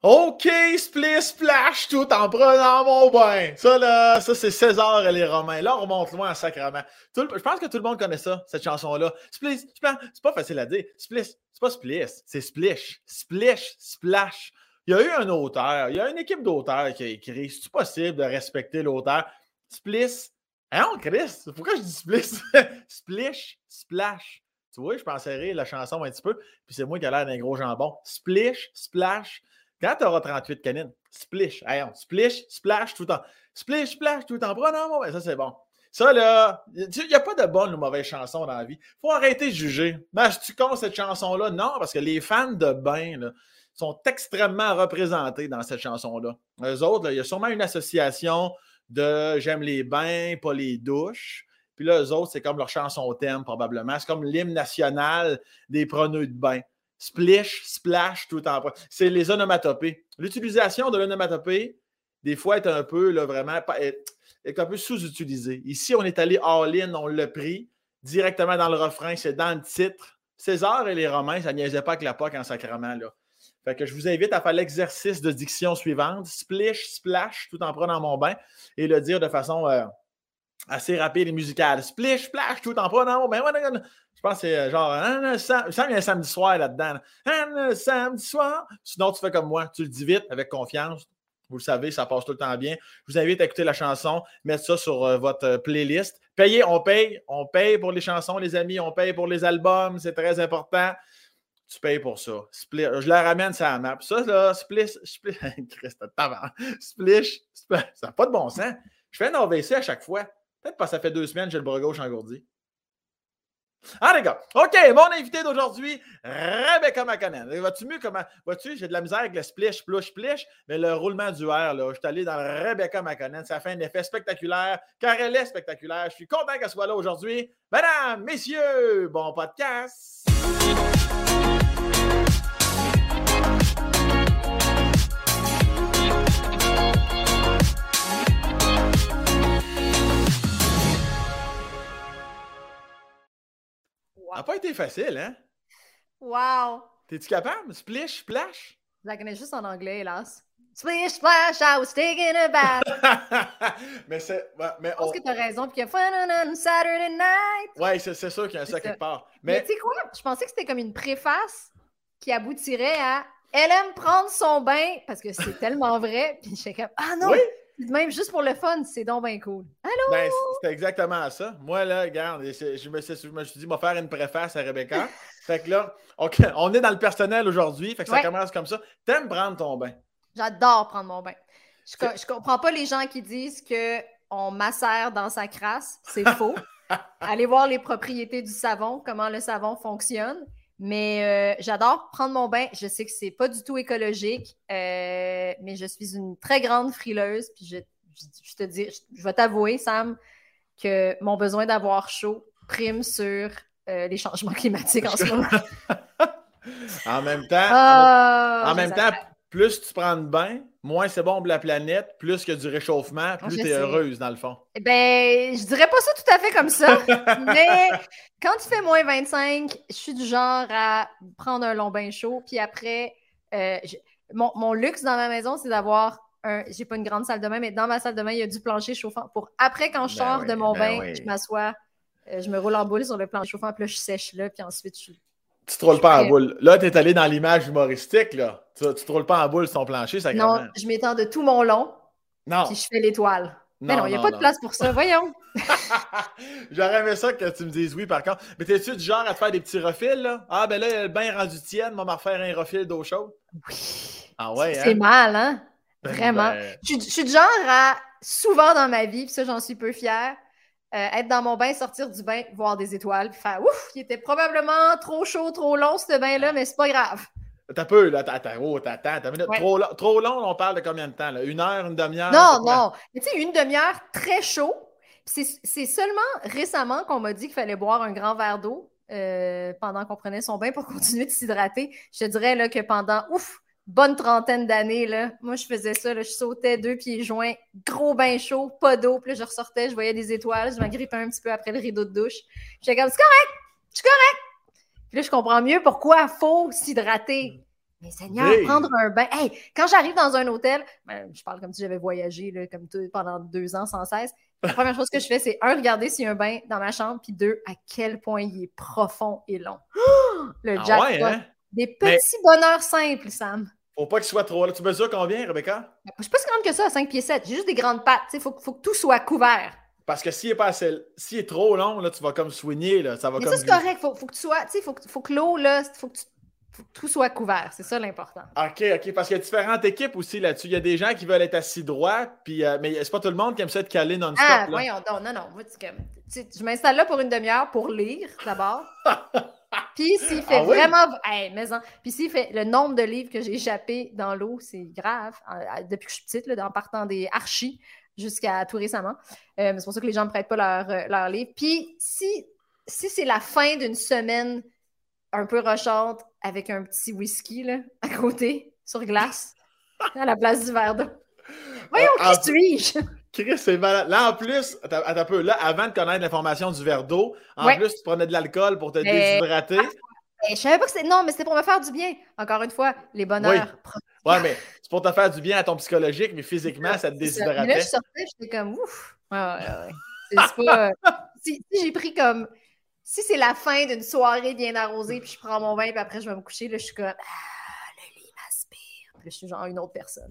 OK, split, splash, tout en prenant mon bain. Ça, là, ça, c'est César et les Romains. Là, on remonte loin en sacrement. Je pense que tout le monde connaît ça, cette chanson-là. Split, splash, c'est pas facile à dire. Split, c'est pas splish, c'est splish. Splish, splash. Il y a eu un auteur, il y a une équipe d'auteurs qui a écrit. C'est-tu possible de respecter l'auteur? Splish. Hein, Chris? Pourquoi je dis splish? Splish, splash. Tu vois, je pensais rire la chanson un petit peu, puis c'est moi qui a l'air d'un gros jambon. Splish, splash. Quand tu auras 38 canines, splish, hey, splish, splash, tout le temps. Splish, splash, tout le temps. Non, ça c'est bon. Ça, là, il n'y a pas de bonnes ou mauvaises chansons dans la vie. Il faut arrêter de juger. Mais tu con cette chanson-là? Non, parce que les fans de bain là, sont extrêmement représentés dans cette chanson-là. Eux autres, là, il y a sûrement une association de j'aime les bains, pas les douches. Puis là, eux autres, c'est comme leur chanson thème, probablement. C'est comme l'hymne national des preneurs de bain. Splish, splash, tout en... C'est les onomatopées. L'utilisation de l'onomatopée, des fois, est un peu, là, vraiment, est un peu sous-utilisée. Ici, on est allé all-in, on l'a pris directement dans le refrain, c'est dans le titre. César et les Romains, ça niaisait pas avec la POC en sacrement, là. Fait que je vous invite à faire l'exercice de diction suivante. Splish, splash, tout en prenant mon bain, et le dire de façon assez rapide et musicale. Splish, splash, tout en prenant mon bain. Je pense que c'est genre, il y a un samedi soir là-dedans. Samedi soir. Sinon, tu fais comme moi, tu le dis vite, avec confiance. Vous le savez, ça passe tout le temps bien. Je vous invite à écouter la chanson, mettre ça sur votre playlist. Payez, on paye pour les chansons, les amis, on paye pour les albums, c'est très important. Tu payes pour ça. Je la ramène sur la map. Ça, là, splish, ça n'a pas de bon sens. Je fais un AVC à chaque fois. Peut-être parce que ça fait 2 semaines que j'ai le bras gauche engourdi. Ah, les gars. OK, mon invité d'aujourd'hui, Rebecca McConnell. Vois-tu mieux comment. Vois-tu, j'ai de la misère avec le splish, plush, plish, mais le roulement du R, là, je suis allé dans le Rebecca McConnell. Ça fait un effet spectaculaire, car elle est spectaculaire. Je suis content qu'elle soit là aujourd'hui. Mesdames, messieurs, bon podcast. Ça n'a pas été facile, hein? Wow! T'es-tu capable? Splish, splash? Je la connais juste en anglais, hélas. Splish, splash, I was taking a bath. Mais c'est... Mais je pense que t'as raison, puis qu'il y a fun on Saturday night. Ouais, c'est sûr qu'il y a ça quelque part. Mais tu sais quoi? Je pensais que c'était comme une préface qui aboutirait à « Elle aime prendre son bain », parce que c'est tellement vrai. Puis je suis comme « Ah non! Oui? » Même juste pour le fun, c'est donc bien cool. Allô? Ben, c'était exactement ça. Moi, là, regarde, je me suis dit, je vais faire une préface à Rebecca. Fait que là, on est dans le personnel aujourd'hui. Fait que ça commence comme ça. T'aimes prendre ton bain? J'adore prendre mon bain. Je comprends pas les gens qui disent qu'on macère dans sa crasse. C'est faux. Allez voir les propriétés du savon, comment le savon fonctionne. Mais j'adore prendre mon bain. Je sais que c'est pas du tout écologique, mais je suis une très grande frileuse. Puis je vais t'avouer, Sam, que mon besoin d'avoir chaud prime sur les changements climatiques en ce moment. En même temps, plus tu prends de bain, moins c'est bon pour la planète, plus qu'il y a du réchauffement, plus tu es heureuse dans le fond. Ben, je dirais pas ça tout à fait comme ça, mais quand il fait moins 25, je suis du genre à prendre un long bain chaud, puis après, mon luxe dans ma maison, c'est d'avoir j'ai pas une grande salle de bain, mais dans ma salle de bain, il y a du plancher chauffant pour après, quand je sors de mon bain, je m'assois, je me roule en boule sur le plancher chauffant, puis là, je sèche là, puis ensuite, tu te roules pas en boule. Là, tu es allé dans l'image humoristique, là. Tu te roules pas en boule sur ton plancher, ça Non, je m'étends de tout mon long. Non. Puis je fais l'étoile. Mais non, il n'y a pas de place pour ça, voyons. J'aurais aimé ça que tu me dises oui, par contre. Mais t'es-tu du genre à te faire des petits refils, là? Ah, ben là, le bain rendu tienne, on va me refaire un refil d'eau chaude. Oui. Ah ouais, c'est mal, hein? Vraiment. Je suis du genre à, souvent dans ma vie, puis ça, j'en suis peu fière, être dans mon bain, sortir du bain, voir des étoiles, puis faire ouf, il était probablement trop chaud, trop long, ce bain-là, mais c'est pas grave. T'as peu, là, t'attends, minute. Ouais. Trop long, on parle de combien de temps, là? 1 heure, une demi-heure? Non. Mais tu sais, une demi-heure très chaud. C'est seulement récemment qu'on m'a dit qu'il fallait boire un grand verre d'eau pendant qu'on prenait son bain pour continuer de s'hydrater. Je te dirais là, que pendant, bonne trentaine d'années, là, moi, je faisais ça, là, je sautais 2 pieds joints, gros bain chaud, pas d'eau, puis là, je ressortais, je voyais des étoiles, je m'agrippais un petit peu après le rideau de douche. J'étais comme, c'est correct! Puis là, je comprends mieux pourquoi il faut s'hydrater. Mais Seigneur, prendre un bain. Hey, quand j'arrive dans un hôtel, je parle comme si j'avais voyagé là, comme tout, pendant 2 ans sans cesse. La première chose que je fais, c'est regarder s'il y a un bain dans ma chambre, puis 2, à quel point il est profond et long. Le jackpot. Ouais, hein? Des petits bonheurs simples, Sam. Faut pas qu'il soit trop là. Tu mesures combien, Rebecca? Je suis pas si grande que ça, à 5 pieds 7. J'ai juste des grandes pattes. Il faut que tout soit couvert. Parce que s'il est trop long, là, tu vas comme soigner. Là, ça va. Mais ça, c'est correct. Faut que tu sois. Faut que l'eau, là, faut que tout soit couvert. C'est ça l'important. OK. Parce qu'il y a différentes équipes aussi là-dessus. Il y a des gens qui veulent être assis droit, puis, mais c'est pas tout le monde qui aime ça être calé non-stop. Ah, voyons donc. Non. Moi, je m'installe là pour une demi-heure pour lire, d'abord. Puis s'il fait vraiment... Hey, puis s'il fait le nombre de livres que j'ai échappés dans l'eau, c'est grave. Depuis que je suis petite, là, en partant des archis jusqu'à tout récemment. C'est pour ça que les gens ne me prêtent pas leurs livres. Puis si c'est la fin d'une semaine un peu rochante avec un petit whisky là, à côté, sur glace, à la place du verre d'eau. Voyons, qui suis-je? Chris, c'est malade. Là, en plus, attends un peu, là, avant de connaître l'information du verre d'eau, en plus, tu prenais de l'alcool pour te déshydrater. Je savais pas que c'était... Non, mais c'était pour me faire du bien. Encore une fois, les bonheurs. Oui, mais c'est pour te faire du bien à ton psychologique, mais physiquement, ça te déshydratait. Mais là, je sortais, j'étais comme ouf. Ouais. C'est pas... si j'ai pris comme... Si c'est la fin d'une soirée bien arrosée, puis je prends mon bain, puis après je vais me coucher, là, je suis comme le lit m'aspire. Puis là, je suis genre une autre personne.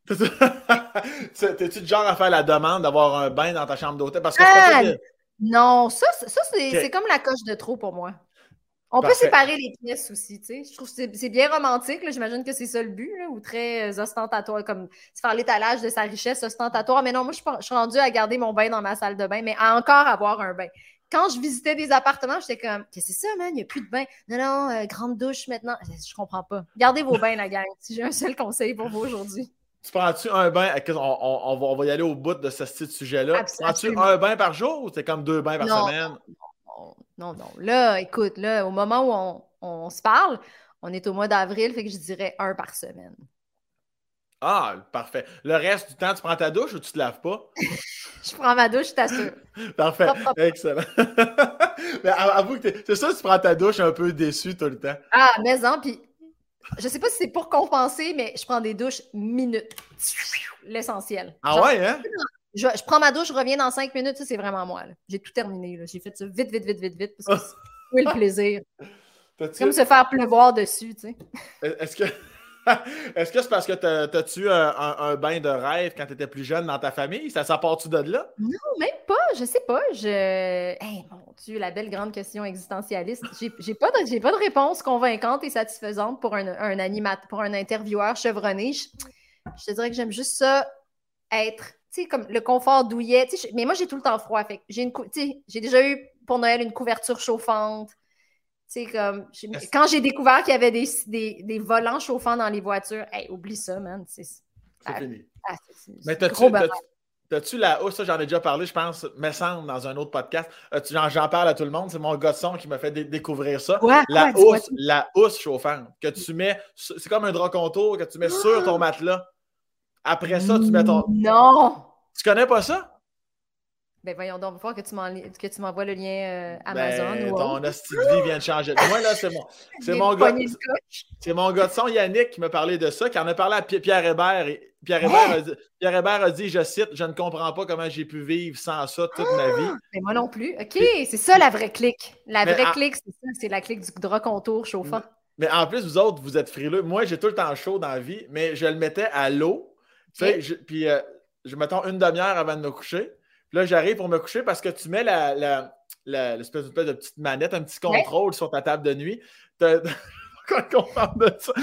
T'es-tu du genre à faire la demande d'avoir un bain dans ta chambre d'hôtel? Parce que non, ça c'est comme la coche de trop pour moi. On peut séparer les pièces aussi, tu sais. Je trouve que c'est bien romantique, là. J'imagine que c'est ça le but, là, ou très ostentatoire, comme faire l'étalage de sa richesse ostentatoire. Mais non, moi, je suis rendue à garder mon bain dans ma salle de bain, mais à encore avoir un bain. Quand je visitais des appartements, j'étais comme, qu'est-ce que c'est ça, man? Il n'y a plus de bain. Non, grande douche maintenant. Je comprends pas. Gardez vos bains, la gang. Si j'ai un seul conseil pour vous aujourd'hui. Tu prends-tu un bain? On va y aller au bout de ce sujet-là. Prends-tu un bain par jour ou c'est comme 2 bains par semaine? Non. Là, écoute, là, au moment où on se parle, on est au mois d'avril, fait que je dirais 1 par semaine. Ah, parfait. Le reste du temps, tu prends ta douche ou tu te laves pas? Je prends ma douche, je t'assure. Parfait. Excellent. Mais avoue que c'est ça, tu prends ta douche un peu déçu tout le temps. Ah, mais non, puis je sais pas si c'est pour compenser, mais je prends des douches minutes. L'essentiel. Ah ouais, hein? Je prends ma douche, je reviens dans 5 minutes, ça c'est vraiment moi. J'ai tout terminé. Là. J'ai fait ça vite, parce que c'est le plaisir. C'est comme se faire pleuvoir dessus, tu sais. Est-ce que c'est parce que t'as-tu un bain de rêve quand tu étais plus jeune dans ta famille? Ça part-tu de là? Non, même pas. Je sais pas. Hey, mon Dieu, la belle grande question existentialiste. J'ai pas de réponse convaincante et satisfaisante pour un animateur, pour un intervieweur chevronné. Je te dirais que j'aime juste ça être, tu sais, comme le confort douillet. Mais moi, j'ai tout le temps froid. Fait j'ai déjà eu pour Noël une couverture chauffante. Comme, quand j'ai découvert qu'il y avait des volants chauffants dans les voitures, hey, oublie ça, man. C'est fini. Mais t'as-tu la housse? Ça, j'en ai déjà parlé, je pense, me semble, dans un autre podcast. J'en parle à tout le monde. C'est mon gars de son qui m'a fait découvrir ça. La housse chauffante que tu mets, c'est comme un drap contour que tu mets sur ton matelas. Après ça, tu mets ton... Non! Tu connais pas ça? Ben voyons donc, il va falloir que tu m'envoies le lien Amazon. Ton hostie de vie vient de changer. Moi, là, c'est mon gars. C'est mon gars de son, Yannick, qui m'a parlé de ça, qui en a parlé à Pierre Hébert. Et Pierre Hébert a dit, je cite, je ne comprends pas comment j'ai pu vivre sans ça toute ma vie. Mais moi non plus. OK, c'est ça la vraie clique. La vraie clique, c'est ça, c'est la clique du drap contour chauffant. Mais en plus, vous autres, vous êtes frileux. Moi, j'ai tout le temps chaud dans la vie, mais je le mettais à l'eau. Okay. Puis, je mettons une demi-heure avant de me coucher. Puis là, j'arrive pour me coucher parce que tu mets l'espèce de petite manette, un petit contrôle sur ta table de nuit. Qu'on parle de ça.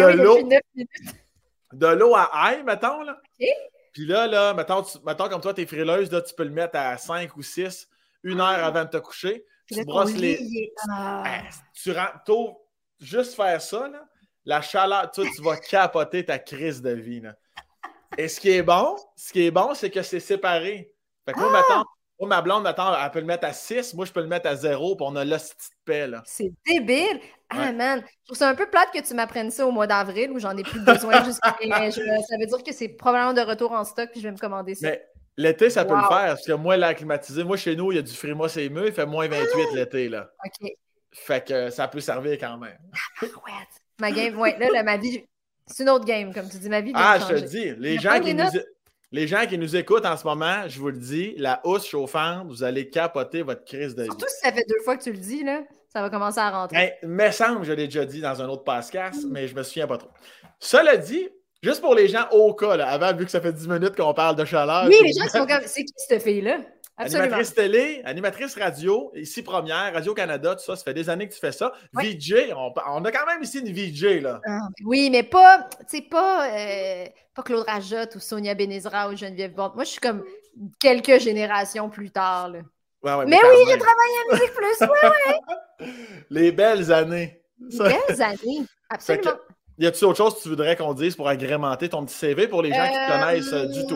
De l'eau à ail, mettons. Là. Okay. Puis là mettons comme toi, t'es frileuse, là, tu peux le mettre à 5 ou 6, 1 heure avant de te coucher. Tu brosses les... Tu rentres... Juste faire ça, là, la chaleur, tu vas capoter ta crise de vie. Là. Et ce qui est bon, c'est que c'est séparé. Fait que moi, ma blonde, elle peut le mettre à 6, moi, je peux le mettre à 0, puis on a l'hostie de paix, là. C'est débile! Ah, man! Je trouve ça un peu plate que tu m'apprennes ça au mois d'avril, où j'en ai plus besoin jusqu'à... Ça veut dire que c'est probablement de retour en stock, puis je vais me commander ça. Mais l'été, ça peut le faire, parce que moi, l'air climatisé, moi, chez nous, il y a du Frima CME, il fait moins 28 l'été, là. OK. Fait que ça peut servir quand même. Ouais. Ma game, ouais, là, ma vie, c'est une autre game, comme tu dis, ma vie vient de Je changer. te dis, les gens qui nous écoutent en ce moment, je vous le dis, la housse chauffante, vous allez capoter votre crise de vie. Surtout si ça fait 2 fois que tu le dis, là, ça va commencer à rentrer. Me semble, je l'ai déjà dit dans un autre podcast, mais je me souviens pas trop. Cela dit, juste pour les gens au cas, là, avant, vu que ça fait 10 minutes qu'on parle de chaleur. Oui, les gens qui sont comme, c'est qui cette fille-là? Absolument. Animatrice télé, animatrice radio, ici première, Radio-Canada, tout ça, ça fait des années que tu fais ça. Ouais. VJ, on a quand même ici une VJ, là. Oui, mais pas, tu sais, pas Claude Rajotte ou Sonia Benezra ou Geneviève Bond. Moi, je suis comme quelques générations plus tard, là. Ouais, mais oui, j'ai travaillé à Musique Plus, ouais. Les belles années. Les belles années, absolument. Y a-t-il autre chose que tu voudrais qu'on dise pour agrémenter ton petit CV pour les gens qui te connaissent du tout?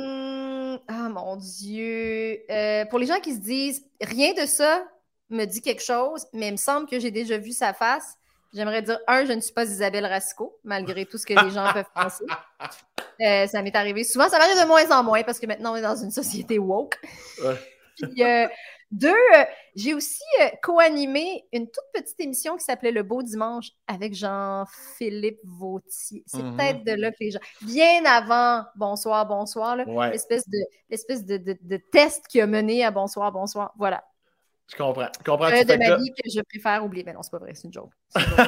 Ah, mon Dieu. Pour les gens qui se disent, rien de ça me dit quelque chose, mais il me semble que j'ai déjà vu sa face. J'aimerais dire, je ne suis pas Isabelle Racicot, malgré tout ce que les gens peuvent penser. Ça m'est arrivé souvent. Ça m'arrive de moins en moins parce que maintenant, on est dans une société woke. Ouais. Puis, 2, j'ai aussi co-animé une toute petite émission qui s'appelait Le Beau Dimanche avec Jean-Philippe Vautier. C'est peut-être de là que les gens... Bien avant Bonsoir, là, ouais. l'espèce de test qui a mené à Bonsoir. Voilà. Je comprends. De ma vie que je préfère oublier. Mais non, c'est pas vrai, c'est une joke.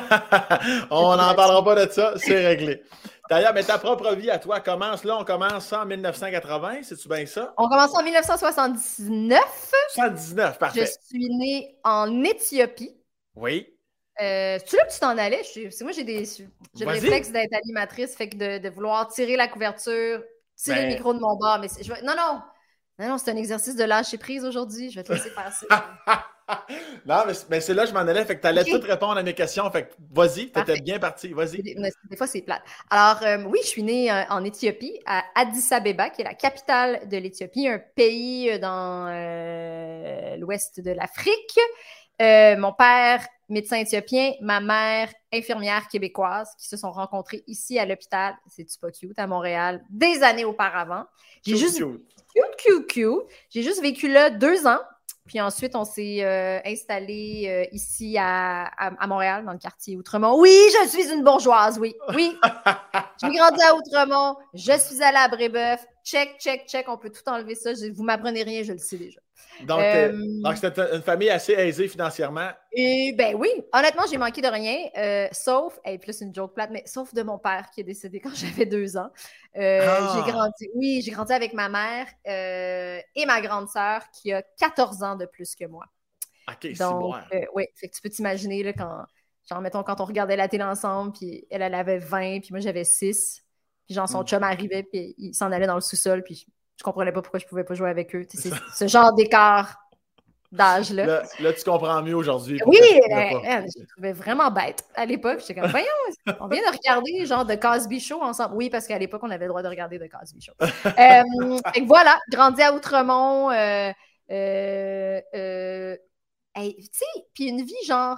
On n'en parlera pas de ça, c'est réglé. D'ailleurs, mais ta propre vie à toi commence là, on commence ça en 1980, c'est-tu bien ça? On commence en 1979. 79, parfait. Je suis née en Éthiopie. Oui. C'est-tu là que tu t'en allais? Moi, j'ai le réflexe d'être animatrice, fait que de vouloir tirer la couverture, tirer le micro de mon bord. Mais non, c'est un exercice de lâcher prise aujourd'hui. Je vais te laisser faire ça. Non, mais c'est là que je m'en allais. Fait que tu allais tout répondre à mes questions. Fait que vas-y, tu étais bien parti. Vas-y. Des fois, c'est plate. Alors, oui, je suis née en Éthiopie, à Addis Abeba, qui est la capitale de l'Éthiopie, un pays dans l'ouest de l'Afrique. Mon père, médecin éthiopien, ma mère, infirmière québécoise, qui se sont rencontrés ici à l'hôpital, c'est-tu pas cute, à Montréal, des années auparavant. J'ai juste vécu là 2 ans. Puis ensuite, on s'est installé ici à Montréal, dans le quartier Outremont. Oui, je suis une bourgeoise, oui. J'ai grandi à Outremont, je suis allée à Brébeuf. Check, on peut tout enlever ça. Vous m'apprenez rien, je le sais déjà. Donc c'était une famille assez aisée financièrement. Et ben oui, honnêtement, j'ai manqué de rien, sauf, plus une joke plate, mais sauf de mon père qui est décédé quand j'avais 2 ans. J'ai grandi avec ma mère et ma grande sœur qui a 14 ans de plus que moi. OK, donc, oui, fait que tu peux t'imaginer là, quand on regardait la télé ensemble, puis elle avait 20, puis moi j'avais 6, puis son chum arrivait, puis il s'en allait dans le sous-sol, puis je comprenais pas pourquoi je pouvais pas jouer avec eux. C'est ce genre d'écart d'âge-là. Là, tu comprends mieux aujourd'hui. Oui, je le trouvais vraiment bête. À l'époque, j'étais comme, voyons, on vient de regarder genre de Cosby Show ensemble. Oui, parce qu'à l'époque, on avait le droit de regarder de Cosby Show. Fait que voilà, grandi à Outremont. Tu sais, puis une vie genre...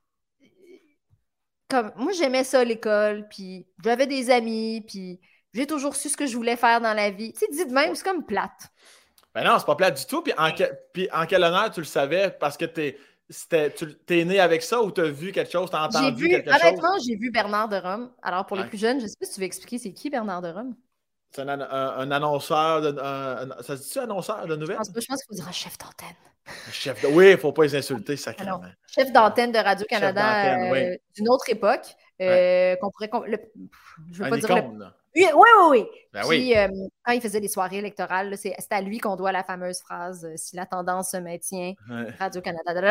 Comme, moi, j'aimais ça, l'école, puis j'avais des amis, puis j'ai toujours su ce que je voulais faire dans la vie. Tu sais, dis de même, c'est comme plate. Ben non, c'est pas plate du tout. Puis en quel honneur tu le savais? Parce que t'es né avec ça ou t'as vu quelque chose, t'as entendu quelque chose? Honnêtement, j'ai vu Bernard de Rome. Alors, pour les plus jeunes, je sais pas si tu veux expliquer c'est qui Bernard de Rome? C'est un annonceur, ça se dit-tu annonceur de nouvelles? Je pense qu'il faut dire un chef d'antenne. Oui, il ne faut pas les insulter, sacrément. Chef d'antenne de Radio-Canada d'une autre époque. Qu'on pourrait... je veux pas dire... Oui. Ben puis, quand il faisait des soirées électorales, c'est à lui qu'on doit la fameuse phrase « Si la tendance se maintient, Radio-Canada. »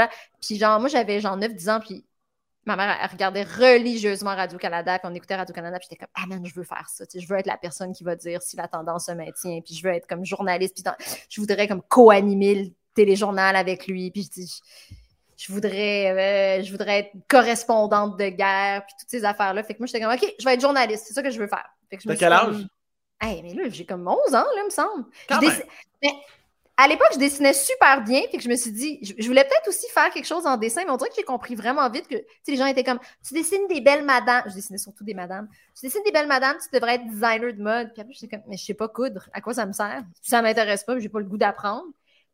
Puis moi, j'avais 9-10 ans, puis ma mère, elle regardait religieusement Radio-Canada, puis on écoutait Radio-Canada, puis j'étais comme « Ah man, je veux faire ça. Je veux être la personne qui va dire si la tendance se maintient, puis je veux être comme journaliste, puis je voudrais comme co-animer le téléjournal avec lui, puis je voudrais être correspondante de guerre, puis toutes ces affaires-là. Fait que moi, j'étais comme, OK, je vais être journaliste, c'est ça que je veux faire. T'as quel âge? Mais là, j'ai comme 11 ans, là, il me semble. Mais à l'époque, je dessinais super bien, fait que je me suis dit, je voulais peut-être aussi faire quelque chose en dessin, mais on dirait que j'ai compris vraiment vite que, les gens étaient comme, tu dessines des belles madames. Je dessinais surtout des madames. Tu dessines des belles madames, tu devrais être designer de mode. Puis après, j'étais comme, mais je sais pas coudre. À quoi ça me sert? Ça m'intéresse pas, j'ai pas le goût d'apprendre.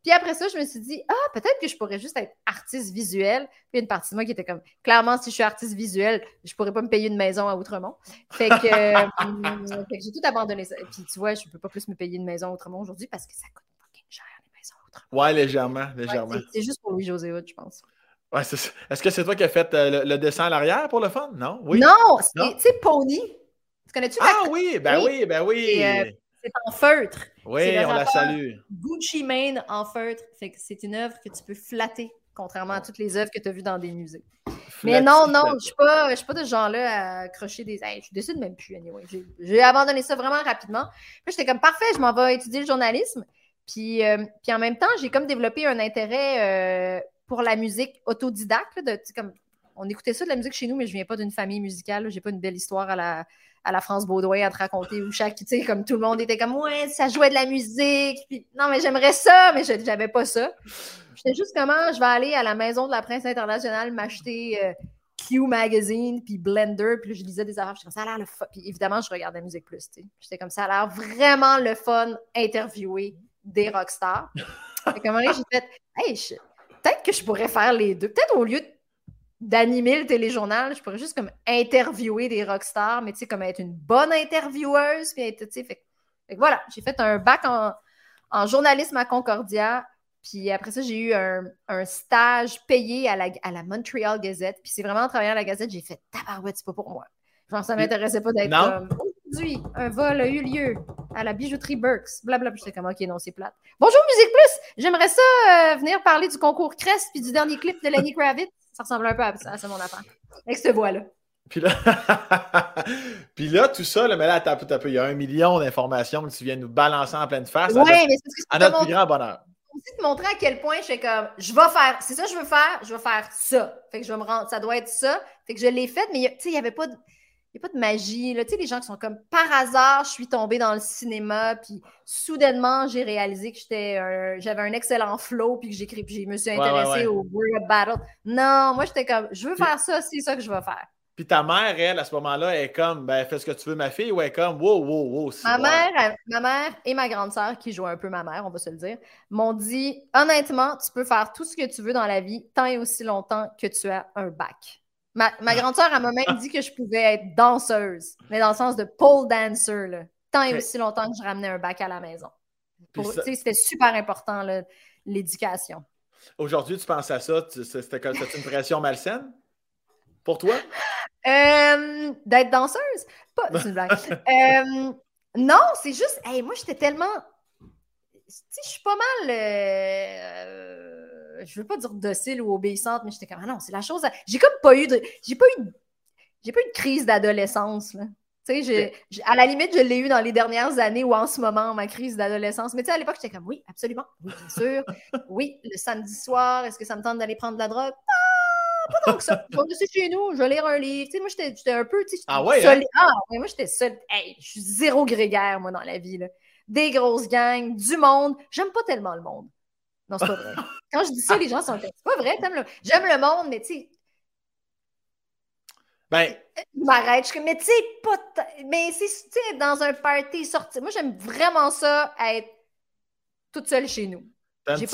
Puis après ça, je me suis dit, peut-être que je pourrais juste être artiste visuel. Puis il y a une partie de moi qui était comme, clairement, si je suis artiste visuel, je pourrais pas me payer une maison à Outremont. Fait que, fait que j'ai tout abandonné ça. Puis tu vois, je peux pas plus me payer une maison à Outremont aujourd'hui parce que ça coûte fucking cher, les maisons à Outremont. Ouais, légèrement. Ouais, c'est juste pour Louis-José Hood, je pense. Ouais, c'est ça. Est-ce que c'est toi qui as fait le dessin à l'arrière pour le fun? Non? Oui? Non, Non? tu sais, Pony. Tu connais-tu Ah oui, ben oui, ben oui. C'est en feutre. Oui, on la salue. Gucci Mane en feutre. Fait que c'est une œuvre que tu peux flatter, contrairement à toutes les œuvres que tu as vues dans des musées. Mais non, je suis pas de ce genre-là à accrocher des... Hey, je décide même plus, anyway. J'ai abandonné ça vraiment rapidement. Puis j'étais comme, parfait, je m'en vais étudier le journalisme. Puis en même temps, j'ai comme développé un intérêt pour la musique autodidacte. Comme, on écoutait ça de la musique chez nous, mais je viens pas d'une famille musicale. J'ai pas une belle histoire à la France Baudouin à te raconter où chaque, tu sais, comme tout le monde était comme, ouais, ça jouait de la musique. Puis, non, mais j'aimerais ça, mais j'avais pas ça. J'étais juste comment je vais aller à la Maison de la Presse internationale m'acheter Q Magazine, puis Blender, puis je lisais des affaires. J'étais comme, ça a l'air le fun. Puis évidemment, je regardais Musique Plus, tu sais. J'étais comme, ça a l'air vraiment le fun interviewer des rockstars. Fait qu'à un moment donné, j'ai fait, hey, peut-être que je pourrais faire les deux. Peut-être au lieu d'animer le téléjournal, je pourrais juste comme interviewer des rockstars, mais tu sais, comme être une bonne intervieweuse, puis être, tu sais, fait que voilà, j'ai fait un bac en journalisme à Concordia, puis après ça, j'ai eu un stage payé à la Montreal Gazette, puis c'est vraiment en travaillant à la Gazette, j'ai fait tabarouette, c'est pas pour moi. Genre, ça m'intéressait pas d'être comme aujourd'hui, un vol a eu lieu à la bijouterie Burks, blablabla. J'étais comme, ok, non, c'est plate. Bonjour, Musique Plus! J'aimerais ça venir parler du concours Crest puis du dernier clip de Lenny Kravitz. Ça ressemble un peu à ça, mon affaire. Avec cette voix-là. Puis là, tout ça, là, mais là, il y a 1 million d'informations que tu viens nous balancer en pleine face. Oui, mais c'est ce que à notre plus grand bonheur. Aussi te montrer à quel point je fais comme, je vais faire, c'est ça que je veux faire ça. Fait que je vais me rendre, ça doit être ça. Fait que je l'ai fait, mais tu sais, il n'y avait pas de magie. Tu sais, les gens qui sont comme, par hasard, je suis tombée dans le cinéma, puis soudainement, j'ai réalisé que j'avais un excellent flow, puis que je me suis intéressée au Word Battle. Non, moi, j'étais comme, je veux faire ça, c'est ça que je vais faire. Puis ta mère, elle, à ce moment-là, elle est comme, ben, fais ce que tu veux, ma fille, ou elle est comme, wow. Ma mère et ma grande sœur, qui joue un peu ma mère, on va se le dire, m'ont dit, honnêtement, tu peux faire tout ce que tu veux dans la vie, tant et aussi longtemps que tu as un bac. Ma grande sœur, elle m'a même dit que je pouvais être danseuse, mais dans le sens de pole dancer, là, tant et aussi longtemps que je ramenais un bac à la maison. C'était super important, là, l'éducation. Aujourd'hui, tu penses à ça, c'était une pression malsaine pour toi? D'être danseuse? C'est une blague. Non, c'est juste, moi, j'étais tellement... Tu sais, je suis pas mal... je veux pas dire docile ou obéissante, mais j'étais comme, non, c'est la chose... J'ai comme pas eu de... J'ai pas eu de crise d'adolescence, là. Tu sais, à la limite, je l'ai eu dans les dernières années ou en ce moment, ma crise d'adolescence. Mais tu sais, à l'époque, j'étais comme, oui, absolument, oui, bien sûr. Oui, le samedi soir, est-ce que ça me tente d'aller prendre de la drogue? Pas tant que ça. Je vais rester chez nous, je vais lire un livre. Tu sais, moi, j'étais un peu, tu sais, seule. Moi, j'étais seule. Hey, je suis zéro grégaire, moi, dans la vie, là. Des grosses gangs, du monde. J'aime pas tellement le monde. Non, c'est pas vrai. Quand je dis ça, les gens sont comme, c'est pas vrai, j'aime le monde, mais tu sais, je m'arrête. Je suis comme, mais tu sais, mais c'est dans un party sorti. Moi, j'aime vraiment ça, être toute seule chez nous. T'as un petit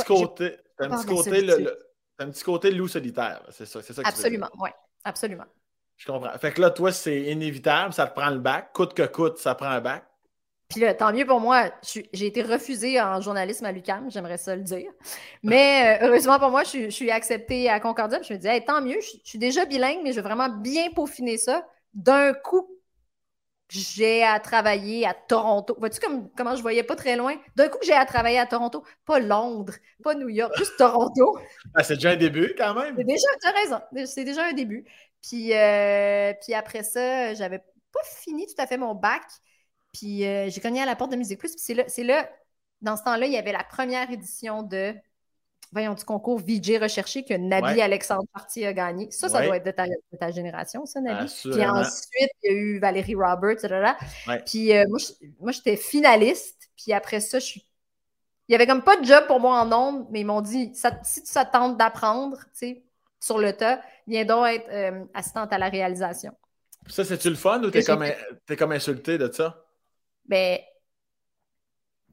côté loup solitaire. C'est ça que absolument, oui. Absolument. Je comprends. Fait que là, toi, c'est inévitable. Ça te prend le bac. Coûte que coûte, ça prend un bac. Puis là, tant mieux pour moi. J'ai été refusée en journalisme à l'UQAM, j'aimerais ça le dire. Mais heureusement pour moi, je suis acceptée à Concordia. Puis je me dis, tant mieux, je suis déjà bilingue, mais je veux vraiment bien peaufiner ça. D'un coup, j'ai à travailler à Toronto. Vois-tu comment je voyais pas très loin? D'un coup, j'ai à travailler à Toronto. Pas Londres, pas New York, juste Toronto. C'est déjà un début, quand même. Tu as raison. C'est déjà un début. Puis après ça, j'avais pas fini tout à fait mon bac. Puis j'ai cogné à la porte de Musique Plus. Puis c'est là, dans ce temps-là, il y avait la première édition du concours VJ Recherché que Nabi Alexandre Parti a gagné. Ça doit être de ta génération, ça, Nabi. Puis ensuite, il y a eu Valérie Roberts, etc. Puis moi, j'étais finaliste. Puis après ça, il n'y avait comme pas de job pour moi en ondes, mais ils m'ont dit, si ça te tente d'apprendre, tu sais, sur le tas, viens donc être assistante à la réalisation. Ça, c'est-tu le fun ou t'es comme insulté de ça? Ben,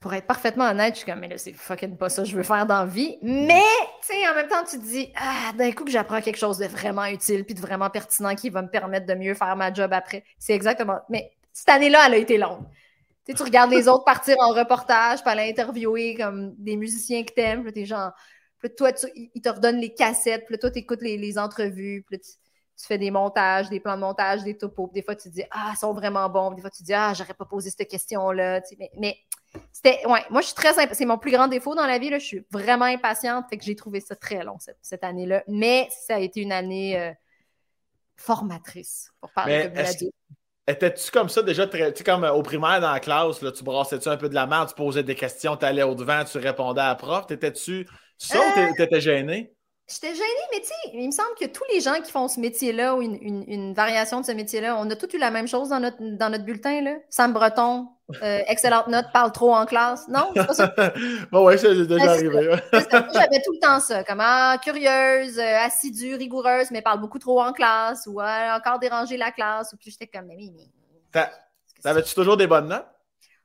pour être parfaitement honnête, je suis comme, mais là, c'est fucking pas ça que je veux faire dans la vie. Mais, tu sais, en même temps, tu te dis, d'un coup que j'apprends quelque chose de vraiment utile puis de vraiment pertinent qui va me permettre de mieux faire ma job après. C'est exactement. Mais cette année-là, elle a été longue. Tu sais, tu regardes les autres partir en reportage, puis aller interviewer comme des musiciens que t'aimes, puis t'es genre, puis toi, ils te redonnent les cassettes, puis toi, t'écoutes les entrevues, puis tu fais des montages, des plans de montage, des topos, puis des fois, tu te dis, ils sont vraiment bons, puis des fois, tu te dis, j'aurais pas posé cette question-là, tu sais, mais c'était, ouais, moi, je suis très c'est mon plus grand défaut dans la vie, là, je suis vraiment impatiente, fait que j'ai trouvé ça très long, cette année-là, mais ça a été une année formatrice, pour parler comme une adulte. Étais-tu comme ça déjà, tu sais, comme au primaire dans la classe, là, tu brassais-tu un peu de la merde, tu posais des questions, tu allais au-devant, tu répondais à la prof, t'étais-tu ça ou t'étais gêné? J'étais gênée, mais tu sais, il me semble que tous les gens qui font ce métier-là ou une variation de ce métier-là, on a tous eu la même chose dans notre bulletin, là. Sam Breton, excellente note, parle trop en classe. Non, c'est pas ça? Bon, ouais, c'est déjà arrivé. Moi, j'avais tout le temps ça, comme curieuse, assidue, rigoureuse, mais parle beaucoup trop en classe ou encore déranger la classe. Ou puis j'étais comme, mais. T'avais-tu toujours des bonnes notes?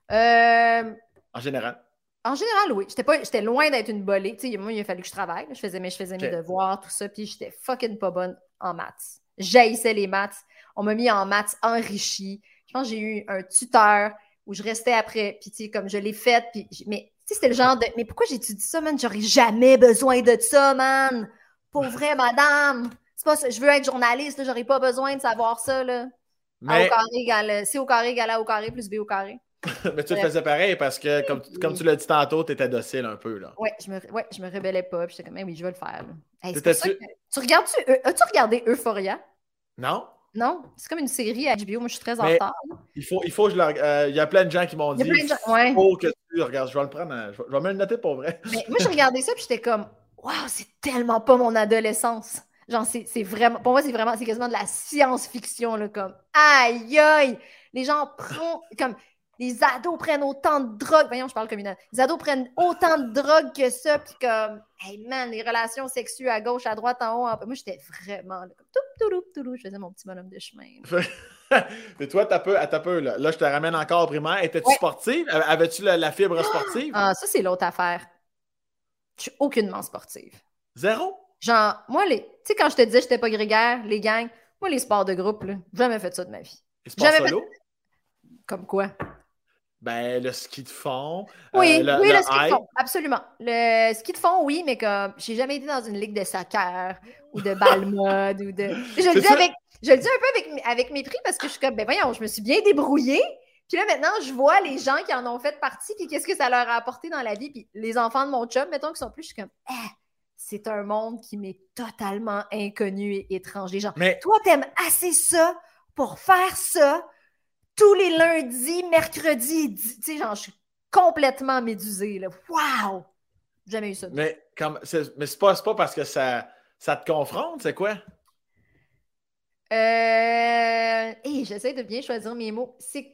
En général. En général, oui. J'étais loin d'être une bolée. Tu sais, moi, il a fallu que je travaille. Je faisais mes devoirs, tout ça. Puis j'étais fucking pas bonne en maths. J'haïssais les maths. On m'a mis en maths enrichi. Je pense que j'ai eu un tuteur où je restais après. Puis, tu sais, comme je l'ai faite. Puis, mais, tu sais, c'était le genre de. Mais pourquoi j'étudie ça, man? J'aurais jamais besoin de ça, man. Pour vrai, madame. C'est pas ça. Je veux être journaliste. J'aurais pas besoin de savoir ça, là. Mais... A au carré égale C au carré égale A au carré plus B au carré. Mais tu le faisais pareil parce que, comme tu l'as dit tantôt, tu étais docile un peu. Là. Ouais, je me rébellais pas. Puis j'étais comme, oui, je vais le faire. Hey, tu regardes-tu? As-tu regardé Euphoria? Non. Non? C'est comme une série à HBO. Moi, je suis très en retard. Il faut que je la regarde. Il y a plein de gens qui m'ont dit il faut que tu regardes. Je vais le prendre. Je vais me le noter pour vrai. Mais moi, je regardais ça puis j'étais comme, waouh, c'est tellement pas mon adolescence. Genre, c'est vraiment, pour moi, c'est quasiment de la science-fiction, là, comme, aïe, aïe, les gens prennent, comme, les ados prennent autant de drogue, voyons, je parle comme une ado, les ados prennent autant de drogue que ça, puis comme, hey man, les relations sexuelles à gauche, à droite, en haut, moi, j'étais vraiment, là, comme, je faisais mon petit bonhomme de chemin. Mais toi, t'as peu, là, je te ramène encore au primaire, étais-tu sportive? Avais-tu la fibre sportive? Ah, ça, c'est l'autre affaire. Je suis aucunement sportive. Zéro? Genre, moi, tu sais, quand je te disais que j'étais pas grégaire, les gangs, moi, les sports de groupe, là, jamais fait ça de ma vie. Les sports solo? Comme quoi? Ben, le ski de fond. Oui, le ski de fond, absolument. Le ski de fond, oui, mais comme j'ai jamais été dans une ligue de soccer ou de balle mode ou de. Je le dis un peu avec mépris parce que je suis comme, ben voyons, je me suis bien débrouillée. Puis là, maintenant, je vois les gens qui en ont fait partie, puis qu'est-ce que ça leur a apporté dans la vie. Puis les enfants de mon chum, mettons, qui sont plus, je suis comme, c'est un monde qui m'est totalement inconnu et étranger. Genre, toi, t'aimes assez ça pour faire ça tous les lundis, mercredis, tu sais, genre, je suis complètement médusée, là. Wow! Jamais eu ça. Mais c'est pas parce que ça te confronte, c'est quoi? J'essaie de bien choisir mes mots.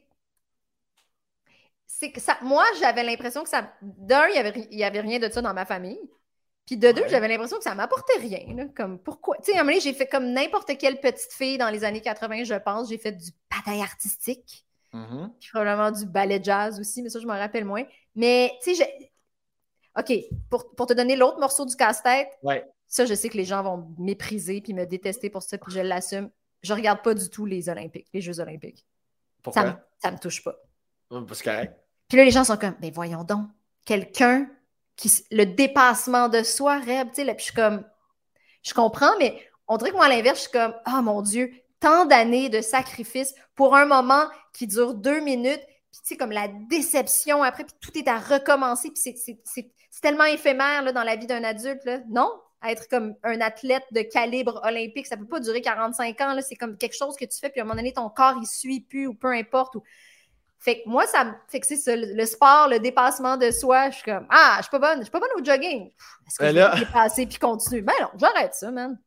C'est que ça. Moi, j'avais l'impression que ça. D'un, il y avait rien de ça dans ma famille. Puis de deux, j'avais l'impression que ça m'apportait rien. Là, comme pourquoi? Tu sais, à un moment donné, j'ai fait comme n'importe quelle petite fille dans les années 80, je pense. J'ai fait du bataille artistique. Puis probablement du ballet jazz aussi, mais ça, je m'en rappelle moins. Mais, tu sais, OK, pour te donner l'autre morceau du casse-tête, ça, je sais que les gens vont me mépriser puis me détester pour ça, puis je l'assume. Je regarde pas du tout les Olympiques, les Jeux Olympiques. Pourquoi? Ça me touche pas. C'est correct. Puis là, les gens sont comme, mais voyons donc, quelqu'un le dépassement de soi, Reb, tu sais, puis je suis comme, je comprends, mais on dirait que moi, à l'inverse, je suis comme, oh mon Dieu, tant d'années de sacrifice pour un moment qui dure 2 minutes, puis tu sais, comme la déception après, puis tout est à recommencer, puis c'est tellement éphémère là, dans la vie d'un adulte, là. Non? Être comme un athlète de calibre olympique, ça peut pas durer 45 ans, là, c'est comme quelque chose que tu fais, puis à un moment donné, ton corps, il suit plus, ou peu importe, ou... Fait que moi, fait que c'est ça, le sport, le dépassement de soi, je suis comme, je suis pas bonne au jogging. Est-ce que je vais me dépasser puis continuer? Ben non, j'arrête ça, man.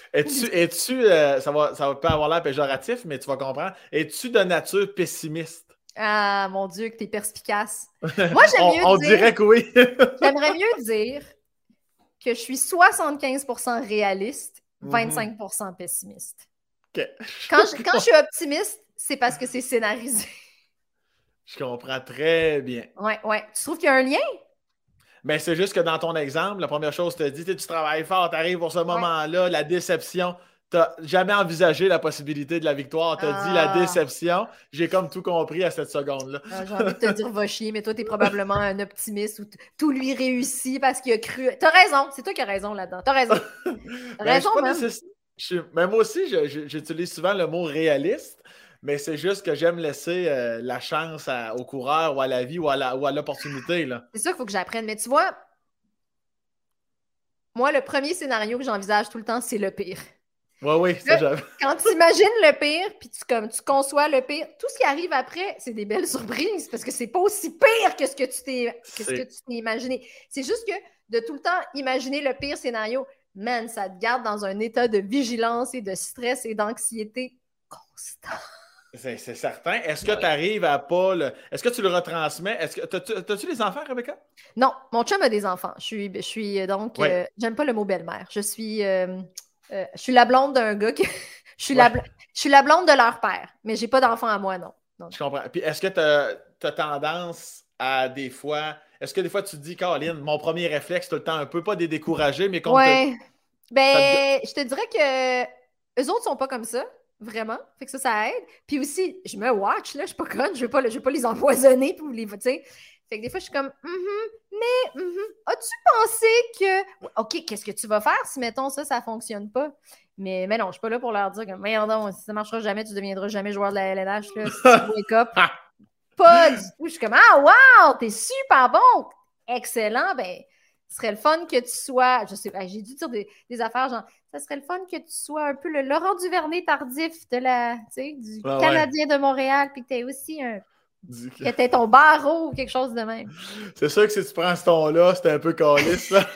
Ça va pas avoir l'air péjoratif, mais tu vas comprendre. Es-tu de nature pessimiste? Ah, mon Dieu, que t'es perspicace. Moi, on dirait que oui. J'aimerais mieux dire que je suis 75% réaliste, 25% pessimiste. Okay. Quand je suis optimiste, c'est parce que c'est scénarisé. Je comprends très bien. Ouais, ouais. Tu trouves qu'il y a un lien? Mais c'est juste que dans ton exemple, la première chose que tu as dit, tu travailles fort, tu arrives pour ce Ouais. moment-là, la déception. Tu n'as jamais envisagé la possibilité de la victoire. Tu as dit la Ah, déception. J'ai comme tout compris à cette seconde-là. j'ai envie de te dire va chier, mais toi, t'es probablement un optimiste où tout lui réussit parce qu'il a cru. T'as raison, c'est toi qui as raison là-dedans. T'as raison. T'as Ben, je raison, suis pas même. nécessaire. Ben, moi aussi, j'utilise souvent le mot réaliste, mais c'est juste que j'aime laisser la chance au coureur ou à la vie ou à l'opportunité, là. C'est ça qu'il faut que j'apprenne. Mais tu vois, moi, le premier scénario que j'envisage tout le temps, c'est le pire. Oui, oui, ça Là, j'aime. quand tu imagines le pire, puis tu conçois le pire, tout ce qui arrive après, c'est des belles surprises parce que c'est pas aussi pire que ce que tu t'es imaginé. C'est juste que de tout le temps imaginer le pire scénario, man, ça te garde dans un état de vigilance et de stress et d'anxiété constant. C'est certain. Est-ce que Oui. tu arrives à pas le. Est-ce que tu le retransmets? T'as-tu les enfants, Rebecca? Non, mon chum a des enfants. Je suis donc, Oui. j'aime pas le mot belle-mère. Je suis la blonde d'un gars qui. Ouais, Je suis la blonde de leur père, mais j'ai pas d'enfant à moi, non. Non, non. je comprends. Puis est-ce que tu as tendance à des fois. Est-ce que des fois tu te dis, Caroline, mon premier réflexe, tout le temps un peu, pas des décourager, mais comme Ouais. ça te. Ben, je te dirais que eux autres sont pas comme ça, vraiment. Fait que ça aide. Puis aussi, je me watch, là, je suis pas conne, je veux pas les empoisonner, puis les, tu sais. Fait que des fois, je suis comme, as-tu pensé que, OK, qu'est-ce que tu vas faire si, mettons, ça fonctionne pas? Mais non, je suis pas là pour leur dire que, merde, non, si ça marchera jamais, tu deviendras jamais joueur de la LNH, là, si tu wake up. Pas du tout. Je suis comme, ah, wow, t'es super bon. Excellent. Ben, ce serait le fun que tu sois, je sais pas, j'ai dû dire des affaires genre, ça serait le fun que tu sois un peu le Laurent Duvernay tardif du Ouais, ouais. Canadien de Montréal, puis que tu aussi que tu ton barreau ou quelque chose de même. C'est sûr que si tu prends ce ton-là, c'est un peu calice, là.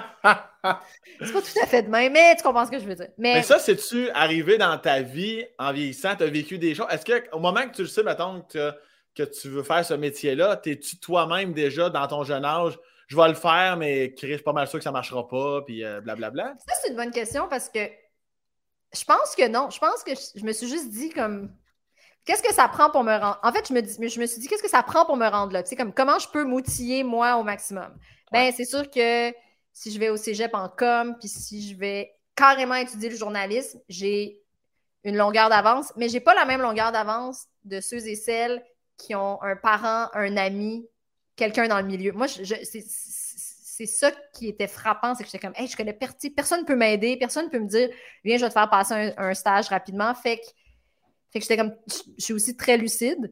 C'est pas tout à fait de même, mais tu comprends ce que je veux dire. Mais Mais ça, c'est-tu arrivé dans ta vie en vieillissant? Tu as vécu des choses? Est-ce qu'au moment que tu le sais, mettons, que tu veux faire ce métier-là, t'es-tu toi-même déjà dans ton jeune âge? Je vais le faire, mais Chris, je suis pas mal sûr que ça marchera pas, puis blablabla. ça, c'est une bonne question parce que je pense que non. Je pense que je me suis juste dit comme qu'est-ce que ça prend pour me rendre. En fait, je me suis dit, qu'est-ce que ça prend pour me rendre là? Tu sais, comme comment je peux m'outiller, moi, au maximum? Ouais. Ben, c'est sûr que si je vais au cégep en com, puis si je vais carrément étudier le journalisme, j'ai une longueur d'avance, mais j'ai pas la même longueur d'avance de ceux et celles qui ont un parent, un ami, quelqu'un dans le milieu. Moi, c'est ça qui était frappant, c'est que j'étais comme, hey, je connais personne ne peut m'aider, personne ne peut me dire, viens, je vais te faire passer un stage rapidement. Fait que j'étais comme, je suis aussi très lucide.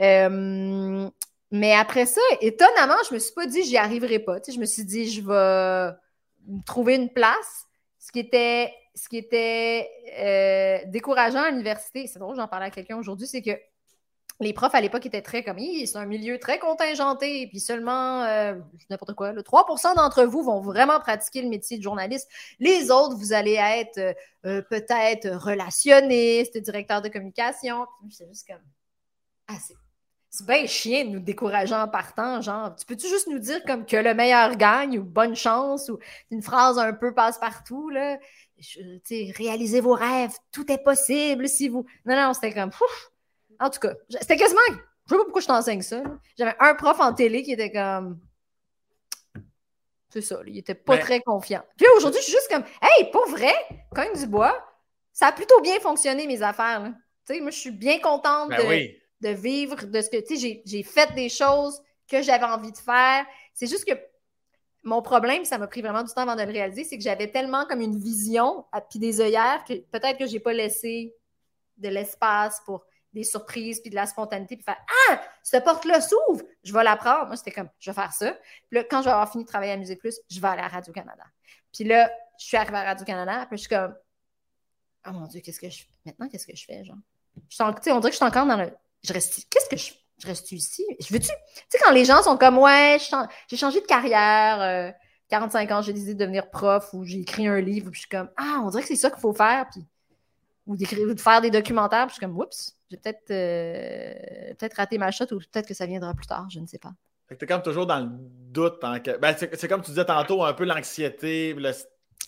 Mais après ça, étonnamment, je me suis pas dit, j'y arriverai pas. Tu sais, je me suis dit, je vais trouver une place. Ce qui était décourageant à l'université, c'est drôle, j'en parlais à quelqu'un aujourd'hui, c'est que les profs à l'époque étaient très comme, c'est un milieu très contingenté, puis seulement, n'importe quoi, 3% d'entre vous vont vraiment pratiquer le métier de journaliste. Les autres, vous allez être peut-être relationniste, directeur de communication. Puis c'est juste comme, ah, c'est bien chiant de nous décourager en partant, genre, tu peux-tu juste nous dire comme que le meilleur gagne ou bonne chance ou une phrase un peu passe-partout, là? Réalisez vos rêves, tout est possible si vous... Non, c'était comme, ouf. En tout cas, c'était quasiment. Je ne sais pas pourquoi je t'enseigne ça. Là. J'avais un prof en télé qui était comme. C'est ça, là, il était pas Mais, très confiant. Puis là, aujourd'hui, je suis juste comme. Hey, pour vrai, cogne du bois, ça a plutôt bien fonctionné, mes affaires. Là. Moi, je suis bien contente ben oui. de vivre de ce que. Tu sais, j'ai fait des choses que j'avais envie de faire. C'est juste que mon problème, ça m'a pris vraiment du temps avant de le réaliser, c'est que j'avais tellement comme une vision, puis des œillères, que peut-être que j'ai pas laissé de l'espace pour des surprises, puis de la spontanéité, puis faire ah, cette porte-là s'ouvre, je vais la prendre. Moi, c'était comme, je vais faire ça. Puis là, quand je vais avoir fini de travailler à Musique Plus, je vais aller à Radio-Canada. Puis là, je suis arrivée à Radio-Canada, puis je suis comme, oh mon Dieu, qu'est-ce que je fais? Maintenant, qu'est-ce que je fais, genre? On dirait que je suis encore dans le. Qu'est-ce que je reste ici? Je veux-tu? Tu sais, quand les gens sont comme, ouais, j'ai changé de carrière, 45 ans, j'ai décidé de devenir prof, ou j'ai écrit un livre, puis je suis comme, ah, on dirait que c'est ça qu'il faut faire, puis ou de faire des documentaires. Puis je suis comme, oups, j'ai peut-être raté ma shot ou peut-être que ça viendra plus tard, je ne sais pas. Fait que t'es comme toujours dans le doute. Ben, c'est comme tu disais tantôt, un peu l'anxiété,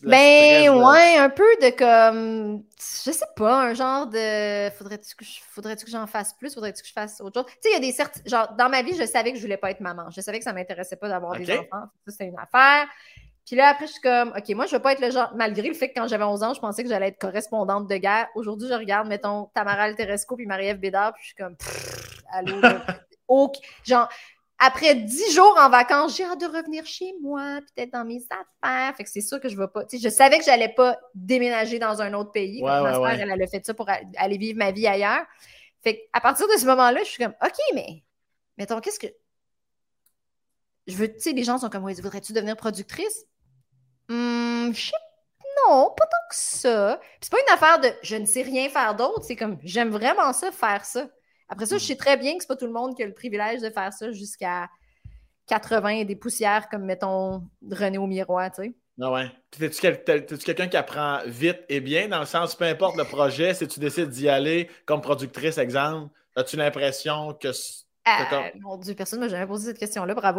Ben, ouais, un peu de comme, je sais pas, un genre de, faudrait-tu que j'en fasse plus? Faudrait-tu que je fasse autre chose? Tu sais, il y a des genre, dans ma vie, je savais que je voulais pas être maman. Je savais que ça m'intéressait pas d'avoir des enfants. Ça, c'était une affaire. Puis là, après, je suis comme, OK, moi, je veux pas être le genre, malgré le fait que quand j'avais 11 ans, je pensais que j'allais être correspondante de guerre. Aujourd'hui, je regarde, mettons, Tamara Alteresco puis Marie-Ève Bédard, puis je suis comme, allô, genre, après 10 jours en vacances, j'ai hâte de revenir chez moi, peut-être dans mes affaires. Fait que c'est sûr que je vais pas. Tu sais, je savais que j'allais pas déménager dans un autre pays. Ma sœur, elle a fait ça pour aller vivre ma vie ailleurs. Fait qu'à partir de ce moment-là, je suis comme, OK, mais mettons, qu'est-ce que. Je veux, tu sais, les gens sont comme, oui, voudrais-tu devenir productrice? Je sais non, pas tant que ça. Puis c'est pas une affaire de je ne sais rien faire d'autre. C'est comme, j'aime vraiment ça, faire ça. Après ça, je sais très bien que c'est pas tout le monde qui a le privilège de faire ça jusqu'à 80 et des poussières comme, mettons, René au miroir, tu sais. Ah ouais. T'es-tu quelqu'un qui apprend vite et bien, dans le sens, peu importe le projet, si tu décides d'y aller comme productrice, exemple, as-tu l'impression que... Mon Dieu, personne ne m'a jamais posé cette question-là, bravo.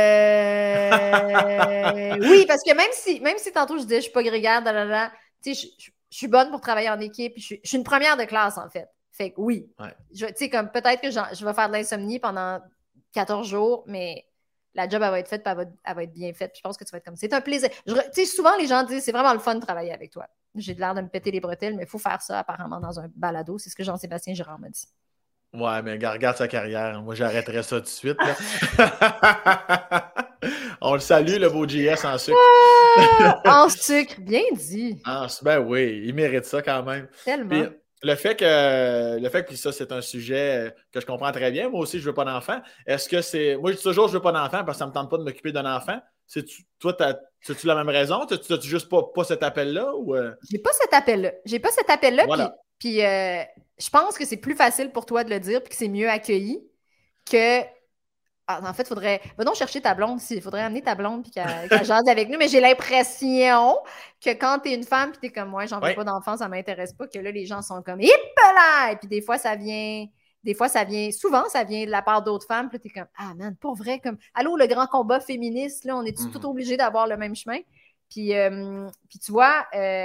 Oui, parce que même si tantôt je disais je suis pas grégaire, tu sais, je suis bonne pour travailler en équipe, je suis une première de classe, en fait. Fait que oui. Ouais. Tu sais, comme peut-être que je vais faire de l'insomnie pendant 14 jours, mais la job, elle va être faite, puis elle va être bien faite. Puis je pense que tu vas être comme c'est un plaisir. Tu sais, souvent, les gens disent c'est vraiment le fun de travailler avec toi. J'ai l'air de me péter les bretelles, mais il faut faire ça apparemment dans un balado. C'est ce que Jean-Sébastien Girard m'a dit. Ouais, mais regarde sa carrière. Moi, j'arrêterais ça tout de suite. Là. On le salue, le beau JS en sucre. En sucre, bien dit. Ben oui, il mérite ça quand même. Tellement. Puis, le fait que ça, c'est un sujet que je comprends très bien. Moi aussi, je veux pas d'enfant. Est-ce que c'est. Moi, je dis toujours, je veux pas d'enfant parce que ça me tente pas de m'occuper d'un enfant. Toi, as-tu la même raison? T'as-tu juste pas cet appel-là? Ou... J'ai pas cet appel-là. Voilà. Puis je pense que c'est plus facile pour toi de le dire puis que c'est mieux accueilli que. En fait, va donc chercher ta blonde. Il faudrait amener ta blonde puis qu'elle jase avec nous. Mais j'ai l'impression que quand t'es une femme puis t'es comme moi, j'en veux pas d'enfant, ça m'intéresse pas, que là, les gens sont comme hip là! Et puis des fois, ça vient, souvent, ça vient de la part d'autres femmes. Puis t'es comme, ah man, pour vrai, comme, allô, le grand combat féministe, là, on est tout obligé d'avoir le même chemin. Puis tu vois,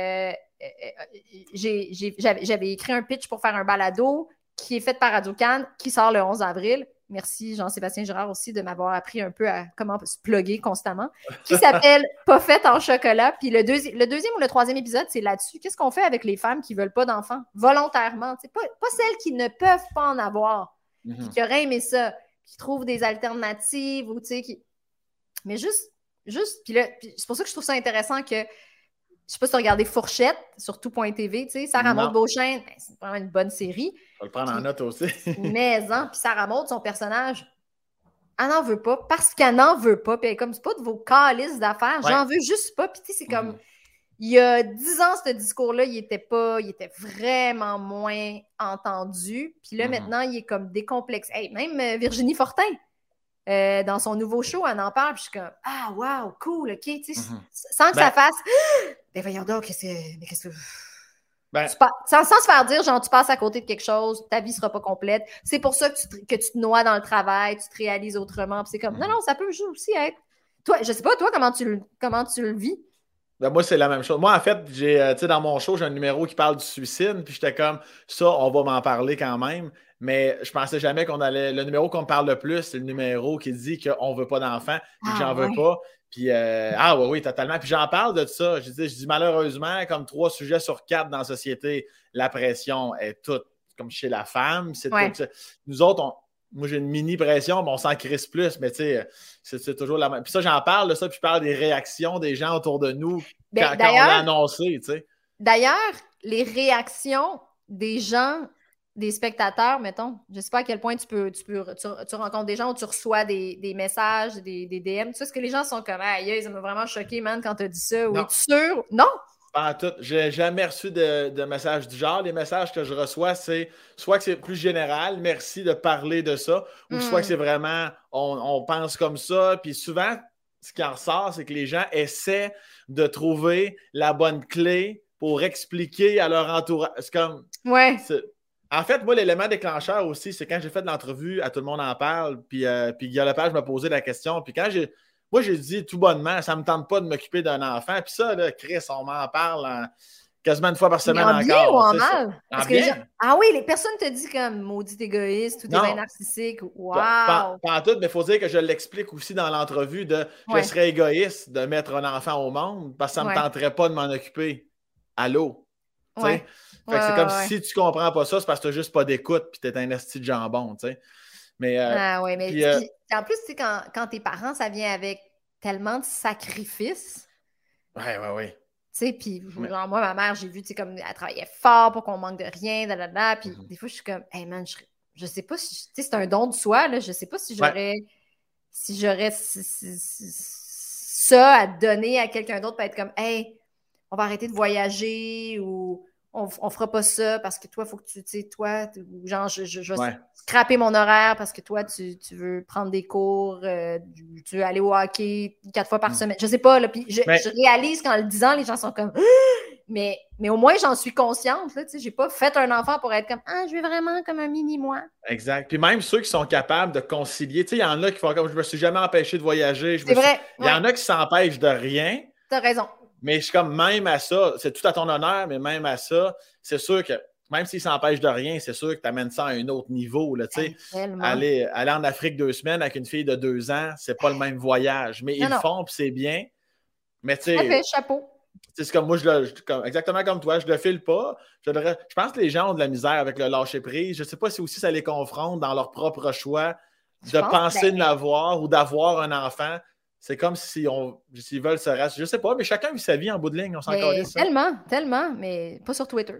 j'avais écrit un pitch pour faire un balado qui est fait par Radio-Can, qui sort le 11 avril. Merci Jean-Sébastien Girard aussi de m'avoir appris un peu à comment se plugger constamment, qui s'appelle Pas faite en chocolat. Puis le deuxième ou le troisième épisode, c'est là-dessus. Qu'est-ce qu'on fait avec les femmes qui ne veulent pas d'enfants volontairement? Pas celles qui ne peuvent pas en avoir, puis qui auraient aimé ça, qui trouvent des alternatives, ou mais juste, puis là, c'est pour ça que je trouve ça intéressant que je sais pas si tu as regardé Fourchette sur tout.tv, tu sais, Sarah Maud Beauchesne, c'est vraiment une bonne série. On va le prendre en note aussi. Mais, puis Sarah Maud, son personnage, elle n'en veut pas parce qu'elle n'en veut pas. Puis elle est comme, c'est pas de vos calices d'affaires, j'en veux juste pas. Puis tu sais, c'est comme, il y a 10 ans, ce discours-là, il était vraiment moins entendu. Puis là, maintenant, il est comme décomplexé. Hey, même Virginie Fortin, dans son nouveau show, elle en parle, puis je suis comme, ah, wow, cool, OK, tu sais, sans que ça fasse, ben voyons donc, qu'est-ce que... sans se faire dire, genre, tu passes à côté de quelque chose, ta vie sera pas complète, c'est pour ça que tu te noies dans le travail, tu te réalises autrement, puis c'est comme, non, ça peut aussi être... Toi, je sais pas, toi, comment tu le vis? Ben moi, c'est la même chose. Moi, en fait, dans mon show, j'ai un numéro qui parle du suicide, puis j'étais comme, ça, on va m'en parler quand même. Mais je pensais jamais qu'on allait. Le numéro qu'on me parle le plus, c'est le numéro qui dit qu'on ne veut pas d'enfants et que j'en veux pas. Puis, oui, totalement. Puis j'en parle de ça. Je dis malheureusement, comme 3 sujets sur 4 dans la société, la pression est toute comme chez la femme. Nous autres, moi, j'ai une mini-pression, mais on s'en crisse plus. Mais tu sais, c'est toujours la même. Puis ça, j'en parle de ça, puis je parle des réactions des gens autour de nous quand on l'a annoncé, tu sais. D'ailleurs, les réactions des gens, des spectateurs, mettons, je ne sais pas à quel point tu rencontres des gens où tu reçois des messages, des DM. Tu sais, est-ce que les gens sont comme, aïe, ça m'a vraiment choqué, man, quand tu as dit ça? Oui, tu es sûr? Non? Pas tout. J'ai jamais reçu de messages du genre. Les messages que je reçois, c'est soit que c'est plus général, merci de parler de ça, ou soit que c'est vraiment, on pense comme ça. Puis souvent, ce qui en ressort, c'est que les gens essaient de trouver la bonne clé pour expliquer à leur entourage. C'est comme... Ouais. En fait, moi, l'élément déclencheur aussi, c'est quand j'ai fait de l'entrevue, à Tout le monde en parle, puis Guillaume Lepage m'a posé la question. Puis quand Moi, j'ai dit tout bonnement, ça ne me tente pas de m'occuper d'un enfant. Puis ça, là, Chris, on m'en parle quasiment une fois par semaine en bien encore. ou en mal? En bien. Ah oui, les personnes te disent comme maudit égoïste ou t'es bien narcissique. Wow! Pas en tout, mais il faut dire que je l'explique aussi dans l'entrevue de je serais égoïste de mettre un enfant au monde parce que ça ne me tenterait pas de m'en occuper. Allô? Fait que c'est comme si tu comprends pas ça, c'est parce que tu n'as juste pas d'écoute puis tu es un esti de jambon, tu sais. Mais, en plus, tu sais, quand tes parents, ça vient avec tellement de sacrifices. Ouais. Tu sais, puis genre, moi, ma mère, j'ai vu, tu sais, comme elle travaillait fort pour qu'on manque de rien, puis des fois, je suis comme, hey man, je sais pas si, tu sais, c'est un don de soi, là, je sais pas si j'aurais ça à donner à quelqu'un d'autre pour être comme, hey, on va arrêter de voyager ou on fera pas ça parce que toi, il faut que tu sais, toi, genre, je vais scraper mon horaire parce que toi, tu veux prendre des cours, tu veux aller au hockey 4 fois par semaine. Je sais pas, là, puis je réalise qu'en le disant, les gens sont comme mais au moins, j'en suis consciente, là, tu sais, j'ai pas fait un enfant pour être comme je veux vraiment comme un mini-moi. Exact. Puis même ceux qui sont capables de concilier, tu sais, il y en a qui font comme je me suis jamais empêché de voyager. C'est vrai. Il y en a qui s'empêchent de rien. T'as raison. Mais je suis comme, même à ça, c'est tout à ton honneur, mais même à ça, c'est sûr que, même s'ils s'empêchent de rien, c'est sûr que tu amènes ça à un autre niveau. Là, aller en Afrique 2 semaines avec une fille de 2 ans, c'est pas le même voyage. Mais ils le font, puis c'est bien. Mais tu sais, chapeau. C'est comme moi, exactement comme toi, je le file pas. Je pense que les gens ont de la misère avec le lâcher-prise. Je ne sais pas si aussi ça les confronte dans leur propre choix de penser de l'avoir ou d'avoir un enfant. C'est comme s'ils veulent se rassurer. Je ne sais pas, mais chacun vit sa vie en bout de ligne. On s'en calisse. Tellement, mais pas sur Twitter.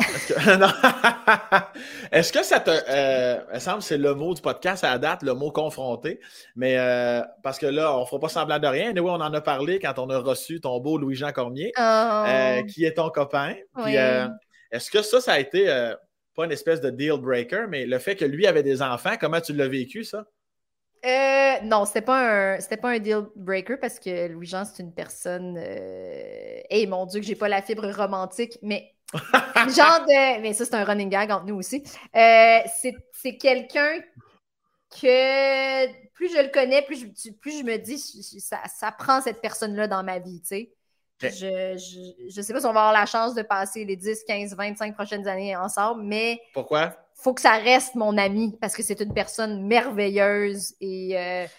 Est-ce que ça te. Il me semble que c'est le mot du podcast à la date, le mot confronté. Mais parce que là, on ne fera pas semblant de rien. Anyway, on en a parlé quand on a reçu ton beau Louis-Jean Cormier, qui est ton copain. Puis, est-ce que ça a été pas une espèce de deal breaker, mais le fait que lui avait des enfants, comment tu l'as vécu, ça? Non, c'était pas un deal breaker parce que Louis-Jean, c'est une personne. Mon Dieu, que j'ai pas la fibre romantique, mais. Mais ça, c'est un running gag entre nous aussi. C'est quelqu'un que plus je le connais, plus je me dis ça prend cette personne-là dans ma vie, tu sais. Okay. Je sais pas si on va avoir la chance de passer les 10, 15, 25 prochaines années ensemble, mais pourquoi? Faut que ça reste mon ami parce que c'est une personne merveilleuse et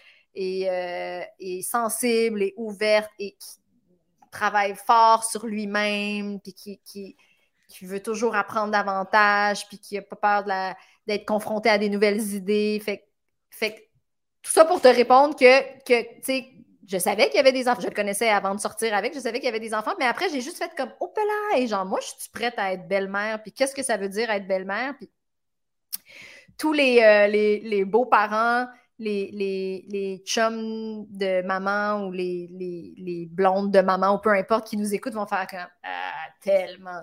sensible et ouverte et qui travaille fort sur lui-même puis qui veut toujours apprendre davantage puis qui n'a pas peur d'être confronté à des nouvelles idées. Fait tout ça pour te répondre que tu sais, je savais qu'il y avait des enfants. Je le connaissais avant de sortir avec. Je savais qu'il y avait des enfants. Mais après, j'ai juste fait comme « Oh, là! » Et genre, moi, je suis prête à être belle-mère. Puis qu'est-ce que ça veut dire être belle-mère? Puis tous les beaux-parents, les chums de maman ou les blondes de maman ou peu importe qui nous écoutent vont faire comme tellement.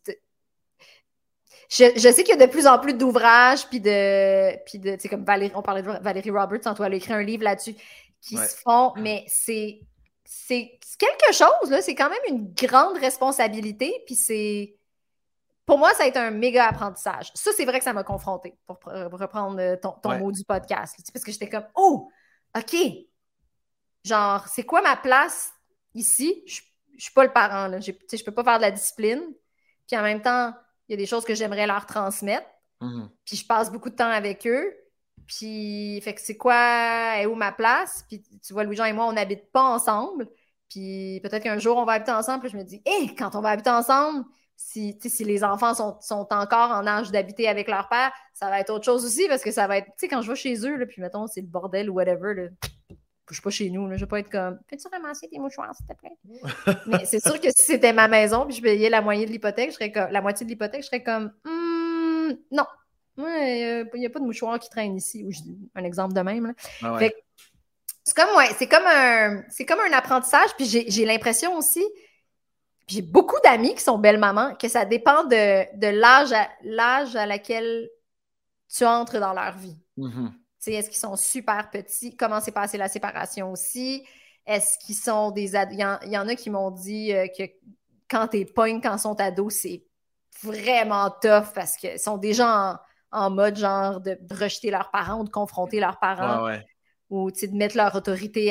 Je sais qu'il y a de plus en plus d'ouvrages puis de tu sais, comme Valérie, on parlait de Valérie Roberts, elle a écrit un livre là-dessus qui se font, mais c'est quelque chose, là, c'est quand même une grande responsabilité, puis c'est pour moi, ça a été un méga apprentissage. Ça, c'est vrai que ça m'a confrontée, pour reprendre ton mot du podcast. Parce que j'étais comme, oh, OK. Genre, c'est quoi ma place ici? Je ne suis pas le parent. Là. Je ne peux pas faire de la discipline. Puis en même temps, il y a des choses que j'aimerais leur transmettre. Mm-hmm. Puis je passe beaucoup de temps avec eux. Puis, fait que c'est quoi, est où ma place? Puis tu vois, Louis-Jean et moi, on n'habite pas ensemble. Puis peut-être qu'un jour, on va habiter ensemble. Puis je me dis, quand on va habiter ensemble, si les enfants sont encore en âge d'habiter avec leur père, ça va être autre chose aussi parce que ça va être, tu sais, quand je vais chez eux, là, puis mettons, c'est le bordel ou whatever, là, je suis pas chez nous, là, je vais pas être comme, peux-tu ramasser tes mouchoirs, s'il te plaît? Mais c'est sûr que si c'était ma maison puis je payais la moitié de l'hypothèque, je serais comme, non. Il n'y a pas de mouchoirs qui traînent ici. Ou je dis un exemple de même. Là. Ah ouais. Fait, c'est comme un apprentissage. Puis j'ai l'impression aussi, j'ai beaucoup d'amis qui sont belles-mamans, que ça dépend de l'âge à laquelle tu entres dans leur vie. Mm-hmm. Est-ce qu'ils sont super petits? Comment s'est passée la séparation aussi? Est-ce qu'ils sont des ados? Il y en a qui m'ont dit que quand t'es pognes, quand ils sont ados, c'est vraiment tough parce qu'ils sont déjà en mode genre de rejeter leurs parents ou de confronter leurs parents. Ouais. ou de mettre leur autorité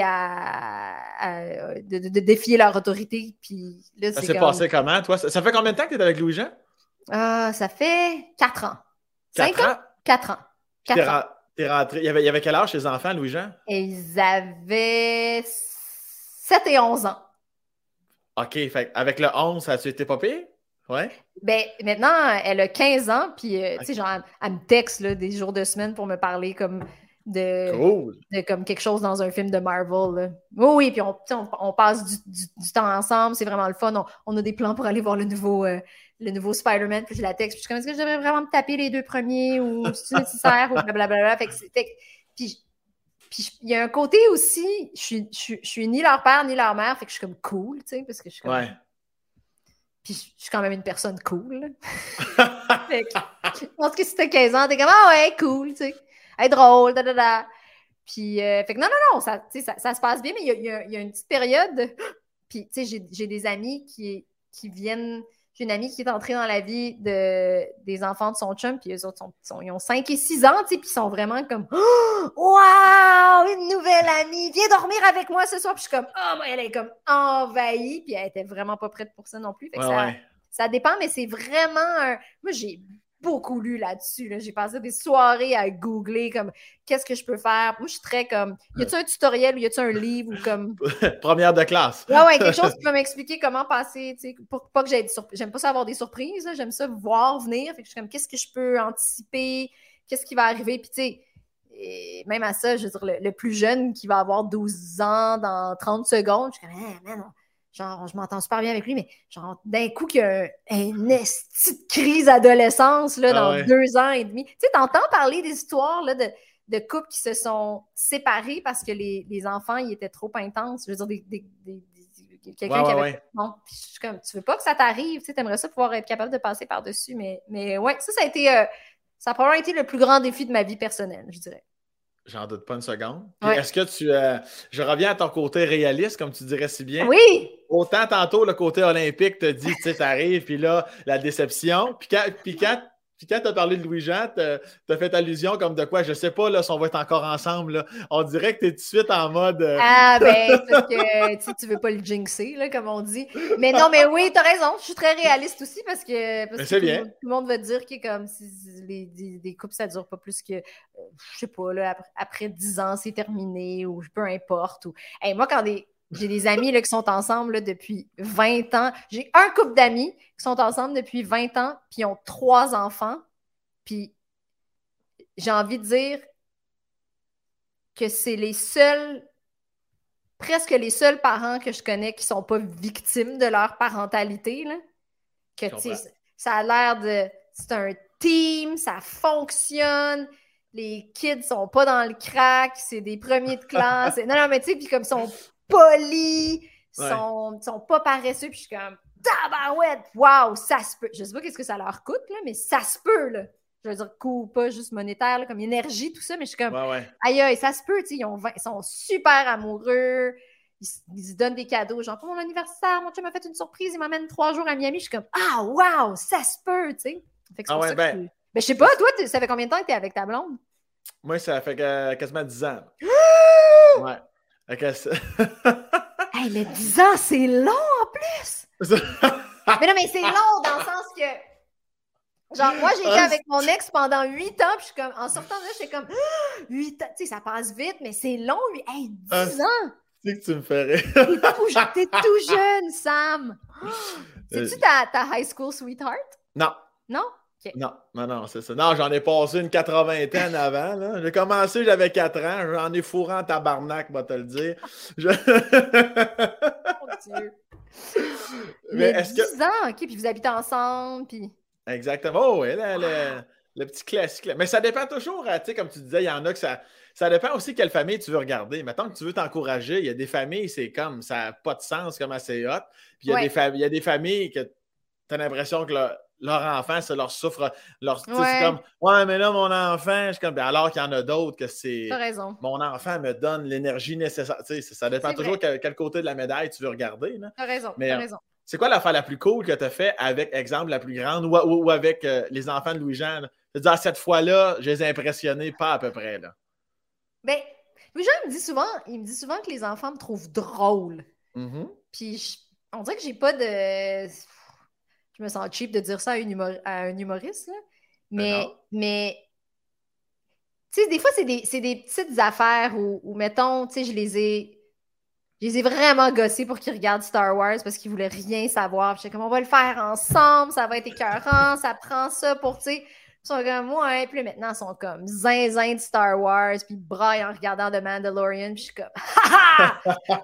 de défier leur autorité. Puis là, ça s'est passé comment, toi? Ça fait combien de temps que tu es avec Louis-Jean? Ça fait 4 ans. 4 ans? 4 ans. 4 ans. T'es rentré. Il y avait quel âge les enfants, Louis-Jean? Ils avaient 7 et 11 ans. OK, fait avec le 11, ça a-tu été pas pire? Ouais. Ben, maintenant, elle a 15 ans, puis, tu sais, genre, elle me texte là, des jours de semaine pour me parler comme Cool. de comme quelque chose dans un film de Marvel. Là. Oui, puis on passe du temps ensemble, c'est vraiment le fun. On a des plans pour aller voir le nouveau Spider-Man, puis je la texte, puis je suis comme, est-ce que je devrais vraiment me taper les 2 premiers, ou c'est nécessaire, ou blablabla. Puis il y a un côté aussi, je suis ni leur père ni leur mère, fait que je suis comme cool, tu sais, parce que je suis comme... Ouais. Puis je suis quand même une personne cool. Fait que, je pense que si t'as 15 ans, t'es comme, ah ouais, cool, tu sais. Hey, drôle, da. Puis, fait que non, ça se passe bien, mais il y a une petite période. Puis, tu sais, j'ai des amis qui viennent. J'ai une amie qui est entrée dans la vie des enfants de son chum, puis eux autres, ils ont 5 et 6 ans, tu sais, puis ils sont vraiment comme, oh, wow, une nouvelle amie, viens dormir avec moi ce soir. Puis je suis comme, oh, elle est comme envahie, puis elle était vraiment pas prête pour ça non plus. Fait que ça dépend, mais c'est vraiment Moi, j'ai beaucoup lu là-dessus. Là. J'ai passé des soirées à googler comme qu'est-ce que je peux faire. Moi, je suis très comme y a-tu un tutoriel ou y a-tu un livre ou comme. Première de classe. Ouais, quelque chose qui va m'expliquer comment passer, tu sais, pour pas que j'aie des surprises. J'aime pas ça avoir des surprises, là. J'aime ça voir venir. Fait que je suis comme qu'est-ce que je peux anticiper, qu'est-ce qui va arriver. Puis, tu sais, même à ça, je veux dire, le plus jeune qui va avoir 12 ans dans 30 secondes, je suis comme, man, genre, je m'entends super bien avec lui, mais genre, d'un coup, qu'il y a une petite crise d'adolescence là, dans 2 ans et demi. Tu sais, t'entends parler des histoires là, de couples qui se sont séparés parce que les enfants, ils étaient trop intenses. Je veux dire, quelqu'un qui avait... Bon, je suis comme, tu veux pas que ça t'arrive, tu sais, t'aimerais ça pouvoir être capable de passer par-dessus, mais ouais, ça a été... ça a probablement été le plus grand défi de ma vie personnelle, je dirais. J'en doute pas une seconde. Est-ce que je reviens à ton côté réaliste, comme tu dirais si bien. Oui! Autant tantôt, le côté olympique te dit, tu sais, t'arrives, puis là, la déception. Puis quand tu as parlé de Louis-Jean, tu as fait allusion comme de quoi, je sais pas, là, si on va être encore ensemble, là. On dirait que tu es tout de suite en mode... Ah, ben, parce que tu veux pas le jinxer, là, comme on dit. Mais non, mais oui, t'as raison. Je suis très réaliste aussi parce que tout le monde va dire que comme si des couples, ça dure pas plus que, je sais pas, là, après 10 ans, c'est terminé ou peu importe. Hey, moi, quand j'ai des amis là, qui sont ensemble là, depuis 20 ans. J'ai un couple d'amis qui sont ensemble depuis 20 ans, puis ils ont 3 enfants. Puis j'ai envie de dire que c'est presque les seuls parents que je connais qui ne sont pas victimes de leur parentalité. Là. Que ça a l'air de... C'est un team, ça fonctionne. Les kids sont pas dans le crack, c'est des premiers de classe. Non, mais tu sais, puis comme ils sont polis, sont pas paresseux, puis je suis comme tabarouette, waouh, ça se peut. Je sais pas qu'est-ce que ça leur coûte, là, mais ça se peut, là. Je veux dire, coût, pas juste monétaire, là, comme énergie, tout ça, mais je suis comme aïe, ça se peut, tu sais, ils sont super amoureux, ils se donnent des cadeaux, genre pour mon anniversaire, mon chum m'a fait une surprise, il m'emmène 3 jours à Miami, je suis comme ah, waouh, ça se peut, tu sais. Fait que c'est pour ça que je sais pas, toi, ça fait combien de temps que t'es avec ta blonde? Moi, ça fait quasiment 10 ans. Ouais. Hey, mais 10 ans, c'est long en plus! Mais non, mais c'est long dans le sens que... Genre, moi, j'ai été avec mon ex pendant 8 ans, puis je suis comme... En sortant de là, j'étais comme... 8 ans, tu sais, ça passe vite, mais c'est long, lui. Hey, 10 ans! C'est que tu me ferais. T'es tout jeune, Sam! C'est-tu ta high school sweetheart? Non. Non? Okay. Non, c'est ça. Non, j'en ai passé une 80aine avant. Là. J'ai commencé, j'avais 4 ans. J'en ai fourré en tabarnak, va te le dire. Mon Dieu. Mais est-ce 10 ans, OK, puis vous habitez ensemble, puis... Exactement. Oh, oui, le petit classique. Mais ça dépend toujours, tu sais, comme tu disais, il y en a que ça dépend aussi quelle famille tu veux regarder. Mettons que tu veux t'encourager, il y a des familles, c'est comme, ça n'a pas de sens, comme c'est hot. Puis il y a des familles que tu as l'impression que leur enfant, ça leur souffre. C'est comme, ouais, mais là, mon enfant, je suis comme, alors qu'il y en a d'autres que c'est. T'as raison. Mon enfant me donne l'énergie nécessaire. Tu sais, ça dépend toujours quel côté de la médaille tu veux regarder. Là. T'as raison. C'est quoi l'affaire la plus cool que tu as fait avec, exemple, la plus grande ou avec les enfants de Louis-Jean? C'est-à-dire, cette fois-là, je les ai impressionnés pas à peu près. Là. Ben, Les gens il me dit souvent que les enfants me trouvent drôle. Mhm. Puis on dirait que j'ai pas de... Je me sens cheap de dire ça à un humoriste, là. Ben non. Mais tu sais, des fois, c'est des petites affaires où mettons, tu sais, je les ai vraiment gossés pour qu'ils regardent Star Wars parce qu'ils voulaient rien savoir. Puis j'étais comme, on va le faire ensemble, ça va être écœurant, ça prend ça pour, tu sais. Ils sont comme, ouais. Puis là, maintenant, ils sont comme zinzin de Star Wars, puis ils braillent en regardant The Mandalorian. Puis je suis comme, ha ha!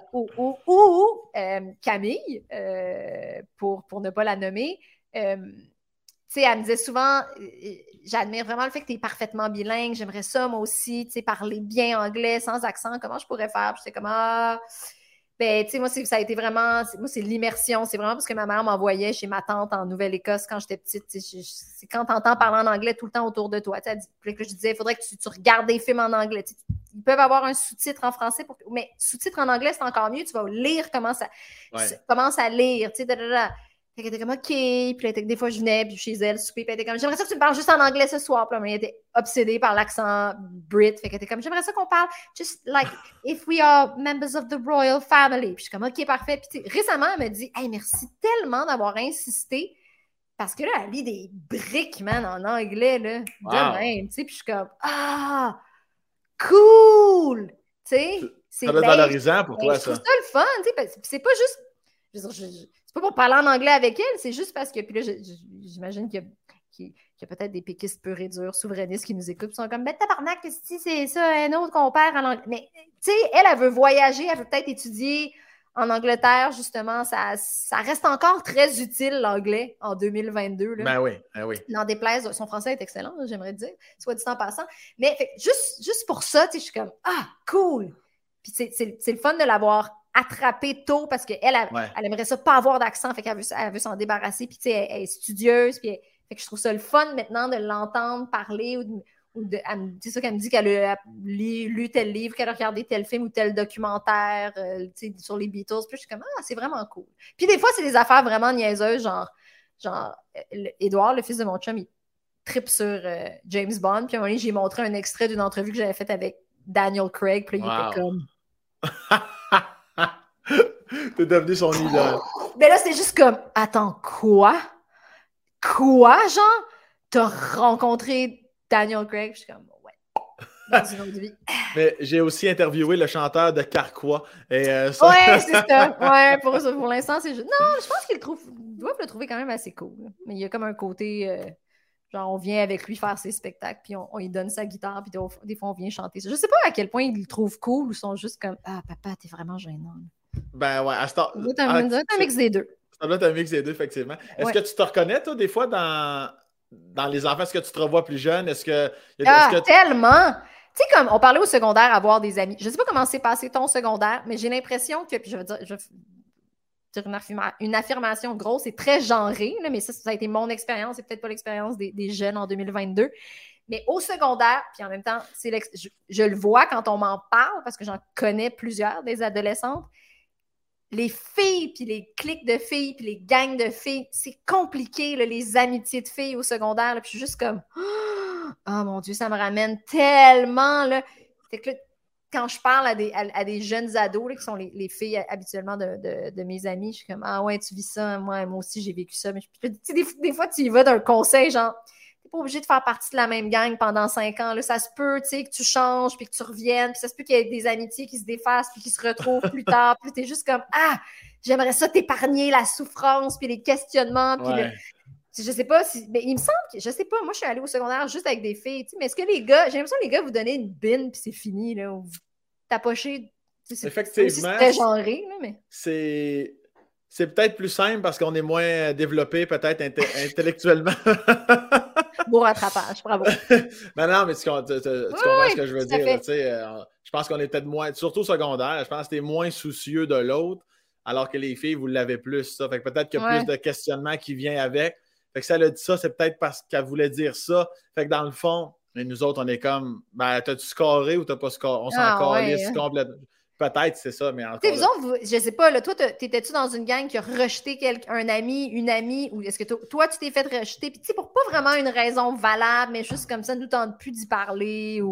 Camille, pour ne pas la nommer. Tu sais, elle me disait souvent, j'admire vraiment le fait que tu es parfaitement bilingue, j'aimerais ça moi aussi, tu sais, parler bien anglais, sans accent, comment je pourrais faire? Puis j'étais comme, ben, tu sais, moi, ça a été vraiment, moi, c'est l'immersion, c'est vraiment parce que ma mère m'envoyait chez ma tante en Nouvelle-Écosse quand j'étais petite, c'est quand tu entends parler en anglais tout le temps autour de toi, tu sais, que je disais, il faudrait que tu regardes des films en anglais, ils peuvent avoir un sous-titre en français, mais sous-titre en anglais, c'est encore mieux, tu vas lire commence à lire, tu sais, Fait qu'elle était comme, OK. Puis là, des fois, je venais puis chez elle, souper. Puis elle était comme, j'aimerais ça que tu me parles juste en anglais ce soir. Puis là, elle était obsédée par l'accent brit. Fait qu'elle était comme, j'aimerais ça qu'on parle just like if we are members of the royal family. Puis je suis comme, OK, parfait. Puis récemment, elle m'a dit, hey, merci tellement d'avoir insisté. Parce que là, elle lit des briques, man, en anglais, là. De même, tu sais. Puis je suis comme, cool! Tu sais, Ça doit être valorisant pour toi, je trouve ça. ça le fun, tu sais. C'est pas juste. C'est pas pour parler en anglais avec elle, c'est juste parce que. Puis là, j'imagine qu'il y a peut-être des péquistes purs et durs, souverainistes qui nous écoutent. Ils sont comme, ben tabarnak, si c'est ça, un autre qu'on perd en anglais. Mais, tu sais, elle veut voyager, elle veut peut-être étudier en Angleterre, justement. Ça reste encore très utile, l'anglais, en 2022. Là. Ben oui, ben oui. N'en déplaise, son français est excellent, j'aimerais dire, soit dit en passant. Mais fait, juste pour ça, tu sais, je suis comme, cool. Puis c'est le fun de l'avoir attrapé tôt parce qu'elle elle aimerait ça pas avoir d'accent, fait qu'elle veut s'en débarrasser. Puis, tu sais, elle est studieuse. Puis, fait que je trouve ça le fun maintenant de l'entendre parler c'est ça qu'elle me dit qu'elle a lu tel livre, qu'elle a regardé tel film ou tel documentaire sur les Beatles. Puis je suis comme, c'est vraiment cool. Puis des fois, c'est des affaires vraiment niaiseuses, genre Édouard, le fils de mon chum, il tripe sur James Bond. Puis à un moment donné, j'ai montré un extrait d'une entrevue que j'avais faite avec Daniel Craig. Puis là, il était comme... T'es devenu son idole. Mais là, c'est juste comme, attends, quoi? Quoi, genre? T'as rencontré Daniel Craig? Je suis comme, ouais. Dans une autre vie. Mais j'ai aussi interviewé le chanteur de Carquois. Ouais, c'est ça. Ouais, pour l'instant, c'est juste... Non, je pense qu'ils doivent le trouver quand même assez cool. Mais il y a comme un côté... genre, on vient avec lui faire ses spectacles, puis on lui donne sa guitare, puis des fois, on vient chanter ça. Je sais pas à quel point ils le trouvent cool ou sont juste comme, papa, t'es vraiment gênant. Ben ouais, ça doit être un mix des deux. Ça doit être un mix des deux, effectivement. Est-ce que tu te reconnais, toi, des fois, dans les enfants? Est-ce que tu te revois plus jeune? Tellement! Tu sais, comme on parlait au secondaire, avoir des amis. Je sais pas comment s'est passé ton secondaire, mais j'ai l'impression que, puis je vais dire une affirmation grosse et très genrée, là, mais ça a été mon expérience, c'est peut-être pas l'expérience des jeunes en 2022. Mais au secondaire, puis en même temps, je le vois quand on m'en parle, parce que j'en connais plusieurs des adolescentes, les filles, puis les cliques de filles, puis les gangs de filles, c'est compliqué, là, les amitiés de filles au secondaire. Là, puis je suis juste comme, oh mon Dieu, ça me ramène tellement. Là. Fait que là, quand je parle à des jeunes ados, là, qui sont les filles habituellement de mes amis, je suis comme, ah ouais, tu vis ça, moi aussi j'ai vécu ça. Mais des fois, tu y vas d'un conseil, genre, pas obligé de faire partie de la même gang pendant 5 ans. Là. Ça se peut, tu sais, que tu changes, puis que tu reviennes, puis ça se peut qu'il y ait des amitiés qui se défassent, puis qui se retrouvent plus tard. Puis t'es juste comme, j'aimerais ça t'épargner la souffrance, puis les questionnements, puis je sais pas si... Mais il me semble que... Je sais pas, moi, je suis allée au secondaire juste avec des filles, tu sais, mais est-ce que les gars... J'ai l'impression que les gars vous donnez une bine, puis c'est fini, là. Vous tapochez... Effectivement. C'est très genré, là, mais... C'est peut-être plus simple parce qu'on est moins développé, peut-être intellectuellement. Beau rattrapage, bravo. non, mais tu comprends ce que je veux dire. Je pense qu'on est peut-être moins, surtout au secondaire, je pense que tu es moins soucieux de l'autre, alors que les filles, vous l'avez plus. Ça. Fait que peut-être qu'il y a plus de questionnement qui vient avec. Fait que si elle a dit ça, c'est peut-être parce qu'elle voulait dire ça. Fait que dans le fond, mais nous autres, on est comme, t'as-tu scoré ou t'as pas scoré? On s'en calisse complètement. Peut-être, c'est ça, mais encore. Vous autres, je sais pas, là, toi, t'étais-tu dans une gang qui a rejeté un ami, une amie, ou est-ce que toi, tu t'es fait rejeter, puis tu sais, pour pas vraiment une raison valable, mais juste comme ça, nous tente plus d'y parler, ou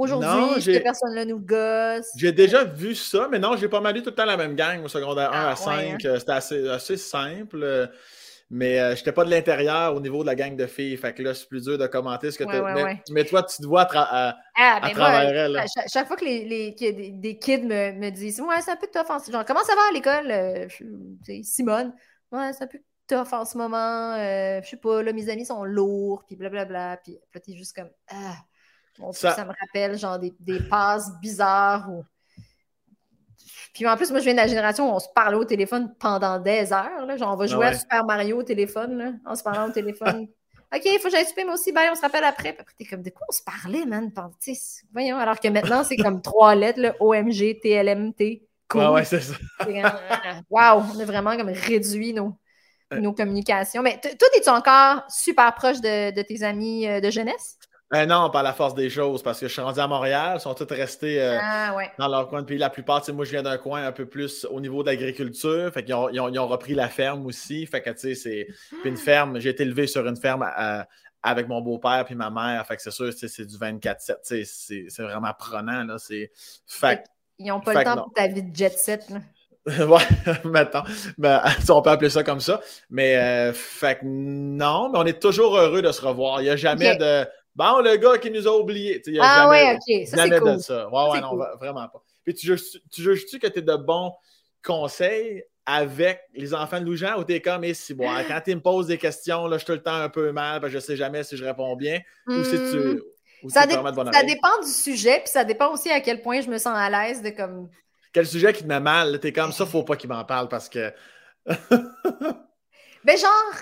Non, aujourd'hui, cette personne-là nous gosse. j'ai déjà vu ça, mais non, j'ai pas mal eu tout le temps la même gang au secondaire 1 à 5. Hein? C'était assez simple. Mais j'étais pas de l'intérieur au niveau de la gang de filles. Fait que là, c'est plus dur de commenter ce que tu Ouais. mais toi, tu te vois à Ben travers moi, elle. chaque fois que qu'il y a des kids me disent ouais, c'est un peu tough genre, comment ça va à l'école? Simone. Ouais, c'est un peu tough en ce moment. Je sais pas, là, mes amis sont lourds, puis blablabla. Puis là, t'es juste comme mon Dieu, ça me rappelle genre des passes bizarres ou. Puis en plus, moi, je viens de la génération où on se parlait au téléphone pendant des heures. Là. Genre, on va jouer à Super Mario au téléphone, là, en se parlant au téléphone. OK, il faut que j'aille souper, moi aussi. Bye, on se rappelle après. Puis après, t'es comme, de quoi on se parlait, man? Voyons, alors que maintenant, c'est comme 3 lettres, là, OMG, TLMT. Cool. Ouais, c'est ça. Wow, on a vraiment comme réduit nos communications. Mais toi, es-tu encore super proche de tes amis de jeunesse? Non, par la force des choses, parce que je suis rendu à Montréal, ils sont tous restés dans leur coin de pays. La plupart, moi, je viens d'un coin un peu plus au niveau de l'agriculture, fait qu'ils ont repris la ferme aussi. Fait que, tu sais, c'est une ferme. J'ai été élevé sur une ferme avec mon beau-père puis ma mère. Fait que c'est sûr, c'est du 24/7. C'est vraiment prenant, là. Ils n'ont pas le temps pour ta vie de jet set, là. Ouais, maintenant. On peut appeler ça comme ça. Mais, fait que non, mais on est toujours heureux de se revoir. Il n'y a jamais de... Bon, le gars qui nous a oubliés. Il n'y a jamais, OK. Ça, jamais c'est cool. de ça. Ouais, non, cool. Vraiment pas. Puis tu juges-tu que tu es de bons conseils avec les enfants de Louis-Jean ou tu es comme, si bon, quand tu me poses des questions, là, je suis tout le temps un peu mal parce que je ne sais jamais si je réponds bien ou si tu... Ça dépend du sujet, puis ça dépend aussi à quel point je me sens à l'aise de comme... Quel sujet qui te met mal? T'es comme ça, faut pas qu'il m'en parle parce que... Ben genre,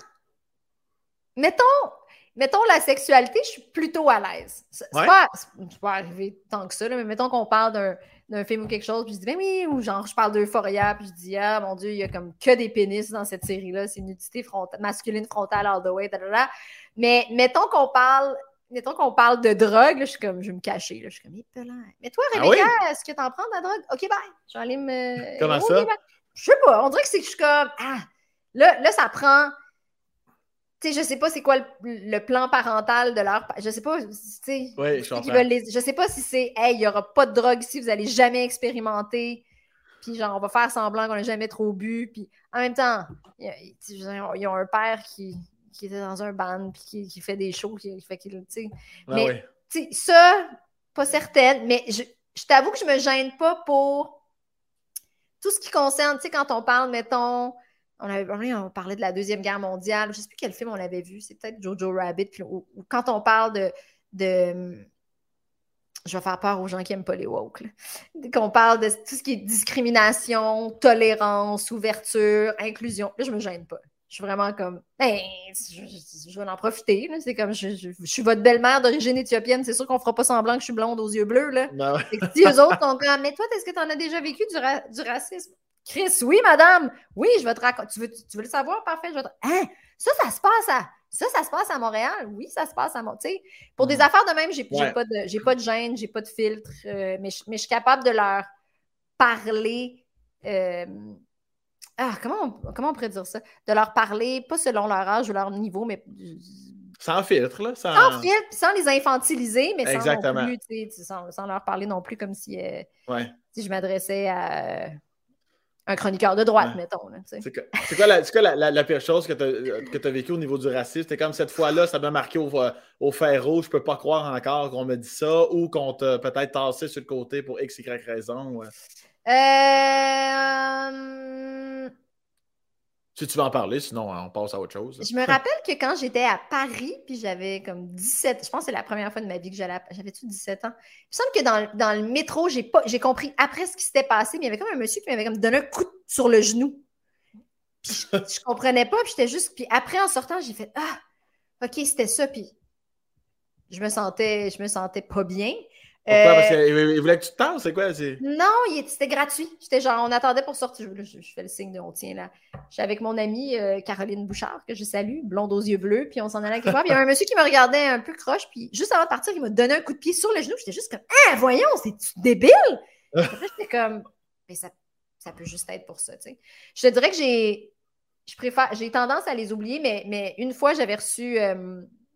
mettons la sexualité, je suis plutôt à l'aise. C'est pas arrivé tant que ça, là, mais mettons qu'on parle d'un film ou quelque chose, puis je dis, ben oui, ou genre, je parle d'Euphoria, puis je dis, ah mon Dieu, il y a comme que des pénis dans cette série-là, c'est une nudité masculine frontale all the way, mais mettons qu'on parle de drogue, là, je suis comme, je vais me cacher, là, je suis comme, mais toi, Rebecca, est-ce que t'en prends de la drogue? OK, bye, je vais aller me... Comment ça? Je sais pas, on dirait que c'est que je suis comme, là, ça prend... Tu sais, je sais pas c'est quoi le plan parental de leur... Je sais pas, tu sais... Oui, je sais pas si c'est, hey, il y aura pas de drogue ici, vous allez jamais expérimenter, puis genre, on va faire semblant qu'on n'a jamais trop bu, puis en même temps, ils ont un père qui était dans un band, puis qui fait des shows, tu sais... Mais, tu sais, ça, pas certaine, mais je t'avoue que je me gêne pas pour tout ce qui concerne, tu sais, quand on parle, mettons... On parlait de la Deuxième Guerre mondiale. Je ne sais plus quel film on avait vu. C'est peut-être Jojo Rabbit. Puis, ou quand on parle de... Je vais faire peur aux gens qui n'aiment pas les woke. Qu'on parle de tout ce qui est discrimination, tolérance, ouverture, inclusion. Là, je ne me gêne pas. Je suis vraiment comme... je vais en profiter. Là. C'est comme... Je suis votre belle-mère d'origine éthiopienne. C'est sûr qu'on ne fera pas semblant que je suis blonde aux yeux bleus. Là. Si eux autres sont comme... Mais toi, est-ce que tu en as déjà vécu du racisme? Chris, oui, madame. Oui, je vais te raconter. Tu veux le savoir? Parfait. Je vais te... Ça se passe à Montréal. Oui, ça se passe à Montréal. Pour des affaires de même, j'ai pas de gêne, j'ai pas de filtre, mais je suis capable de leur parler. Comment on pourrait dire ça? De leur parler, pas selon leur âge ou leur niveau, mais... Sans filtre, là. Sans filtre, sans les infantiliser, mais Exactement. sans non plus, sans leur parler non plus comme si je m'adressais à... un chroniqueur de droite, mettons. C'est quoi la pire chose que tu as vécue au niveau du racisme? C'était comme cette fois-là, ça m'a marqué au fer rouge, je peux pas croire encore qu'on me dit ça, ou qu'on t'a peut-être tassé sur le côté pour X, Y raison. Si tu veux en parler, sinon on passe à autre chose. Je me rappelle que quand j'étais à Paris, puis j'avais comme 17, je pense que c'est la première fois de ma vie que j'avais-tu 17 ans. Il me semble que dans le métro, j'ai compris après ce qui s'était passé, mais il y avait comme un monsieur qui m'avait comme donné un coup sur le genou. Puis je comprenais pas, puis j'étais juste... Puis après, en sortant, j'ai fait « Ah, OK, c'était ça. » Puis je me sentais pas bien. Pourquoi? Parce qu'il voulait que tu te tasses, c'est quoi? Non, c'était gratuit. J'étais genre, on attendait pour sortir. Je fais le signe de on tient là. J'étais avec mon amie Caroline Bouchard, que je salue, blonde aux yeux bleus, puis on s'en allait quelque part. Puis il y avait un monsieur qui me regardait un peu croche, puis juste avant de partir, il m'a donné un coup de pied sur le genou. J'étais juste comme, voyons, c'est-tu débile? J'étais comme, mais ça peut juste être pour ça, tu sais. Je te dirais que j'ai tendance à les oublier, mais une fois, j'avais reçu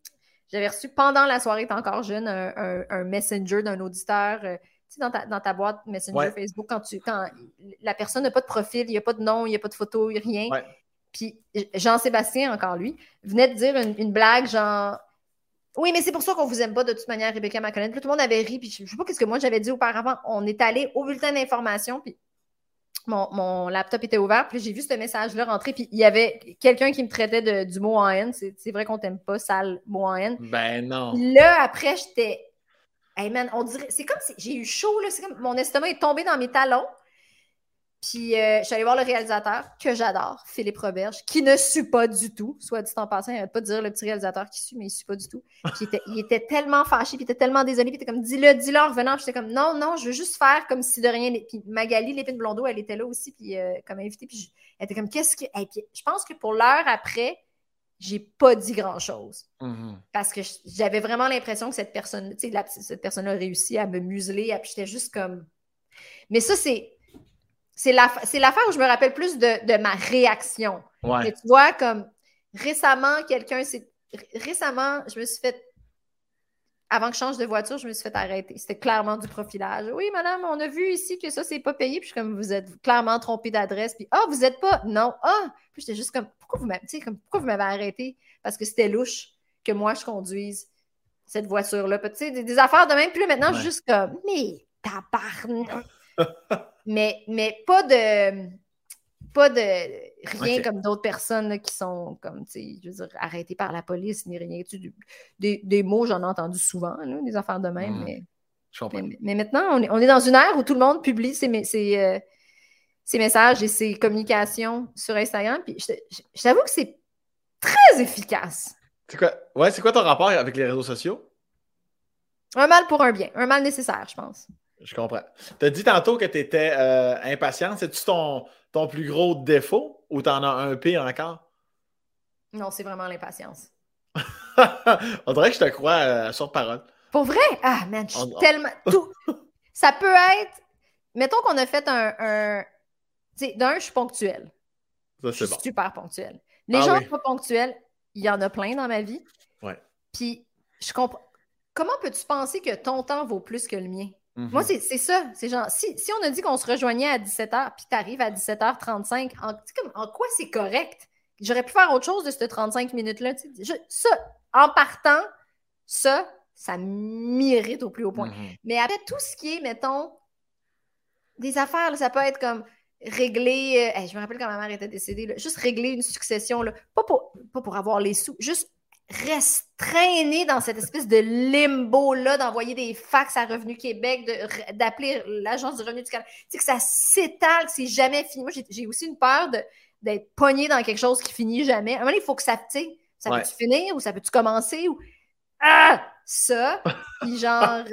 J'avais reçu, pendant la soirée, t'es encore jeune, un messenger d'un auditeur. Tu sais, dans ta boîte Messenger Facebook, quand la personne n'a pas de profil, il n'y a pas de nom, il n'y a pas de photo, il n'y a rien. Ouais. Puis Jean-Sébastien, encore lui, venait de dire une blague genre « Oui, mais c'est pour ça qu'on vous aime pas de toute manière, Rebecca McConnell. » Puis tout le monde avait ri, puis je sais pas ce que moi j'avais dit auparavant. On est allé au bulletin d'information, puis mon laptop était ouvert, puis j'ai vu ce message-là rentrer, puis il y avait quelqu'un qui me traitait du mot en haine. C'est vrai qu'on t'aime pas, sale mot en haine. Ben non. Là, après, j'étais... Hey man, on dirait... C'est comme si j'ai eu chaud, là. C'est comme... Mon estomac est tombé dans mes talons. Puis je suis allée voir le réalisateur, que j'adore, Philippe Roberge, qui ne suit pas du tout, soit dit en passant, il n'arrête pas de dire le petit réalisateur qui suit, mais il ne suit pas du tout. Puis il était tellement fâché, puis il était tellement désolé, puis il était comme, dis-le en revenant. Puis j'étais comme, non, je veux juste faire comme si de rien. Puis Magali Lépine-Blondeau, elle était là aussi, puis comme invitée, puis elle était comme, qu'est-ce que... Et puis je pense que pour l'heure après, j'ai pas dit grand-chose. Parce que j'avais vraiment l'impression que cette personne-là a réussi à me museler, puis j'étais juste comme... Mais ça, c'est l'affaire où je me rappelle plus de ma réaction. Ouais. Mais tu vois, comme récemment, je me suis fait, avant que je change de voiture, je me suis fait arrêter. C'était clairement du profilage. Oui, madame, on a vu ici que ça, c'est pas payé. Puis je suis comme, vous êtes clairement trompé d'adresse. Puis, vous n'êtes pas. Non. Puis j'étais juste comme, pourquoi vous m'avez arrêté? Parce que c'était louche que moi, je conduise cette voiture-là. Tu sais, des affaires de même. Puis là, maintenant, je suis juste comme, mais tabarnak! mais pas de rien comme d'autres personnes là, qui sont comme, tu sais, je veux dire, arrêtées par la police, ni rien. Des mots, j'en ai entendu souvent, là, des affaires de même. Mais maintenant, on est dans une ère où tout le monde publie ses messages et ses communications sur Instagram. Puis je t'avoue que c'est très efficace. C'est quoi ton rapport avec les réseaux sociaux? Un mal pour un bien. Un mal nécessaire, je pense. Je comprends. Tu as dit tantôt que tu étais impatiente. C'est-tu ton plus gros défaut ou tu en as un pire encore? Non, c'est vraiment l'impatience. On dirait que je te crois sur parole. Pour vrai? Ah, man, je suis tellement... Ça peut être... Mettons qu'on a fait un... Tu sais, d'un, je suis ponctuelle. Ça, je suis bon. super ponctuelle. Les gens pas ponctuels, il y en a plein dans ma vie. Ouais. Puis, je comprends... Comment peux-tu penser que ton temps vaut plus que le mien? Moi, c'est ça. C'est genre, si on a dit qu'on se rejoignait à 17h, puis tu arrives à 17h35, en quoi c'est correct? J'aurais pu faire autre chose de ces 35 minutes-là. Ça, en partant, ça m'irrite au plus haut point. Mais après, tout ce qui est, mettons, des affaires, là, ça peut être comme régler... je me rappelle quand ma mère était décédée, là, juste régler une succession, là, pas pour avoir les sous, juste restreindre dans cette espèce de limbo-là, d'envoyer des fax à Revenu Québec, d'appeler l'Agence du revenu du Canada. Tu sais, que ça s'étale, que c'est jamais fini. Moi, j'ai aussi une peur d'être pogné dans quelque chose qui finit jamais. À un moment donné, il faut que ça, tu sais, ça peut-tu finir ou ça peut-tu commencer ou... ça. Puis genre...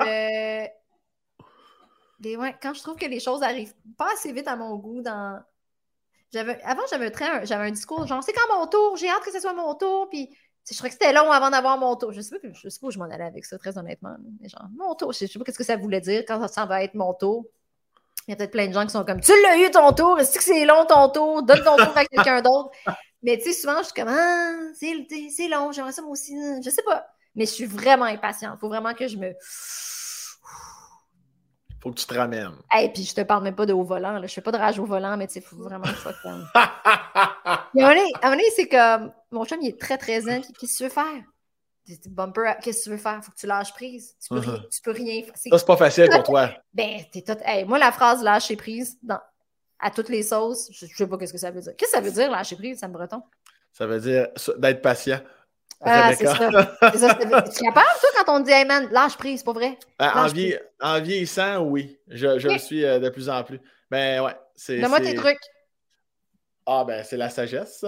quand je trouve que les choses arrivent pas assez vite à mon goût Avant, j'avais un discours genre, c'est quand mon tour? J'ai hâte que ce soit mon tour, puis... Je trouvais que c'était long avant d'avoir mon tour. Je sais pas où je m'en allais avec ça, très honnêtement. Mais genre, mon tour, je sais pas ce que ça voulait dire quand ça va être mon tour. Il y a peut-être plein de gens qui sont comme, tu l'as eu ton tour, est-ce que c'est long ton tour? Donne ton tour à quelqu'un d'autre. Mais tu sais, souvent, je suis comme, c'est long, j'aimerais ça moi aussi. Je sais pas. Mais je suis vraiment impatiente. Il faut vraiment que je me... Faut que tu te ramènes. Et puis je te parle même pas de haut volant. Là. Je fais pas de rage au volant, mais tu sais, il faut vraiment que je sois comme... À un moment donné, c'est comme... Mon chum, il est très, très zen. Qu'est-ce que tu veux faire? Bumper, qu'est-ce que tu veux faire? Faut que tu lâches prise. Tu peux rien faire. Ça, c'est pas facile pour toi. Ben, t'es tout... moi, la phrase lâcher prise à toutes les sauces, je sais pas qu'est-ce que ça veut dire. Qu'est-ce que ça veut dire, lâcher prise, Sam Breton? Ça veut dire d'être patient. C'est ça. Tu capable, toi, quand on te dit, hey man, lâche prise, pour vrai? En vieillissant, oui. Je le suis de plus en plus. Ben ouais. Donne-moi tes trucs. Ah, ben, c'est la sagesse.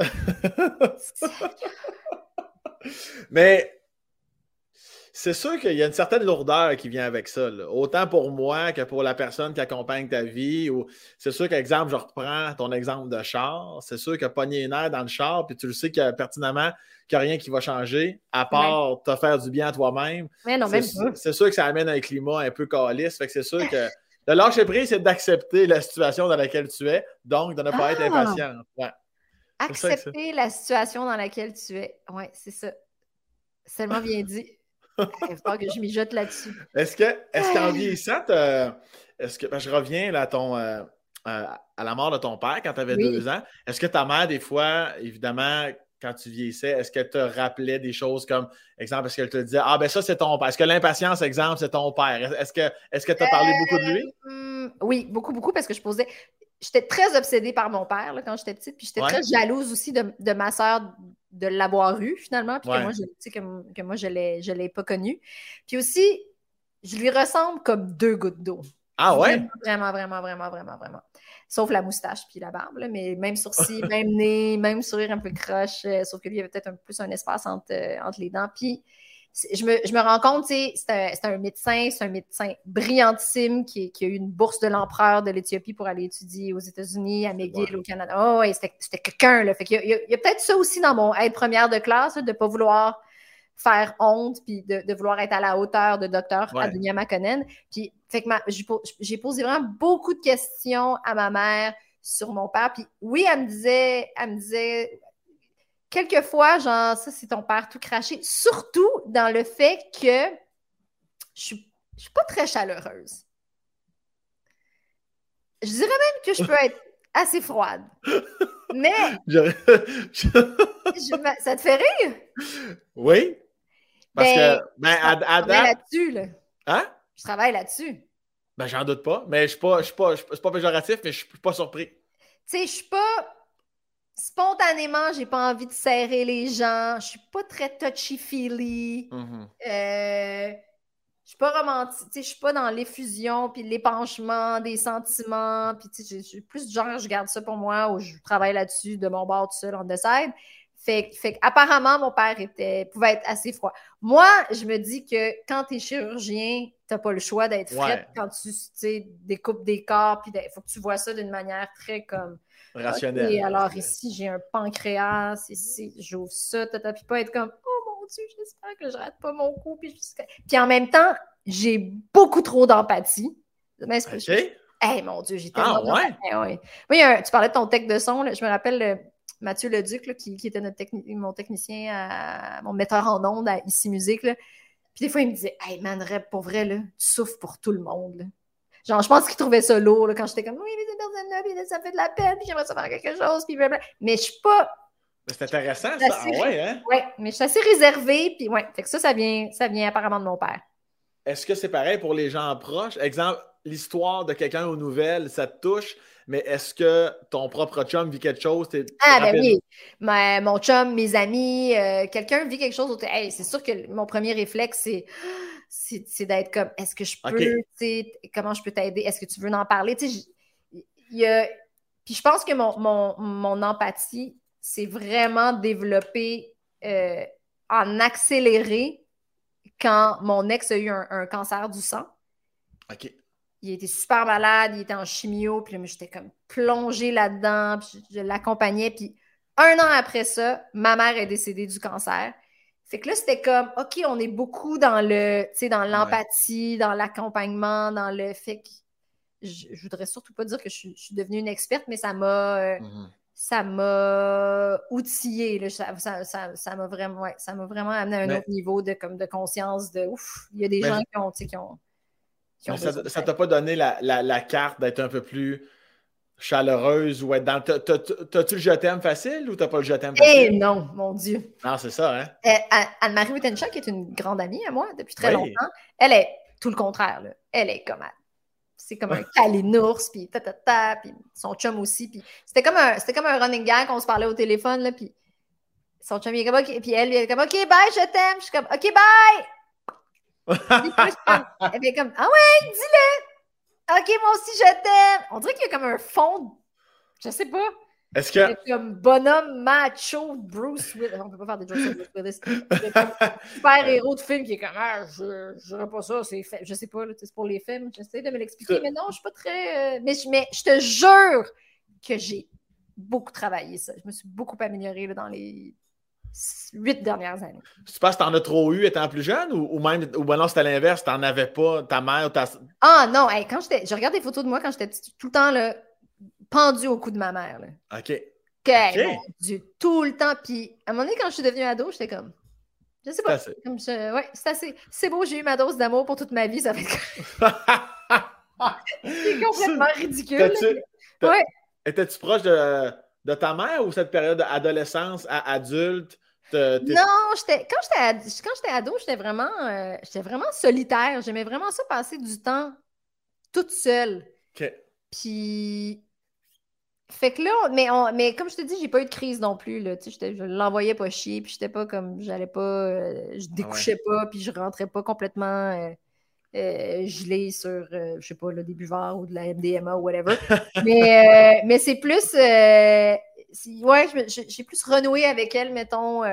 Mais c'est sûr qu'il y a une certaine lourdeur qui vient avec ça. Là. Autant pour moi que pour la personne qui accompagne ta vie. C'est sûr qu'exemple, je reprends ton exemple de char. C'est sûr que pogner une air dans le char, puis tu le sais pertinemment qu'il n'y a rien qui va changer, à part te faire du bien à toi-même. Mais non, même pas. C'est sûr que ça amène un climat un peu calice. Fait que c'est sûr que le lâcher prise, c'est d'accepter la situation dans laquelle tu es, donc de ne pas être impatient. Ouais. Accepter la situation dans laquelle tu es. Oui, c'est ça. C'est tellement bien dit. Il faut que je mijote là-dessus. Est-ce qu'en vieillissant, ben, je reviens là, à la mort de ton père quand tu avais 2 ans. Est-ce que ta mère, des fois, évidemment, quand tu vieillissais, est-ce qu'elle te rappelait des choses comme, exemple, est-ce qu'elle te disait, ah ben ça, c'est ton père. Est-ce que l'impatience, exemple, c'est ton père? Est-ce que tu as parlé beaucoup de lui? Oui, beaucoup, beaucoup, parce que j'étais très obsédée par mon père là, quand j'étais petite, puis j'étais très jalouse aussi de ma sœur de l'avoir eu finalement, puis que moi, je l'ai pas connu. Puis aussi, je lui ressemble comme 2 gouttes d'eau. Ah ouais? Vraiment, vraiment, vraiment, vraiment, vraiment. Sauf la moustache puis la barbe, là, mais même sourcils, même nez, même sourire un peu croche, sauf que lui, il y avait peut-être plus un espace entre les dents. Puis je me rends compte, c'est un médecin brillantissime qui a eu une bourse de l'empereur de l'Éthiopie pour aller étudier aux États-Unis, à McGill, au Canada. Oh, ouais, c'était quelqu'un, là. Fait qu'il y a peut-être ça aussi dans mon être première de classe, là, de ne pas vouloir faire honte, puis de vouloir être à la hauteur de Dr. Adunia Makonnen. Puis, fait que j'ai posé vraiment beaucoup de questions à ma mère sur mon père. Puis oui, elle me disait quelquefois, genre, ça, c'est ton père tout craché. Surtout dans le fait que je suis pas très chaleureuse. Je dirais même que je peux être assez froide. Mais ça te fait rire? Oui. Parce que, je travaille là-dessus, là. Hein? Je travaille là-dessus. Ben, j'en doute pas, mais c'est pas péjoratif, mais je suis pas surpris. Tu sais, je suis pas... Spontanément, j'ai pas envie de serrer les gens. Je suis pas très touchy-feely. Je suis pas romantique. Je suis pas dans l'effusion puis l'épanchement des sentiments. Puis je suis plus du genre, je garde ça pour moi ou je travaille là-dessus de mon bord tout seul en side. Fait apparemment, mon père pouvait être assez froid. Moi, je me dis que quand tu es chirurgien, tu n'as pas le choix d'être frais quand tu découpes des corps. Puis il faut que tu vois ça d'une manière très comme rationnelle. Okay, alors ici, j'ai un pancréas. Ici, j'ouvre ça. Puis pas être comme oh mon Dieu, j'espère que je rate pas mon coup. Puis en même temps, j'ai beaucoup trop d'empathie. Hey, mon Dieu, j'ai tellement d'empathie. Oui, tu parlais de ton tech de son. Là, je me rappelle Mathieu Leduc, là, qui était mon technicien, mon metteur en ondes à Ici Musique. Là. Puis des fois, il me disait hey man, Reb, pour vrai, là, tu souffres pour tout le monde. Là. Genre, je pense qu'il trouvait ça lourd là, quand j'étais comme oui, mais ces personnes-là, puis ça me fait de la peine, puis j'aimerais ça faire quelque chose, puis blablabla. Mais je suis pas. C'est intéressant, ça. Hein? Oui, mais je suis assez réservée, puis ouais. Fait que ça vient apparemment de mon père. Est-ce que c'est pareil pour les gens proches? Exemple, l'histoire de quelqu'un aux nouvelles, ça te touche, mais est-ce que ton propre chum vit quelque chose? Ben oui. Mon chum, mes amis, quelqu'un vit quelque chose. Hey, c'est sûr que mon premier réflexe, c'est d'être comme est-ce que je peux, comment je peux t'aider? Est-ce que tu veux en parler? Puis je pense que mon empathie s'est vraiment développée en accéléré quand mon ex a eu un cancer du sang. OK. Il était super malade, il était en chimio, puis là, j'étais comme plongée là-dedans, puis je l'accompagnais, puis 1 an après ça, ma mère est décédée du cancer. Fait que là, c'était comme, OK, on est beaucoup dans l'empathie, dans l'accompagnement, dans le fait que je voudrais surtout pas dire que je suis devenue une experte, mais ça m'a outillée. Là. Ça m'a vraiment amené à un autre niveau de conscience de ouf, il y a des gens qui ont ça t'a pas donné la carte d'être un peu plus chaleureuse ou être dans. T'as-tu le je t'aime facile ou t'as pas le je t'aime facile? Non, mon Dieu. Non, c'est ça, hein? Anne-Marie Wittenschak, qui est une grande amie à moi depuis très longtemps, elle est tout le contraire. Là. Elle est comme c'est comme un calinours, puis puis son chum aussi. Puis c'était comme un running gag qu'on se parlait au téléphone, là, puis son chum, il est comme OK, puis elle est comme OK, bye, je t'aime. Je suis comme OK, bye! Elle est comme ah ouais, dis-le! OK, moi aussi, je t'aime! On dirait qu'il y a comme un fond, je sais pas. Est-ce que. Comme bonhomme macho, Bruce Willis. On peut pas faire des jokes sur Bruce Willis. Super héros de film qui est comme je dirais pas ça, c'est fait. Je sais pas, c'est pour les films. J'essaie de me l'expliquer, mais non, je suis pas très. Mais je te jure que j'ai beaucoup travaillé ça. Je me suis beaucoup améliorée là, dans les 8 dernières années. Tu penses que t'en as trop eu étant plus jeune ou ben non, c'était l'inverse, t'en avais pas, ta mère ou ta. Ah non, quand je regarde des photos de moi quand j'étais petite, tout le temps là, pendue au cou de ma mère. Là. OK. Mon Dieu, tout le temps. Puis à un moment donné, quand je suis devenue ado, j'étais comme Je sais pas. Ouais, c'est assez. C'est beau, j'ai eu ma dose d'amour pour toute ma vie, ça fait c'est complètement ridicule. Ouais. Étais-tu proche de ta mère ou cette période d'adolescence à adulte? Non, quand j'étais ado, j'étais vraiment solitaire. J'aimais vraiment ça, passer du temps toute seule. OK. Puis, fait que là, mais comme je te dis, j'ai pas eu de crise non plus. Là, je l'envoyais pas chier, puis j'étais pas comme, j'allais pas, je découchais pas, puis je rentrais pas complètement gelée sur, je sais pas, là, des buvards ou de la MDMA ou whatever. mais c'est plus, ouais, j'ai plus renoué avec elle, mettons,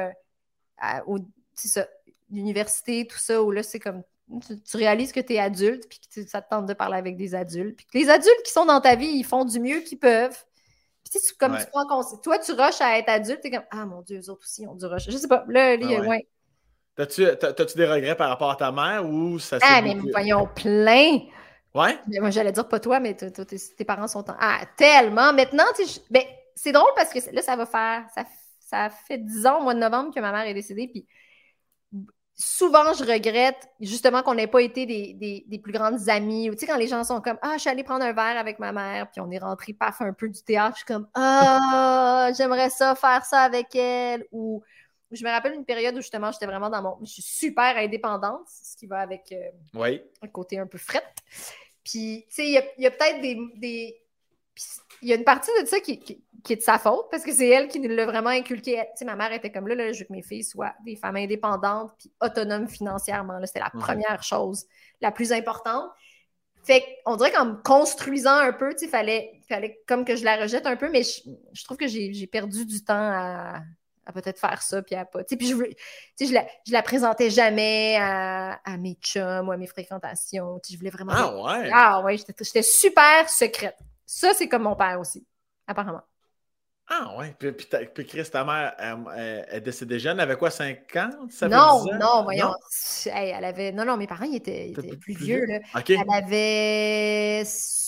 c'est ça, l'université, tout ça, où là, c'est comme, tu réalises que tu es adulte, puis que ça te tente de parler avec des adultes, puis que les adultes qui sont dans ta vie, ils font du mieux qu'ils peuvent. Puis tu prends conscience. Toi, tu rushes à être adulte, t'es comme, ah mon Dieu, eux autres aussi ont du rush. Je sais pas, là, ouais. T'as-tu des regrets par rapport à ta mère ou ça s'est mais voyons, plein. Ouais? Mais moi, j'allais dire pas toi, mais tes parents sont tellement. Maintenant, ben, c'est drôle parce que là, ça fait 10 ans au mois de novembre que ma mère est décédée, puis souvent, je regrette justement qu'on n'ait pas été des plus grandes amies. Ou tu sais, quand les gens sont comme, je suis allée prendre un verre avec ma mère, puis on est rentré, paf, un peu du théâtre. Je suis comme, j'aimerais ça, faire ça avec elle. Ou je me rappelle une période où justement, j'étais vraiment je suis super indépendante, ce qui va avec un côté un peu frette. Puis, tu sais, il y a peut-être il y a une partie de ça qui est de sa faute, parce que c'est elle qui nous l'a vraiment inculqué. Tu sais, ma mère était comme là, je veux que mes filles soient des femmes indépendantes puis autonomes financièrement. Là, c'était la première chose, la plus importante. Fait qu'on dirait qu'en me construisant un peu, tu sais, fallait comme que je la rejette un peu, mais je trouve que j'ai perdu du temps à peut-être faire ça, puis à pas. Tu sais, je la présentais jamais à mes chums ou à mes fréquentations. Tu sais, je voulais vraiment. Ah ouais? J'étais super secrète. Ça, c'est comme mon père aussi, apparemment. Ah ouais? Puis Chris, ta mère, elle est décédée jeune, elle avait quoi, 50? Non, voyons. Hey, elle avait... Non, mes parents, ils étaient plus vieux. Là. Okay. Elle avait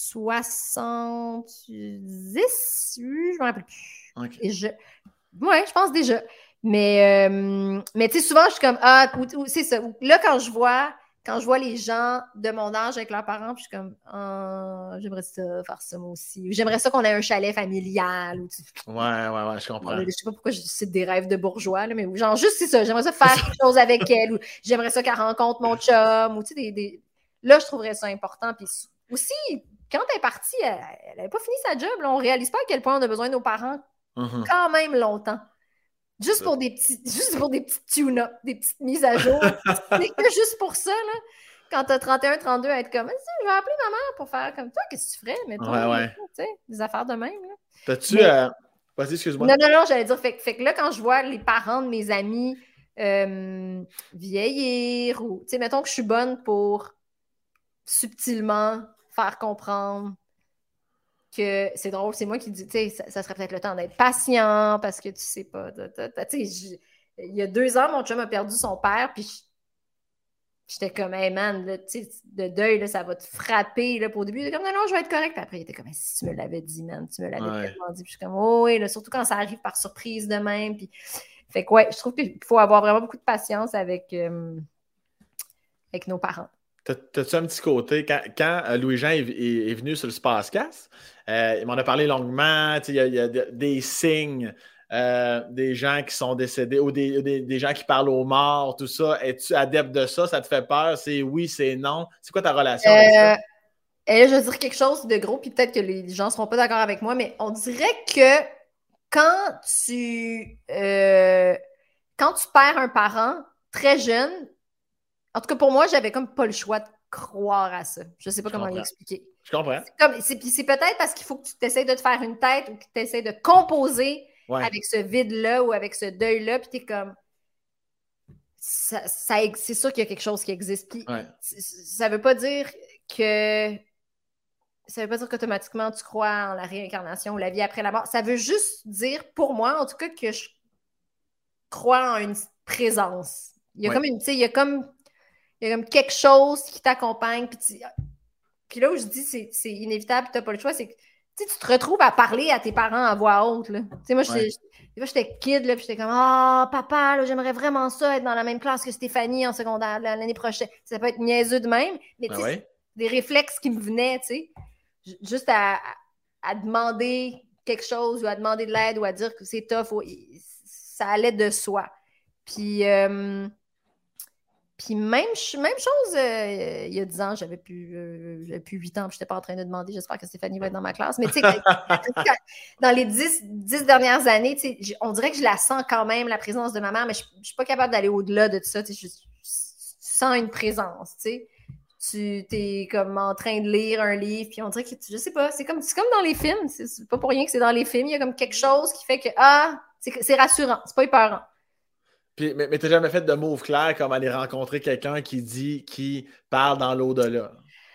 70, je me rappelle plus. Okay. Et je pense déjà. Mais tu sais, souvent, je suis comme, c'est ça. Là, quand je vois les gens de mon âge avec leurs parents, puis je suis comme, j'aimerais ça faire ça moi aussi. J'aimerais ça qu'on ait un chalet familial. Ouais, je comprends. Je sais pas pourquoi je cite des rêves de bourgeois, là, mais genre juste c'est ça. J'aimerais ça faire quelque chose avec elle, ou j'aimerais ça qu'elle rencontre mon chum, ou tu sais, là, je trouverais ça important. Puis aussi, quand elle est partie, elle n'avait pas fini sa job. Là. On réalise pas à quel point on a besoin de nos parents quand même longtemps. Juste pour des petits tune-up, des petites mises à jour. C'est que juste pour ça, là, quand t'as 31, 32, à être comme, je vais appeler ma mère pour faire comme toi, qu'est-ce que tu ferais? Mettons, tu sais, des affaires de même. Là. T'as-tu... Vas-y, excuse-moi. Non, j'allais dire, fait que là, quand je vois les parents de mes amis vieillir, ou, tu sais, mettons que je suis bonne pour subtilement faire comprendre que c'est drôle, c'est moi qui dis, tu sais, ça serait peut-être le temps d'être patient parce que tu sais pas. Tu sais, il y a 2 ans, mon chum a perdu son père, puis j'étais comme, hey man, là, tu sais, de deuil, là, ça va te frapper. Là, pour au début, il était comme, non, je vais être correct. Puis après, il était comme, si tu me l'avais dit, man, tu me l'avais tellement dit. Puis je suis comme, oui, là, surtout quand ça arrive par surprise de même. Puis, fait que, je trouve qu'il faut avoir vraiment beaucoup de patience avec nos parents. T'as-tu un petit côté, quand Louis-Jean est venu sur le Spacecast, il m'en a parlé longuement, il y a des signes, des gens qui sont décédés, ou des gens qui parlent aux morts, tout ça. Es-tu adepte de ça? Ça te fait peur? C'est oui, c'est non? C'est quoi ta relation avec ça? Et là, je vais dire quelque chose de gros, puis peut-être que les gens ne seront pas d'accord avec moi, mais on dirait que quand tu perds un parent très jeune, en tout cas, pour moi, j'avais comme pas le choix de croire à ça. Je sais pas comment l'expliquer. Je comprends. C'est peut-être parce qu'il faut que tu t'essayes de te faire une tête ou que tu essayes de composer avec ce vide-là ou avec ce deuil-là, puis t'es comme... c'est sûr qu'il y a quelque chose qui existe. Puis ça veut pas dire que... Ça veut pas dire qu'automatiquement tu crois en la réincarnation ou la vie après la mort. Ça veut juste dire, pour moi, en tout cas, que je crois en une présence. Il y a comme une... Il y a comme quelque chose qui t'accompagne. Puis là où je dis c'est inévitable, tu n'as pas le choix, c'est que tu te retrouves à parler à tes parents à voix haute. Là. Moi, j'étais kid, là, puis j'étais comme ah, papa, là, j'aimerais vraiment ça, être dans la même classe que Stéphanie en secondaire l'année prochaine. Ça peut être niaiseux de même, mais des réflexes qui me venaient, tu sais, juste à demander quelque chose ou à demander de l'aide ou à dire que c'est tough, ça allait de soi. Puis même chose, il y a 10 ans, j'avais plus 8 ans, puis je n'étais pas en train de demander, j'espère que Stéphanie va être dans ma classe. Mais tu sais, dans les 10 dernières années, on dirait que je la sens quand même, la présence de ma mère, mais je ne suis pas capable d'aller au-delà de tout ça. Je sens une présence, tu sais. Tu es comme en train de lire un livre, puis on dirait que, je sais pas, c'est comme dans les films. C'est pas pour rien que c'est dans les films. Il y a comme quelque chose qui fait que, c'est rassurant, c'est pas épeurant. Puis, mais t'as jamais fait de move clair comme aller rencontrer quelqu'un qui parle dans l'au-delà?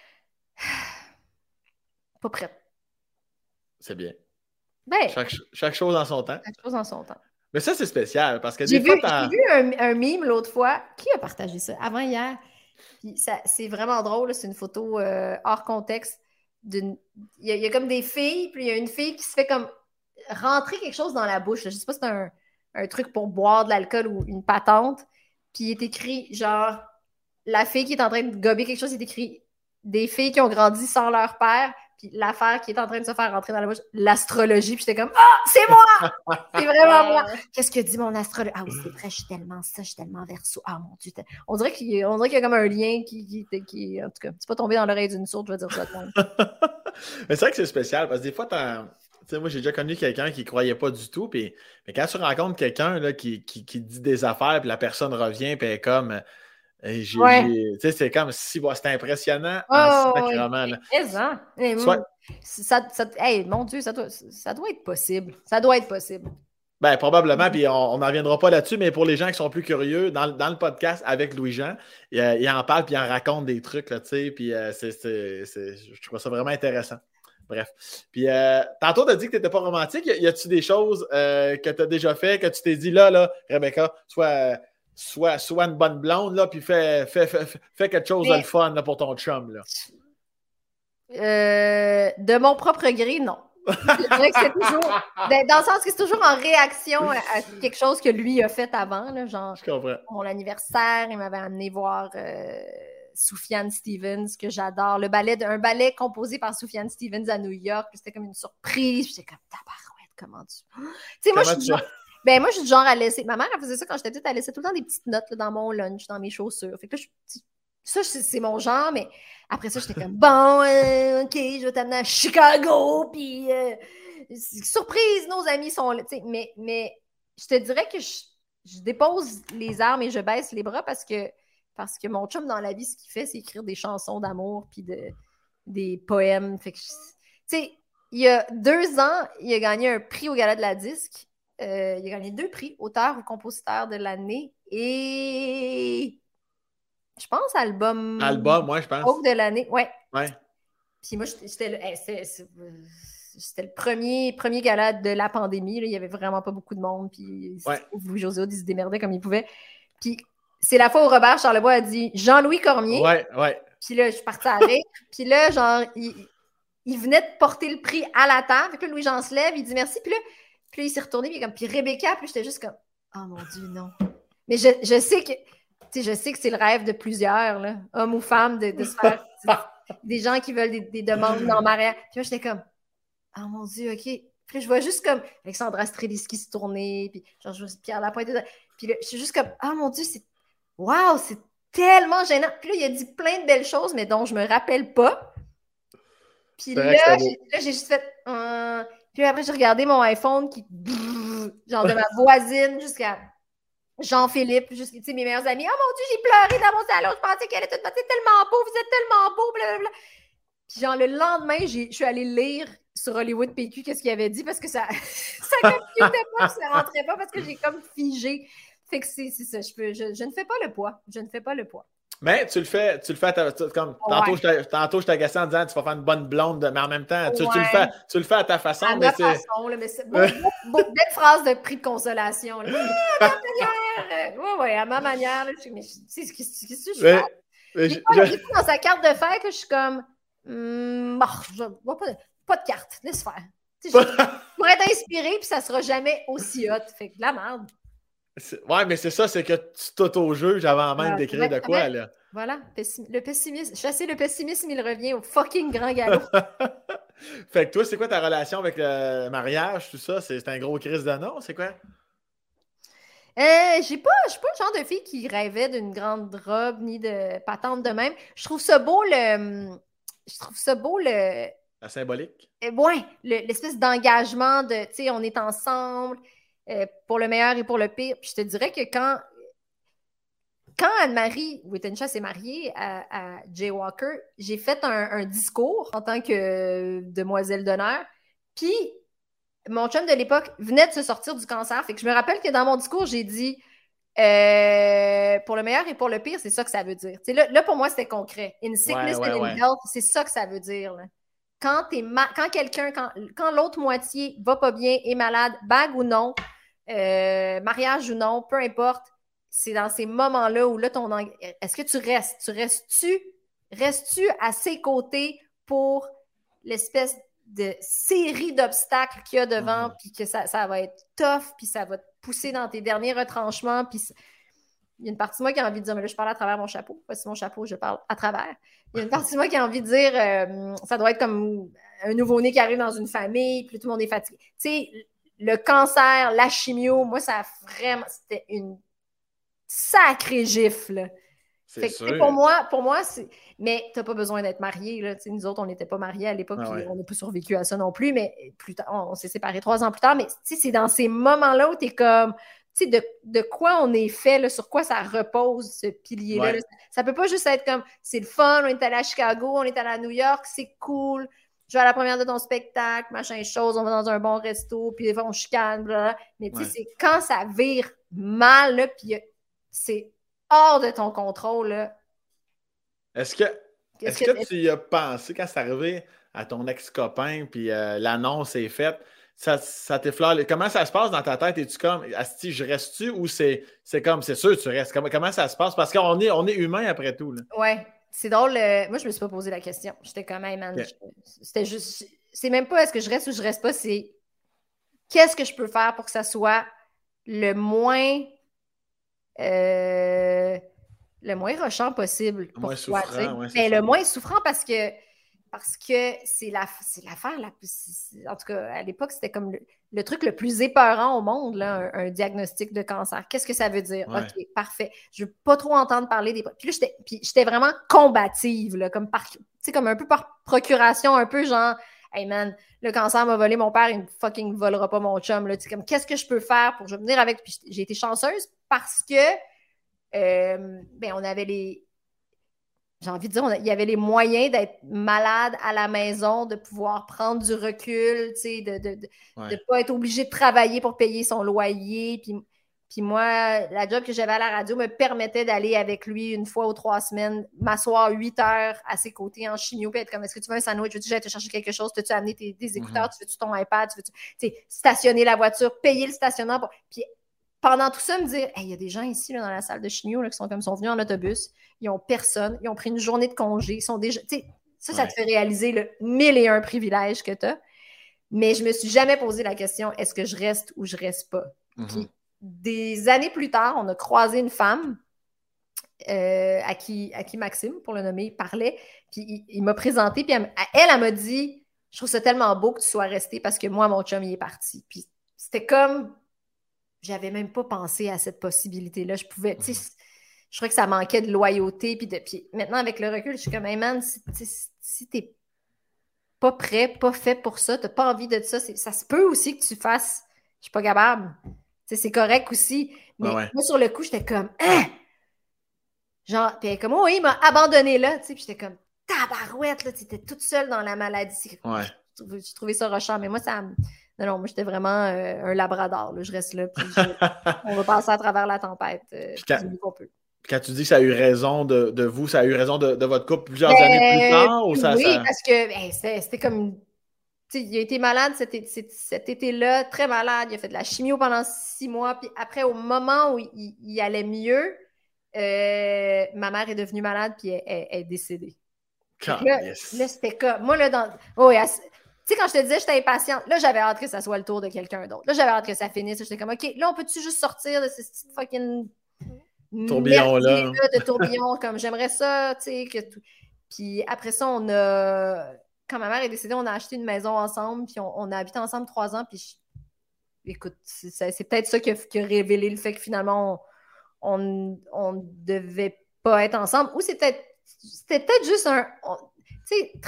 Pas prête. C'est bien. Ben, chaque chose en son temps. Chaque chose en son temps. Mais ça, c'est spécial parce que j'ai vu un meme l'autre fois. Qui a partagé ça? Avant-hier. Puis c'est vraiment drôle. C'est une photo hors contexte. Il y a comme des filles, puis il y a une fille qui se fait comme rentrer quelque chose dans la bouche. Je sais pas si c'est un truc pour boire de l'alcool ou une patente. Puis il est écrit, genre, la fille qui est en train de gober quelque chose, il est écrit des filles qui ont grandi sans leur père, puis l'affaire qui est en train de se faire rentrer dans la bouche, l'astrologie. Puis j'étais comme, c'est moi! C'est vraiment moi! Qu'est-ce que dit mon astrologue? Ah oui, c'est vrai, je suis tellement ça, je suis tellement verso. Ah mon Dieu! On dirait qu'il y a comme un lien qui en tout cas, c'est pas tombé dans l'oreille d'une sourde, je vais dire ça. Mais c'est vrai que c'est spécial, parce que des fois, moi, j'ai déjà connu quelqu'un qui ne croyait pas du tout, mais quand tu rencontres quelqu'un là, qui dit des affaires, puis la personne revient, puis elle est comme... c'est comme si c'est impressionnant sacrément. Mon Dieu, ça doit être possible. Ça doit être possible. Ben, probablement, puis on n'en reviendra pas là-dessus, mais pour les gens qui sont plus curieux, dans le podcast avec Louis-Jean, il en parle puis il en raconte des trucs, là, tu sais, puis je trouve ça vraiment intéressant. Bref. Puis tantôt, tu as dit que tu n'étais pas romantique. Y a-tu des choses que tu as déjà fait, que tu t'es dit là, Rebecca, soit une bonne blonde, là, puis fais quelque chose de le fun là, pour ton chum, là. De mon propre gré, non. Je dirais que c'est toujours... Dans le sens que c'est toujours en réaction à quelque chose que lui a fait avant, là, genre je comprends. Mon anniversaire, il m'avait amené voir Sufjan Stevens, que j'adore. Un ballet composé par Sufjan Stevens à New York. C'était comme une surprise. J'étais comme, tabarouette, comment tu... Tu sais, moi, je suis du genre à laisser... Ma mère, elle faisait ça quand j'étais petite. Elle laissait tout le temps des petites notes là, dans mon lunch, dans mes chaussures. Fait que là, ça, c'est mon genre, mais après ça, j'étais comme, bon, OK, je vais t'amener à Chicago, puis surprise, nos amis sont là. Mais je te dirais que je dépose les armes et je baisse les bras parce que mon chum, dans la vie, ce qu'il fait, c'est écrire des chansons d'amour puis des poèmes. Fait que, tu sais, il y a 2 ans, il a gagné un prix au Gala de la Disque. Il a gagné 2 prix, auteur ou compositeur de l'année. Et je pense album. Moi, je pense. De l'année, ouais. Ouais. Puis moi, c'était le premier gala de la pandémie. Là. Il n'y avait vraiment pas beaucoup de monde. Puis Louis-José Hood, il se démerdait comme il pouvait. Puis c'est la fois où Robert Charlebois a dit Jean-Louis Cormier. Ouais. Puis là, je suis partie à rire. Puis là, genre, il venait de porter le prix à la table. Puis là, Louis-Jean se lève, il dit merci. Puis là, il s'est retourné. Puis Rebecca, puis j'étais juste comme oh mon Dieu, non. Mais je sais que. Je sais que c'est le rêve de plusieurs, là, hommes ou femmes, de se faire des gens qui veulent des demandes en mariage. Puis moi, j'étais comme, oh mon Dieu, OK. Puis là, je vois juste comme Alexandra Streliski se tourner, puis genre, je vois Pierre Lapointe. Puis là, je suis juste comme, oh mon Dieu, c'est tellement gênant. Puis là, il a dit plein de belles choses, mais dont je me rappelle pas. Puis là, j'ai juste fait, puis après, j'ai regardé mon iPhone genre de ma voisine jusqu'à Jean-Philippe, mes meilleurs amis. Oh mon Dieu, j'ai pleuré dans mon salon. Je pensais qu'elle était tellement beau, vous êtes tellement beau, blablabla. Puis genre, le lendemain, je suis allée lire sur Hollywood PQ qu'est-ce qu'il avait dit parce que ça computait pas, ça rentrait pas parce que j'ai comme figé. Fait que c'est ça. Je ne fais pas le poids. Je ne fais pas le poids. Mais tu le fais comme tantôt, je t'agaçais en disant tu vas faire une bonne blonde, mais en même temps, tu le fais à ta façon. À ma façon, là, mais c'est belle phrase de prix de consolation. Là. À ma manière. Là, mais qu'est-ce que je fais? Des fois, dans sa carte de fête, là, je suis comme je vois pas. pas de carte, laisse faire. Je pourrais être inspiré, puis ça sera jamais aussi hot. Fait que de la merde. Ouais, mais c'est ça, c'est que tu t'auto-juges avant même d'écrire de quoi, là. Voilà, le pessimisme. Chasser le pessimisme, il revient au fucking grand galop. Fait que toi, c'est quoi ta relation avec le mariage, tout ça? C'est un gros crise d'annonce, c'est quoi? Je suis pas le genre de fille qui rêvait d'une grande robe ni de patente de même. Je trouve ça beau La symbolique? ouais, l'espèce d'engagement de, tu sais, on est ensemble pour le meilleur et pour le pire. Puis je te dirais que quand Anne-Marie Whittencha s'est mariée à Jay Walker, j'ai fait un discours en tant que demoiselle d'honneur. Puis mon chum de l'époque venait de se sortir du cancer. Fait que je me rappelle que dans mon discours, j'ai dit pour le meilleur et pour le pire, c'est ça que ça veut dire. Là, pour moi, c'était concret. In sickness and in health, c'est ça que ça veut dire. Là. Quand l'autre moitié va pas bien, est malade, bague ou non, mariage ou non, peu importe, c'est dans ces moments-là où là, est-ce que tu restes? Restes-tu à ses côtés pour l'espèce de série d'obstacles qu'il y a devant, puis que ça va être tough, puis ça va te pousser dans tes derniers retranchements, puis il y a une partie de moi qui a envie de dire, mais là, je parle à travers mon chapeau. Voici mon chapeau, je parle à travers. Il y a une partie de moi qui a envie de dire, ça doit être comme un nouveau-né qui arrive dans une famille, puis tout le monde est fatigué. Tu sais, le cancer, la chimio, moi, c'était une sacrée gifle. C'est sûr. Pour moi, c'est... Mais t'as pas besoin d'être marié. Là. Nous autres, on n'était pas mariés à l'époque, puis on n'a pas survécu à ça non plus, mais plus tard, on s'est séparés 3 ans plus tard. Mais c'est dans ces moments-là où t'es comme... De quoi on est fait, là, sur quoi ça repose, ce pilier-là. Là. Ça peut pas juste être comme, c'est le fun, on est allé à Chicago, on est allé à New York, c'est cool, je vais à la première de ton spectacle, machin chose, on va dans un bon resto, puis des fois on chicane, blablabla. Mais c'est quand ça vire mal, là, puis c'est hors de ton contrôle. Là. Est-ce que tu y as pensé quand c'est arrivé à ton ex-copain, puis l'annonce est faite, ça t'effleure? Comment ça se passe dans ta tête? Es-tu comme, Asti, je reste-tu ou c'est comme, c'est sûr, tu restes? Comment ça se passe? Parce qu'on est humain après tout. Là. Ouais, c'est drôle. Moi, je me suis pas posé la question. J'étais comme, hey man, c'était juste, c'est même pas est-ce que je reste ou je reste pas, c'est qu'est-ce que je peux faire pour que ça soit le moins rushant possible. Le moins souffrant, mais le moins souffrant parce que c'est l'affaire la plus... En tout cas, à l'époque, c'était comme le truc le plus épeurant au monde, là, un diagnostic de cancer. Qu'est-ce que ça veut dire? Ouais. OK, parfait. Je veux pas trop entendre parler des... Puis là, j'étais vraiment combative, là, comme un peu par procuration, un peu genre, hey man, le cancer m'a volé mon père, il me fucking volera pas mon chum. Là. Comme, qu'est-ce que je peux faire pour... Je vais venir avec... Puis j'ai été chanceuse parce que on avait j'ai envie de dire, il y avait les moyens d'être malade à la maison, de pouvoir prendre du recul, de ne pas être obligé de travailler pour payer son loyer. Puis moi, la job que j'avais à la radio me permettait d'aller avec lui 1 fois ou 3 semaines, m'asseoir 8 heures à ses côtés en chimio, puis être comme, est-ce que tu veux un sandwich? Veux-tu que j'aille te chercher quelque chose? T'as-tu amené des écouteurs? Tu veux-tu ton iPad? Tu veux-tu stationner la voiture, payer le stationnement? Puis pendant tout ça, me dire, il y a des gens ici là, dans la salle de chimio là, qui sont venus en autobus, ils n'ont personne, ils ont pris une journée de congé, ils sont déjà. Ça te fait réaliser le 1001 privilèges que tu as. Mais je ne me suis jamais posé la question, est-ce que je reste ou je ne reste pas? Puis, des années plus tard, on a croisé une femme à qui Maxime, pour le nommer, parlait. Puis il m'a présenté, puis elle m'a dit, je trouve ça tellement beau que tu sois resté parce que moi, mon chum, il est parti. Puis c'était comme. J'avais même pas pensé à cette possibilité-là. Je trouvais que ça manquait de loyauté. Puis maintenant, avec le recul, je suis comme, hey man, si t'es pas prêt, pas fait pour ça, t'as pas envie de ça, ça se peut aussi que tu fasses, je suis pas capable. C'est correct aussi. Mais moi, sur le coup, j'étais comme, genre, puis comme, oh, il m'a abandonné là. Puis j'étais comme, tabarouette, là, tu étais toute seule dans la maladie. J'ai trouvé ça rushant. Mais moi, Non, moi, j'étais vraiment un labrador. Là. Je reste là, puis on va passer à travers la tempête qu'on peut. Quand tu dis que ça a eu raison de vous, ça a eu raison de votre couple plusieurs années plus tard? Parce que c'était comme... il a été malade cet été-là, très malade. Il a fait de la chimio pendant 6 mois. Puis après, au moment où il allait mieux, ma mère est devenue malade, puis elle est décédée. Là, c'était comme... Moi, là, Tu sais, quand je te disais, j'étais impatiente, là, j'avais hâte que ça soit le tour de quelqu'un d'autre. Là, j'avais hâte que ça finisse. J'étais comme, OK, là, on peut-tu juste sortir de ce petit fucking Tourbillon-là. merdier-là de tourbillon, comme j'aimerais ça, tu sais, que tout. Puis après ça, quand ma mère est décédée, on a acheté une maison ensemble, puis on a habité ensemble 3 ans, puis écoute, c'est peut-être ça qui a révélé le fait que finalement, on devait pas être ensemble, ou c'était peut-être juste tu sais,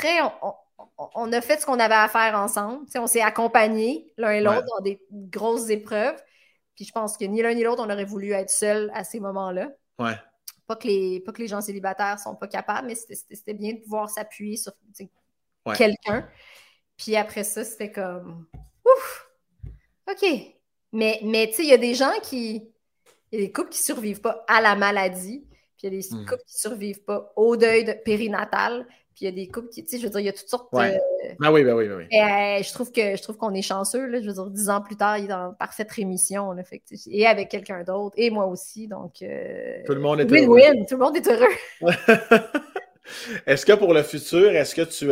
on a fait ce qu'on avait à faire ensemble, tu sais, on s'est accompagnés l'un et l'autre dans des grosses épreuves, puis je pense que ni l'un ni l'autre, on aurait voulu être seuls à ces moments-là. Ouais. Pas que les gens célibataires sont pas capables, mais c'était bien de pouvoir s'appuyer sur quelqu'un. Puis après ça, c'était comme ouf! OK. Mais tu sais, il y a des gens il y a des couples qui ne survivent pas à la maladie, puis il y a des couples qui ne survivent pas au deuil périnatal, puis il y a des couples qui, tu sais, je veux dire, il y a toutes sortes de... Ben oui. Et, je trouve qu'on est chanceux, là, je veux dire, 10 ans plus tard, il est en parfaite rémission, là, fait et avec quelqu'un d'autre, et moi aussi, donc... tout le monde est heureux. Win-win, tout le monde est heureux. Est-ce que pour le futur, est-ce que tu...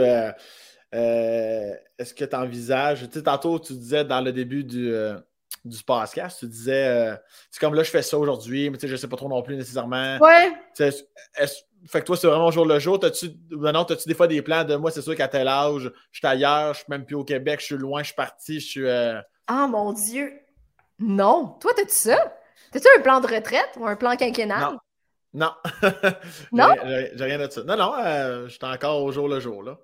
est-ce que tu envisages... Tu sais, tantôt, tu disais dans le début du podcast, tu disais, c'est comme là, je fais ça aujourd'hui, mais tu sais, je sais pas trop non plus nécessairement. Ouais. Fait que toi, c'est vraiment au jour le jour. T'as-tu des fois des plans de moi, c'est sûr qu'à tel âge, je suis ailleurs, je suis même plus au Québec, je suis loin, je suis parti, je suis. Ah mon Dieu! Non! Toi, t'as-tu ça? T'as-tu un plan de retraite ou un plan quinquennal? Non. Non? J'ai rien de ça. Non, je suis encore au jour le jour, là.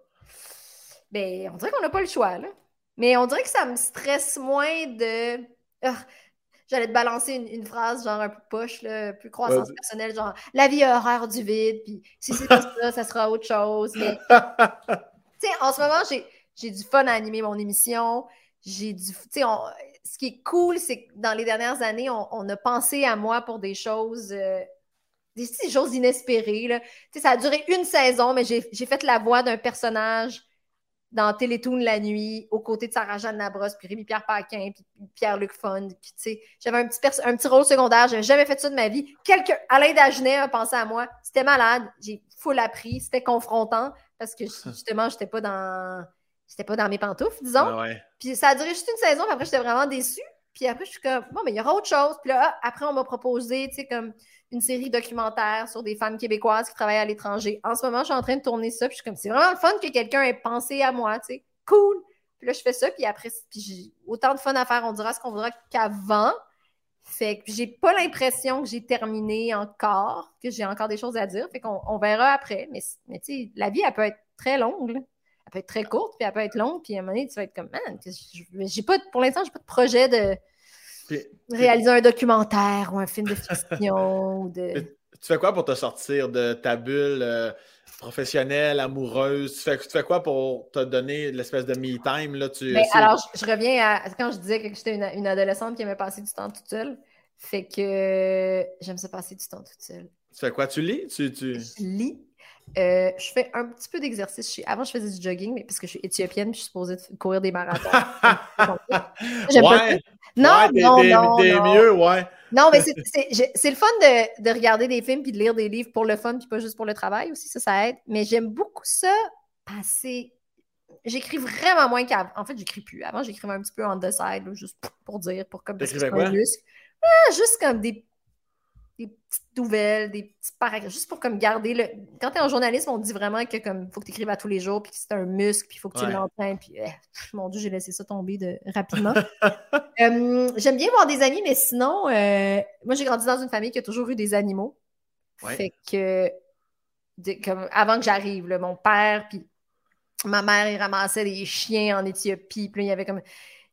Ben, on dirait qu'on n'a pas le choix, là. Mais on dirait que ça me stresse moins de. J'allais te balancer une phrase genre un peu poche, là, plus croissance personnelle, genre la vie a horreur du vide, puis si c'est pas ça, ça sera autre chose. Mais tu sais, en ce moment, j'ai du fun à animer mon émission. J'ai du. Tu sais, ce qui est cool, c'est que dans les dernières années, on a pensé à moi pour des choses. Des choses inespérées. Là. Ça a duré une saison, mais j'ai fait la voix d'un personnage dans Télétoon la nuit, aux côtés de Sarah-Jeanne Labrosse, puis Rémi-Pierre Paquin, puis Pierre-Luc Fun. Puis, j'avais un petit rôle secondaire. Je n'avais jamais fait ça de ma vie. Alain Dagenet a pensé à moi. C'était malade. J'ai full appris. C'était confrontant parce que, justement, j'étais pas dans mes pantoufles, disons. Ouais. Puis ça a duré juste une saison, puis après, j'étais vraiment déçue. Puis après, je suis comme, bon, mais il y aura autre chose. Puis là, après, on m'a proposé, tu sais, comme une série documentaire sur des femmes québécoises qui travaillent à l'étranger. En ce moment, je suis en train de tourner ça. Puis je suis comme, c'est vraiment le fun que quelqu'un ait pensé à moi, tu sais. Cool. Puis là, je fais ça. Puis après, j'ai autant de fun à faire. On dira ce qu'on voudra qu'avant. Fait que j'ai pas l'impression que j'ai terminé encore, que j'ai encore des choses à dire. Fait qu'on verra après. Mais tu sais, la vie, elle peut être très longue, là. Elle peut être très courte, puis elle peut être longue, puis à un moment donné, tu vas être comme, man, pour l'instant, j'ai pas de projet de réaliser un documentaire ou un film de fiction. Tu fais quoi pour te sortir de ta bulle professionnelle, amoureuse? Tu fais quoi pour te donner l'espèce de me-time? Là, alors, je reviens à quand je disais que j'étais une adolescente qui aimait passer du temps toute seule. Fait que j'aime ça passer du temps toute seule. Tu fais quoi? Tu lis? Je lis. Je fais un petit peu d'exercice. Avant, je faisais du jogging, mais parce que je suis éthiopienne, puis je suis supposée courir des marathons. J'aime pas ça. Non, t'es mieux, ouais. Non, mais c'est le fun de regarder des films puis de lire des livres pour le fun puis pas juste pour le travail aussi, ça aide. Mais j'aime beaucoup ça passer. J'écris vraiment moins qu'avant. En fait, j'écris plus. Avant, j'écrivais un petit peu on the side, là, juste pour dire, pour comme t'écrivais quoi? Juste comme des petites nouvelles, des petits paragraphes, juste pour comme garder le... Quand tu es en journalisme, on dit vraiment que comme faut que tu écrives à tous les jours, puis que c'est un muscle, puis il faut que tu l'entraînes, puis mon Dieu, j'ai laissé ça tomber rapidement. J'aime bien voir des amis, mais sinon, moi, j'ai grandi dans une famille qui a toujours eu des animaux. Ouais. Fait que, comme avant que j'arrive, là, mon père, puis ma mère, ils ramassaient des chiens en Éthiopie, puis là, il y avait comme...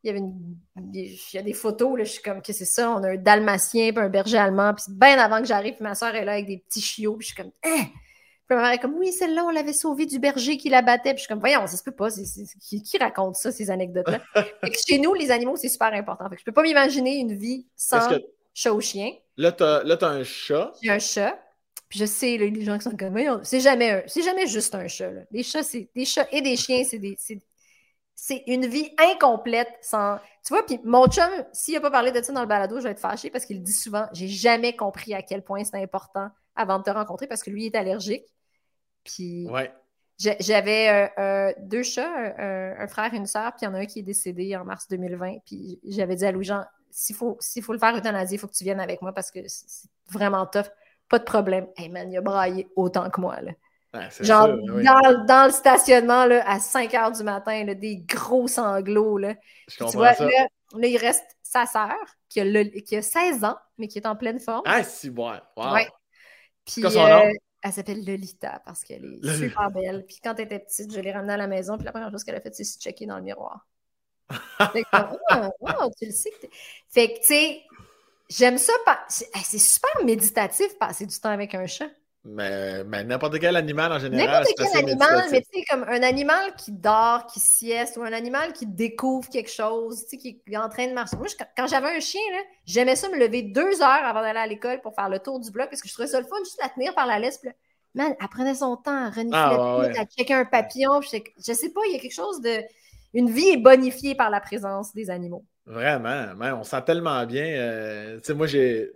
Il y a des photos, là, je suis comme, que c'est ça, on a un dalmatien puis un berger allemand, puis bien avant que j'arrive, puis ma soeur est là avec des petits chiots, puis je suis comme, hein? Puis ma mère est comme, oui, celle-là, on l'avait sauvée du berger qui la battait, puis je suis comme, voyons, ça se peut pas, qui raconte ça, ces anecdotes-là? Fait que chez nous, les animaux, c'est super important. Fait que je peux pas m'imaginer une vie sans chat ou chien. Là, t'as un chat. J'ai un chat. Puis je sais, là, les gens qui sont comme, voyons, c'est jamais juste un chat, là. Les chats, des chats et des chiens, c'est une vie incomplète sans... Tu vois, puis mon chum, s'il n'a pas parlé de ça dans le balado, je vais être fâchée parce qu'il le dit souvent. J'ai jamais compris à quel point c'est important avant de te rencontrer parce que lui, il est allergique. Puis J'avais deux chats, un frère et une sœur, puis il y en a un qui est décédé en mars 2020. Puis j'avais dit à Louis-Jean, s'il faut le faire euthanasier, il faut que tu viennes avec moi parce que c'est vraiment tough. Pas de problème. Hey man, il a braillé autant que moi. Là. Genre, sûr, oui. dans le stationnement, là, à 5 h du matin, là, des gros sanglots. Là. Je comprends tu vois, ça. là, il reste sa sœur, qui a 16 ans, mais qui est en pleine forme. Ah, si, ouais. Wow. Ouais. Puis, son nom? elle s'appelle Lolita parce qu'elle est super belle. Puis quand elle était petite, je l'ai ramenée à la maison. Puis la première chose qu'elle a fait, c'est se checker dans le miroir. Fait que, wow, tu le sais. Fait que, tu sais, j'aime ça. C'est super méditatif passer du temps avec un chat. Mais n'importe quel animal en général. N'importe quel animal, mais tu sais, comme un animal qui dort, qui sieste, ou un animal qui découvre quelque chose, tu sais, qui est en train de marcher. Moi, quand j'avais un chien, là, j'aimais ça me lever 2 heures avant d'aller à l'école pour faire le tour du bloc, parce que je trouvais ça le fun, juste la tenir par la laisse. Puis là, man, elle prenait son temps, elle reniflait, elle checkait un papillon. Je sais pas, il y a quelque chose de... Une vie est bonifiée par la présence des animaux. Vraiment, on sent tellement bien. Tu sais, moi, j'ai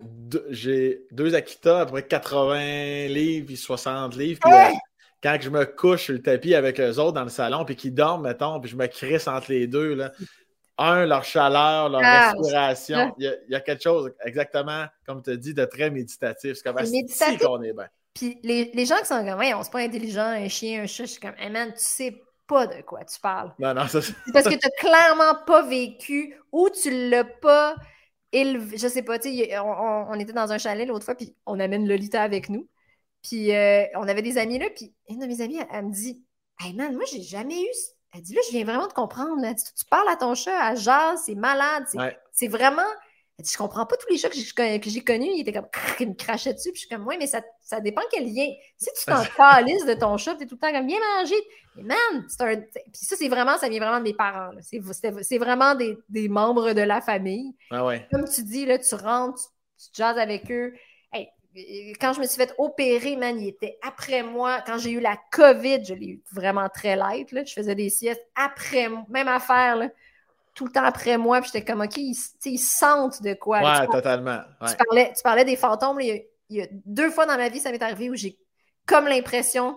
deux Akita, à peu près 80 livres et 60 livres. Puis quand je me couche sur le tapis avec eux autres dans le salon, puis qu'ils dorment, mettons, puis je me crisse entre les deux, là. Leur chaleur, leur respiration. Il y a quelque chose, exactement, comme tu as dit, de très méditatif. C'est comme méditatif qu'on est bien. Puis les gens qui sont comme, ouais, on se pas intelligent, un chien, un chat, je suis comme, hey man, tu sais pas de quoi tu parles. Non, ça c'est parce que tu n'as clairement pas vécu ou tu l'as pas élevé. Je sais pas, tu sais, on était dans un chalet l'autre fois, puis on amène Lolita avec nous. Puis on avait des amis là, puis une de mes amies, elle me dit, hey man, moi, j'ai jamais eu. Elle dit, là, je viens vraiment de comprendre. Là. Tu parles à ton chat, à jase, c'est malade. C'est vraiment. Elle dit, je comprends pas tous les chats que j'ai connus. Il était comme, il me crachait dessus. Puis je suis comme, oui, mais ça dépend quel lien. Si tu t'en calisses de ton chat, tu es tout le temps comme, viens manger. Mais man, Puis ça, ça vient vraiment de mes parents. C'est vraiment des membres de la famille. Ah ouais. Comme tu dis, là, tu rentres, tu jases avec eux. Hey, quand je me suis fait opérer, man, il était après moi. Quand j'ai eu la COVID, je l'ai eu vraiment très light. Là. Je faisais des siestes après moi. Même affaire, là. Tout le temps après moi, puis j'étais comme, OK, ils sentent de quoi. Ouais, totalement. Ouais. Tu parlais des fantômes. Là, il y a 2 fois dans ma vie, ça m'est arrivé où j'ai comme l'impression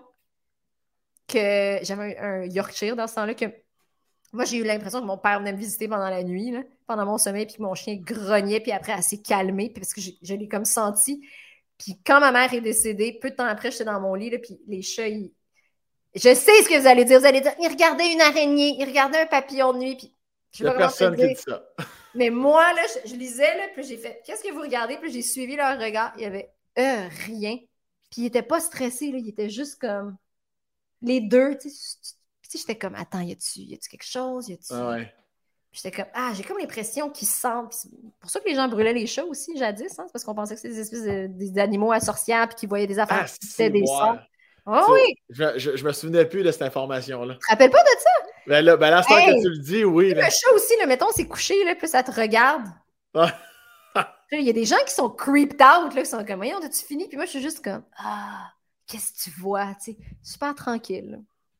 que j'avais un Yorkshire dans ce temps-là, que moi, j'ai eu l'impression que mon père venait me visiter pendant la nuit, là, pendant mon sommeil, puis que mon chien grognait, puis après, elle s'est calmée, puis parce que je l'ai comme senti. Puis quand ma mère est décédée, peu de temps après, j'étais dans mon lit, là, puis les chats, je sais ce que vous allez dire. Vous allez dire, ils regardaient une araignée, ils regardaient un papillon de nuit, puis il n'y a personne qui dit ça. Mais moi, là, je lisais, là, puis j'ai fait, qu'est-ce que vous regardez? Puis j'ai suivi leur regard. Il y avait rien. Puis ils n'étaient pas stressés, là. Ils étaient juste comme les deux. Tu sais, j'étais comme, attends, y a-tu quelque chose? Ouais. J'étais comme, j'ai comme l'impression qu'ils sentent. C'est pour ça que les gens brûlaient les chats aussi, jadis, hein? C'est parce qu'on pensait que c'était des espèces d'animaux à sorcières puis qu'ils voyaient des affaires qui étaient des sons. Oh oui! Je me souvenais plus de cette information-là. Tu te rappelles pas de ça? Ben là, que tu le dis, oui. Le chat aussi, là, mettons, c'est couché, là, puis ça te regarde. Il y a des gens qui sont creeped out, là, qui sont comme, voyons, as-tu fini? Puis moi, je suis juste comme, qu'est-ce que tu vois? T'sais, super tranquille.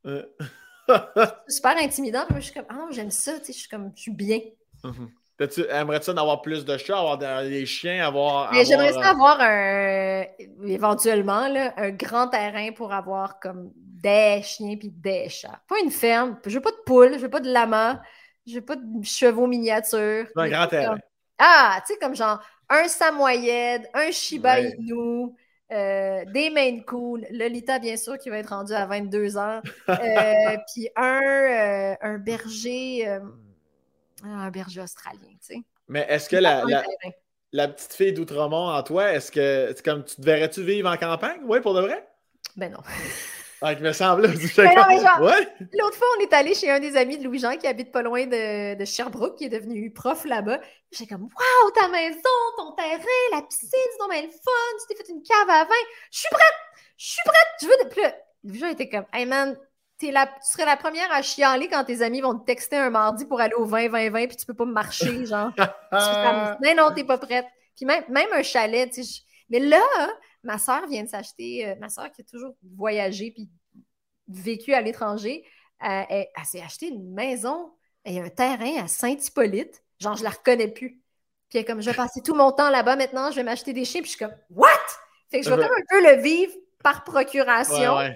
Super intimidant. Puis moi, je suis comme, non, j'aime ça. Je suis bien. Aimerais-tu en avoir plus de chats, avoir des chiens, J'aimerais ça avoir éventuellement là, un grand terrain pour avoir comme des chiens puis des chats. Pas une ferme. Je veux pas de poules, je veux pas de lamas, je veux pas de chevaux miniatures. Un grand terrain. Tu sais, comme genre un samoyed, un Shiba Inu, des Maine Coon, Lolita, bien sûr, qui va être rendu à 22 ans, puis un berger... un berger australien, tu sais. Mais est-ce que la petite fille d'Outremont en toi, est-ce que c'est comme tu te verrais-tu vivre en campagne? Oui, pour de vrai? Ben non. Il me semble. L'autre fois, on est allé chez un des amis de Louis-Jean qui habite pas loin de Sherbrooke, qui est devenu prof là-bas. J'étais comme, waouh, ta maison, ton terrain, la piscine, c'est donc bien le fun, tu t'es fait une cave à vin. Je suis prête, je veux. Puis là, Louis-Jean était comme, hey man, tu serais la première à chialer quand tes amis vont te texter un mardi pour aller au 20-20-20 puis tu peux pas marcher, genre. Non, t'es pas prête. Puis même un chalet, tu sais. Mais là, ma soeur vient de s'acheter, ma soeur qui a toujours voyagé puis vécu à l'étranger, elle s'est acheté une maison et un terrain à Saint-Hippolyte. Genre, je la reconnais plus. Puis elle est comme, je vais passer tout mon temps là-bas maintenant, je vais m'acheter des chiens. Puis je suis comme, what? Fait que je vais comme un peu le vivre par procuration. Ouais.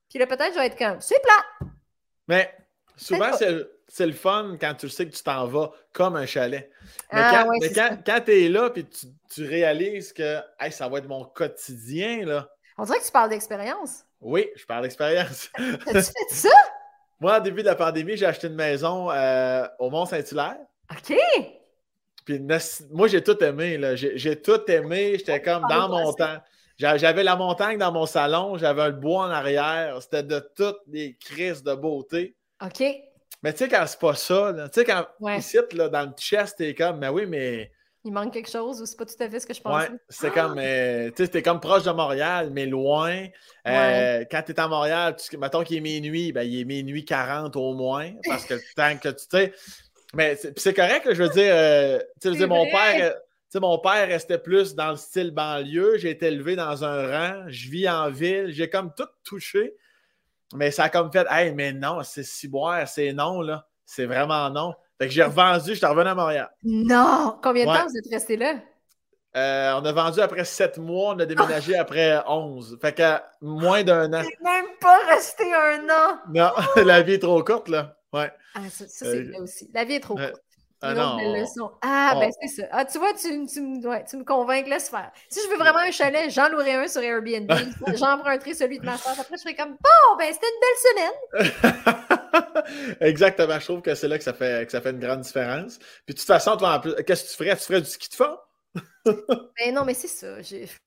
Puis là, peut-être, je vais être comme, c'est plat! Mais souvent, c'est le fun quand tu sais que tu t'en vas comme un chalet. Mais quand tu es là, puis tu réalises que hey, ça va être mon quotidien, là. On dirait que tu parles d'expérience. Oui, je parle d'expérience. T'as-tu fait ça? Moi, au début de la pandémie, j'ai acheté une maison au Mont-Saint-Hilaire. OK! Puis moi, j'ai tout aimé. Là. J'ai tout aimé. J'étais comme dans mon temps. J'avais la montagne dans mon salon. J'avais le bois en arrière. C'était de toutes les crises de beauté. OK. Mais tu sais, quand c'est pas ça, tu sais, quand ici, là, dans le chest, t'es comme, mais oui, mais... Il manque quelque chose ou c'est pas tout à fait ce que je pensais? Ouais, c'est comme, tu sais, t'es comme proche de Montréal, mais loin. Quand t'es à Montréal, mettons qu'il est minuit, ben, il est minuit 40 au moins, parce que tant que tu sais... Mais c'est correct, là, je veux dire, mon père restait plus dans le style banlieue, j'ai été élevé dans un rang, je vis en ville, j'ai comme tout touché, mais ça a comme fait, hey, mais non, c'est ciboire, c'est non, là, c'est vraiment non. Fait que j'ai revendu, j'étais revenu à Montréal. Non! Combien de temps vous êtes resté là? On a vendu après 7 mois, on a déménagé après 11. Fait que moins d'un an. C'est même pas resté un an! Non, la vie est trop courte, là. Ouais. Ah, ça c'est vrai aussi. La vie est trop courte. Non, leçon. Ben c'est ça. Ah, tu vois, tu me convaincs, laisse faire. Si je veux vraiment un chalet, j'en louerai un sur Airbnb. J'emprunterai celui de ma soeur. Après, je serai comme, bon, ben c'était une belle semaine. Exactement. Je trouve que c'est là que ça fait une grande différence. Puis de toute façon, toi, qu'est-ce que tu ferais? Tu ferais du ski de fond? Ben non, mais c'est ça.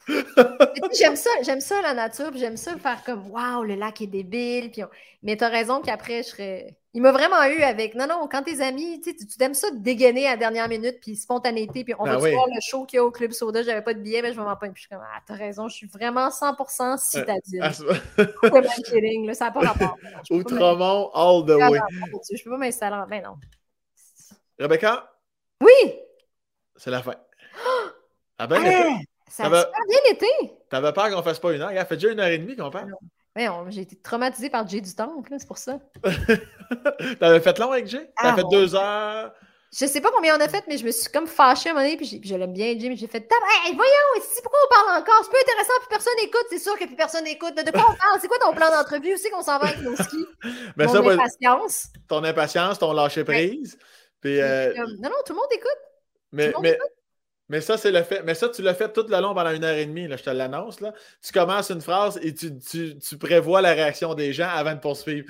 J'aime ça la nature, puis j'aime ça faire comme waouh, le lac est débile. Puis mais t'as raison qu'après, je serais. Il m'a vraiment eu avec. Non, quand tes amis, tu aimes ça dégainer à la dernière minute, puis spontanéité, puis on va voir le show qu'il y a au Club Soda, j'avais pas de billet, mais je vais m'en prendre. Puis je suis comme, ah, t'as raison, je suis vraiment 100% citadine. C'est pas kidding, là, ça n'a pas rapport. Outremont, all the way. Je peux pas m'installer en. Ben non. Rebecca? Oui! C'est la fin. Ah ben, ça a super bien été. T'avais peur qu'on fasse pas une heure? Il a fait déjà 1h30 qu'on parle. J'ai été traumatisée par Jay du Temple, c'est pour ça. T'avais fait long avec Jay? T'as fait 2 heures? Je sais pas combien on a fait, mais je me suis comme fâchée à un moment donné, puis je l'aime bien, Jay, mais j'ai fait hey, voyons, pourquoi on parle encore? C'est pas intéressant, puis personne n'écoute, c'est sûr que plus personne n'écoute. De quoi on parle? C'est quoi ton plan d'entrevue? Où c'est qu'on s'en va avec nos skis? Mais Mon impatience. Ton impatience, ton lâcher prise. Puis, non, tout le monde écoute. Mais ça, c'est le fait. Mais ça, tu l'as fait tout le long pendant 1h30, là, je te l'annonce. Là. Tu commences une phrase et tu prévois la réaction des gens avant de poursuivre.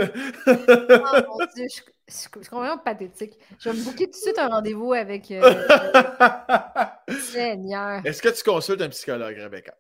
Oh mon Dieu, je suis complètement pathétique. Je vais me booker tout de suite un rendez-vous avec Seigneur. Est-ce que tu consultes un psychologue, Rebecca?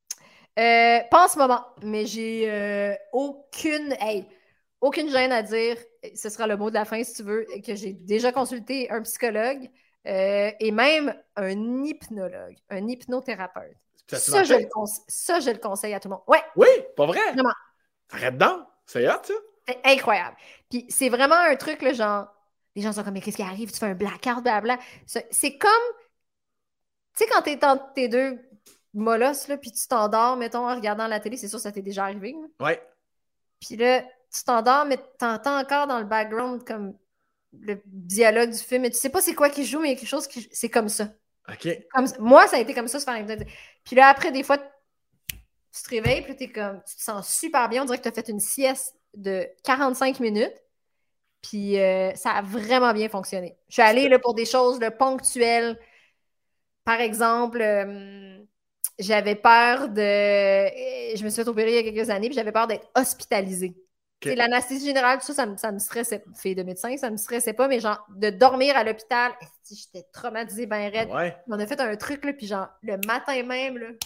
Pas en ce moment, mais j'ai aucune gêne à dire. Ce sera le mot de la fin, si tu veux, que j'ai déjà consulté un psychologue. Et même un hypnologue, un hypnothérapeute. Ça, je le conseille à tout le monde. Ouais. Oui, pas vrai? Vraiment. Arrête donc. C'est hot, ça? C'est incroyable. Puis c'est vraiment un truc, là, genre, les gens sont comme, mais qu'est-ce qui arrive? Tu fais un blackout, blabla. C'est comme, tu sais, quand t'es dans tes deux molosses, là, puis tu t'endors, mettons, en regardant la télé, c'est sûr que ça t'est déjà arrivé. Oui. Puis là, tu t'endors, mais t'entends encore dans le background comme le dialogue du film, et tu sais pas c'est quoi qui joue, mais il y a quelque chose qui... C'est comme ça. OK. Moi, ça a été comme ça, Puis là, après, des fois, tu te réveilles, puis tu te sens super bien. On dirait que tu as fait une sieste de 45 minutes. Puis ça a vraiment bien fonctionné. Je suis allée là, pour des choses ponctuelles. Par exemple, j'avais peur de... Je me suis fait opérer il y a quelques années, puis j'avais peur d'être hospitalisée. Okay. L'anesthésie générale, tout ça me stressait. Fille de médecin, ça me stressait pas, mais genre, de dormir à l'hôpital, j'étais traumatisée bien raide. Ouais. On a fait un truc, là, puis genre, le matin même, là,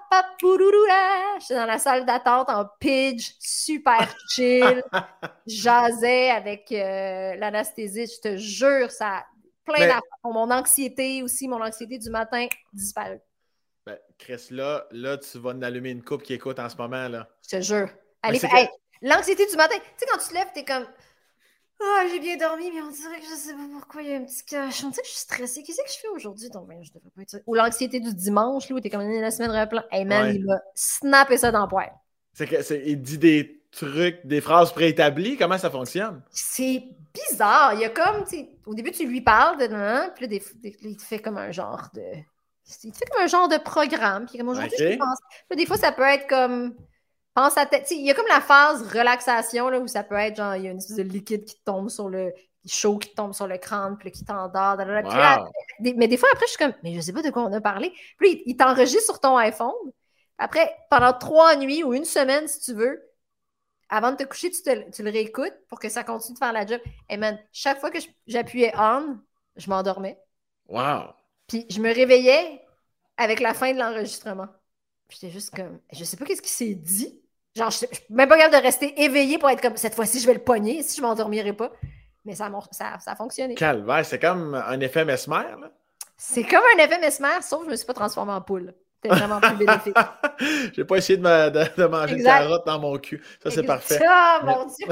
j'étais dans la salle d'attente en pidge, super chill, jasais avec l'anesthésiste, je te jure, ça a plein d'affaires. Mon anxiété aussi, mon anxiété du matin, disparu. Ben, Chris, là, tu vas en allumer une coupe qui écoute en ce moment, là. Je te jure. Allez, l'anxiété du matin, tu sais, quand tu te lèves, t'es comme ah, j'ai bien dormi, mais on dirait que je sais pas pourquoi il y a un petit cache. On dirait que je suis stressée. Qu'est-ce que je fais aujourd'hui? Donc, je devrais pas être ça. Ou l'anxiété du dimanche, là, où t'es comme la semaine replan. Hey man, il m'a snappé ça dans le poêle. Il dit des trucs, des phrases préétablies. Comment ça fonctionne? C'est bizarre. Il y a comme, tu sais, au début, tu lui parles de puis là, il te fait comme un genre de. Il te fait comme un genre de programme. Puis comme aujourd'hui, je pense. Là, des fois, ça peut être comme. pense à il y a comme la phase relaxation là, où ça peut être genre, il y a une espèce de liquide qui tombe sur le chaud, qui tombe sur le crâne, puis là, qui t'endort. Puis là, mais des fois, après, je suis comme, mais je sais pas de quoi on a parlé. Puis il t'enregistre sur ton iPhone. Après, pendant 3 nuits ou une semaine, si tu veux, avant de te coucher, tu le réécoutes pour que ça continue de faire la job. Et man, chaque fois que j'appuyais on, je m'endormais. Wow! Puis je me réveillais avec la fin de l'enregistrement. J'étais juste comme, je sais pas qu'est-ce qui s'est dit. Genre, je suis même pas capable de rester éveillé pour être comme, cette fois-ci, je vais le pogner si je m'endormirai pas. Mais ça a fonctionné. Calvaire, c'est comme un effet Mesmer, là. C'est comme un effet Mesmer, sauf que je me suis pas transformée en poule. C'était vraiment plus bénéfique. J'ai pas essayé de manger une carotte dans mon cul. Ça, c'est parfait. Ah, mon Dieu!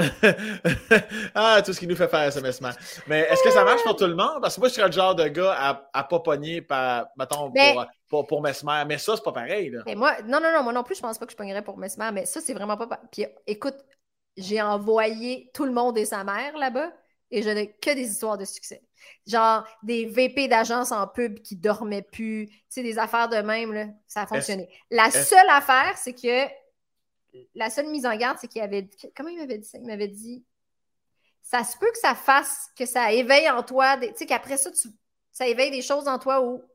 Ah, tout ce qui nous fait faire ce Mesmer. Mais est-ce que ça marche pour tout le monde? Parce que moi, je serais le genre de gars à pas pogner, mettons, pour Mesmer. Mais ça, c'est pas pareil, là. Mais moi, non, moi non plus, je pense pas que je pognerais pour Mesmer, mais ça, c'est vraiment pas... Puis écoute, j'ai envoyé tout le monde et sa mère là-bas, et je n'ai que des histoires de succès. Genre, des VP d'agence en pub qui dormaient plus, tu sais, des affaires de même, là, ça a fonctionné. La seule affaire, c'est que la seule mise en garde, c'est qu'il avait... Comment il m'avait dit ça? Il m'avait dit, ça se peut que ça fasse, que ça éveille en toi, tu sais, qu'après ça, ça éveille des choses en toi où,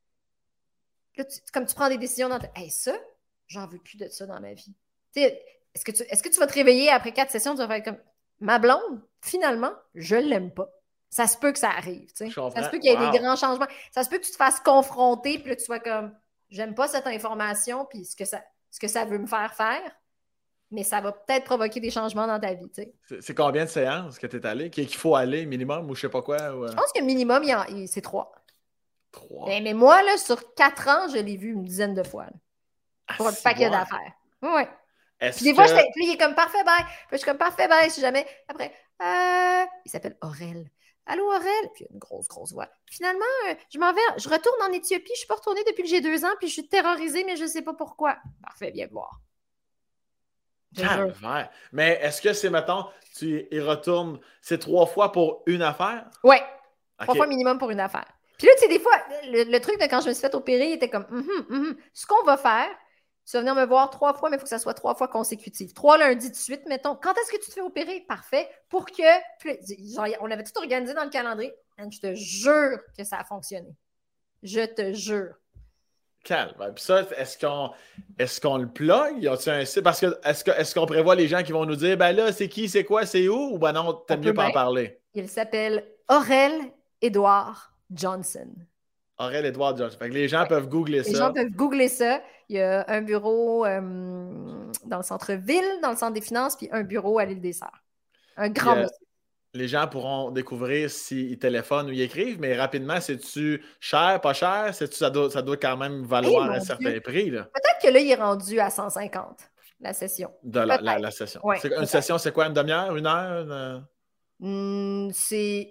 là, comme tu prends des décisions dans ta... Hey, ça, j'en veux plus de ça dans ma vie. Tu sais, est-ce que tu vas te réveiller après 4 sessions, tu vas faire comme, ma blonde, finalement, je l'aime pas. Ça se peut que ça arrive, tu sais. Ça se peut qu'il y ait des grands changements. Ça se peut que tu te fasses confronter, puis là, tu sois comme, j'aime pas cette information, puis ce que ça veut me faire faire, mais ça va peut-être provoquer des changements dans ta vie, tu sais. C'est combien de séances que tu es allé? Qu'il faut aller minimum ou je sais pas quoi? Ou... Je pense que minimum, c'est 3. 3? Mais moi, là, sur 4 ans, je l'ai vu une dizaine de fois. Là, pour un paquet d'affaires. Oui. Puis des fois, puis il est comme parfait, bye. Puis je suis comme parfait, bye, si jamais. Après, il s'appelle Aurel. Allô, Aurel? Puis une grosse voix. Finalement, je retourne en Éthiopie. Je suis pas retournée depuis que j'ai 2 ans, puis je suis terrorisée, mais je sais pas pourquoi. Parfait, viens voir. Calvaire. Mais est-ce que c'est, mettons, tu y retournes, c'est 3 fois pour une affaire? Oui. 3 fois minimum pour une affaire. Puis là, tu sais, des fois, le truc de quand je me suis fait opérer, il était comme, ce qu'on va faire, tu vas venir me voir 3 fois, mais il faut que ça soit 3 fois consécutives. 3 lundis de suite, mettons. Quand est-ce que tu te fais opérer? Parfait. Pour que... Genre, on avait tout organisé dans le calendrier. And je te jure que ça a fonctionné. Je te jure. Calme. Puis ça, est-ce qu'on le plug? Y a-t-il un site? Parce que est-ce qu'on prévoit les gens qui vont nous dire, ben là, c'est qui, c'est quoi, c'est où? Ou ben non, t'aimes mieux pas en parler? Il s'appelle Aurel-Édouard Johnson. Aurel-Édouard Johnson. Fait que les gens peuvent googler ça. Les gens peuvent googler ça. Il y a un bureau dans le centre-ville, dans le centre des finances, puis un bureau à l'île des Sœurs. Un grand monsieur. Les gens pourront découvrir s'ils téléphonent ou ils écrivent, mais rapidement, c'est-tu cher, pas cher? Ça doit quand même valoir un certain prix. Peut-être que là, il est rendu à 150, la session. La session. Ouais, une session, c'est quoi? Une demi-heure? Une heure? C'est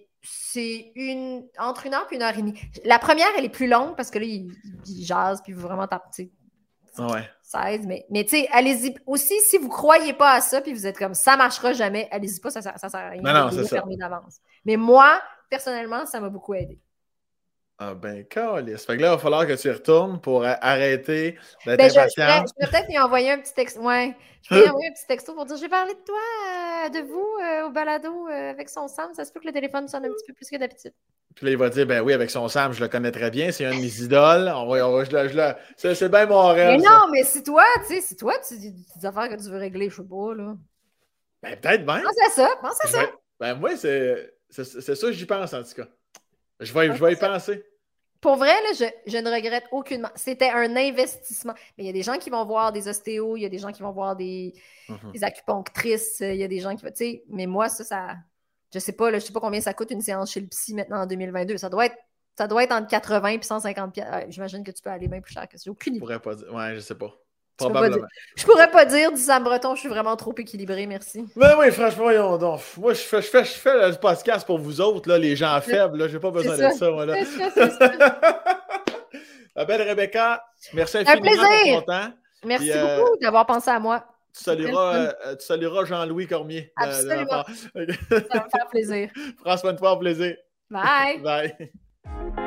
entre 1 heure et 1h30. La première, elle est plus longue parce que là, il jase puis vraiment taper. Ouais. 16, mais tu sais, allez-y. Aussi, si vous ne croyez pas à ça puis vous êtes comme ça ne marchera jamais, allez-y pas, ça sert à rien. Non, c'est ça. D'avance. Mais moi, personnellement, ça m'a beaucoup aidé. Ah ben, câlisse. Fait que là, il va falloir que tu y retournes pour arrêter d'être impatient. Je vais peut-être lui envoyer un petit texto. Ouais. Je vais lui envoyer un petit texto pour dire j'ai parlé de toi, de vous, au balado avec son Sam. Ça se peut que le téléphone sonne un petit peu plus que d'habitude. Puis là, il va dire, ben oui, avec son Sam, je le connais très bien. C'est un de mes idoles. C'est bien mon rêve. Mais non, mais si toi, tu dis des affaires que tu veux régler, je sais pas, là. Ben peut-être bien. Pense à ça. Ben moi, c'est ça que j'y pense, en tout cas. Je vais y penser. Pour vrai, là, je ne regrette aucunement. C'était un investissement. Mais il y a des gens qui vont voir des ostéos, il y a des gens qui vont voir des acupunctrices, il y a des gens qui vont, tu sais, mais moi, ça, je sais pas, là, je sais pas combien ça coûte une séance chez le psy maintenant en 2022. Ça doit être entre 80 et 150 $. J'imagine que tu peux aller bien plus cher que ça. J'ai aucune idée. Je pourrais pas dire. Ouais, je sais pas. Probablement. Je pourrais pas dire, dit Sam Breton, je suis vraiment trop équilibré, merci. Ben oui, franchement, voyons donc. Moi, je fais le podcast pour vous autres, là, les gens faibles. Là, j'ai pas besoin de ça, moi. Là. C'est ça. La belle Rebecca, merci infiniment pour ton temps. Merci beaucoup d'avoir pensé à moi. Tu salueras Jean-Louis Cormier. Absolument. Ça va me faire plaisir. Prends soin de toi, au plaisir. Bye. Bye.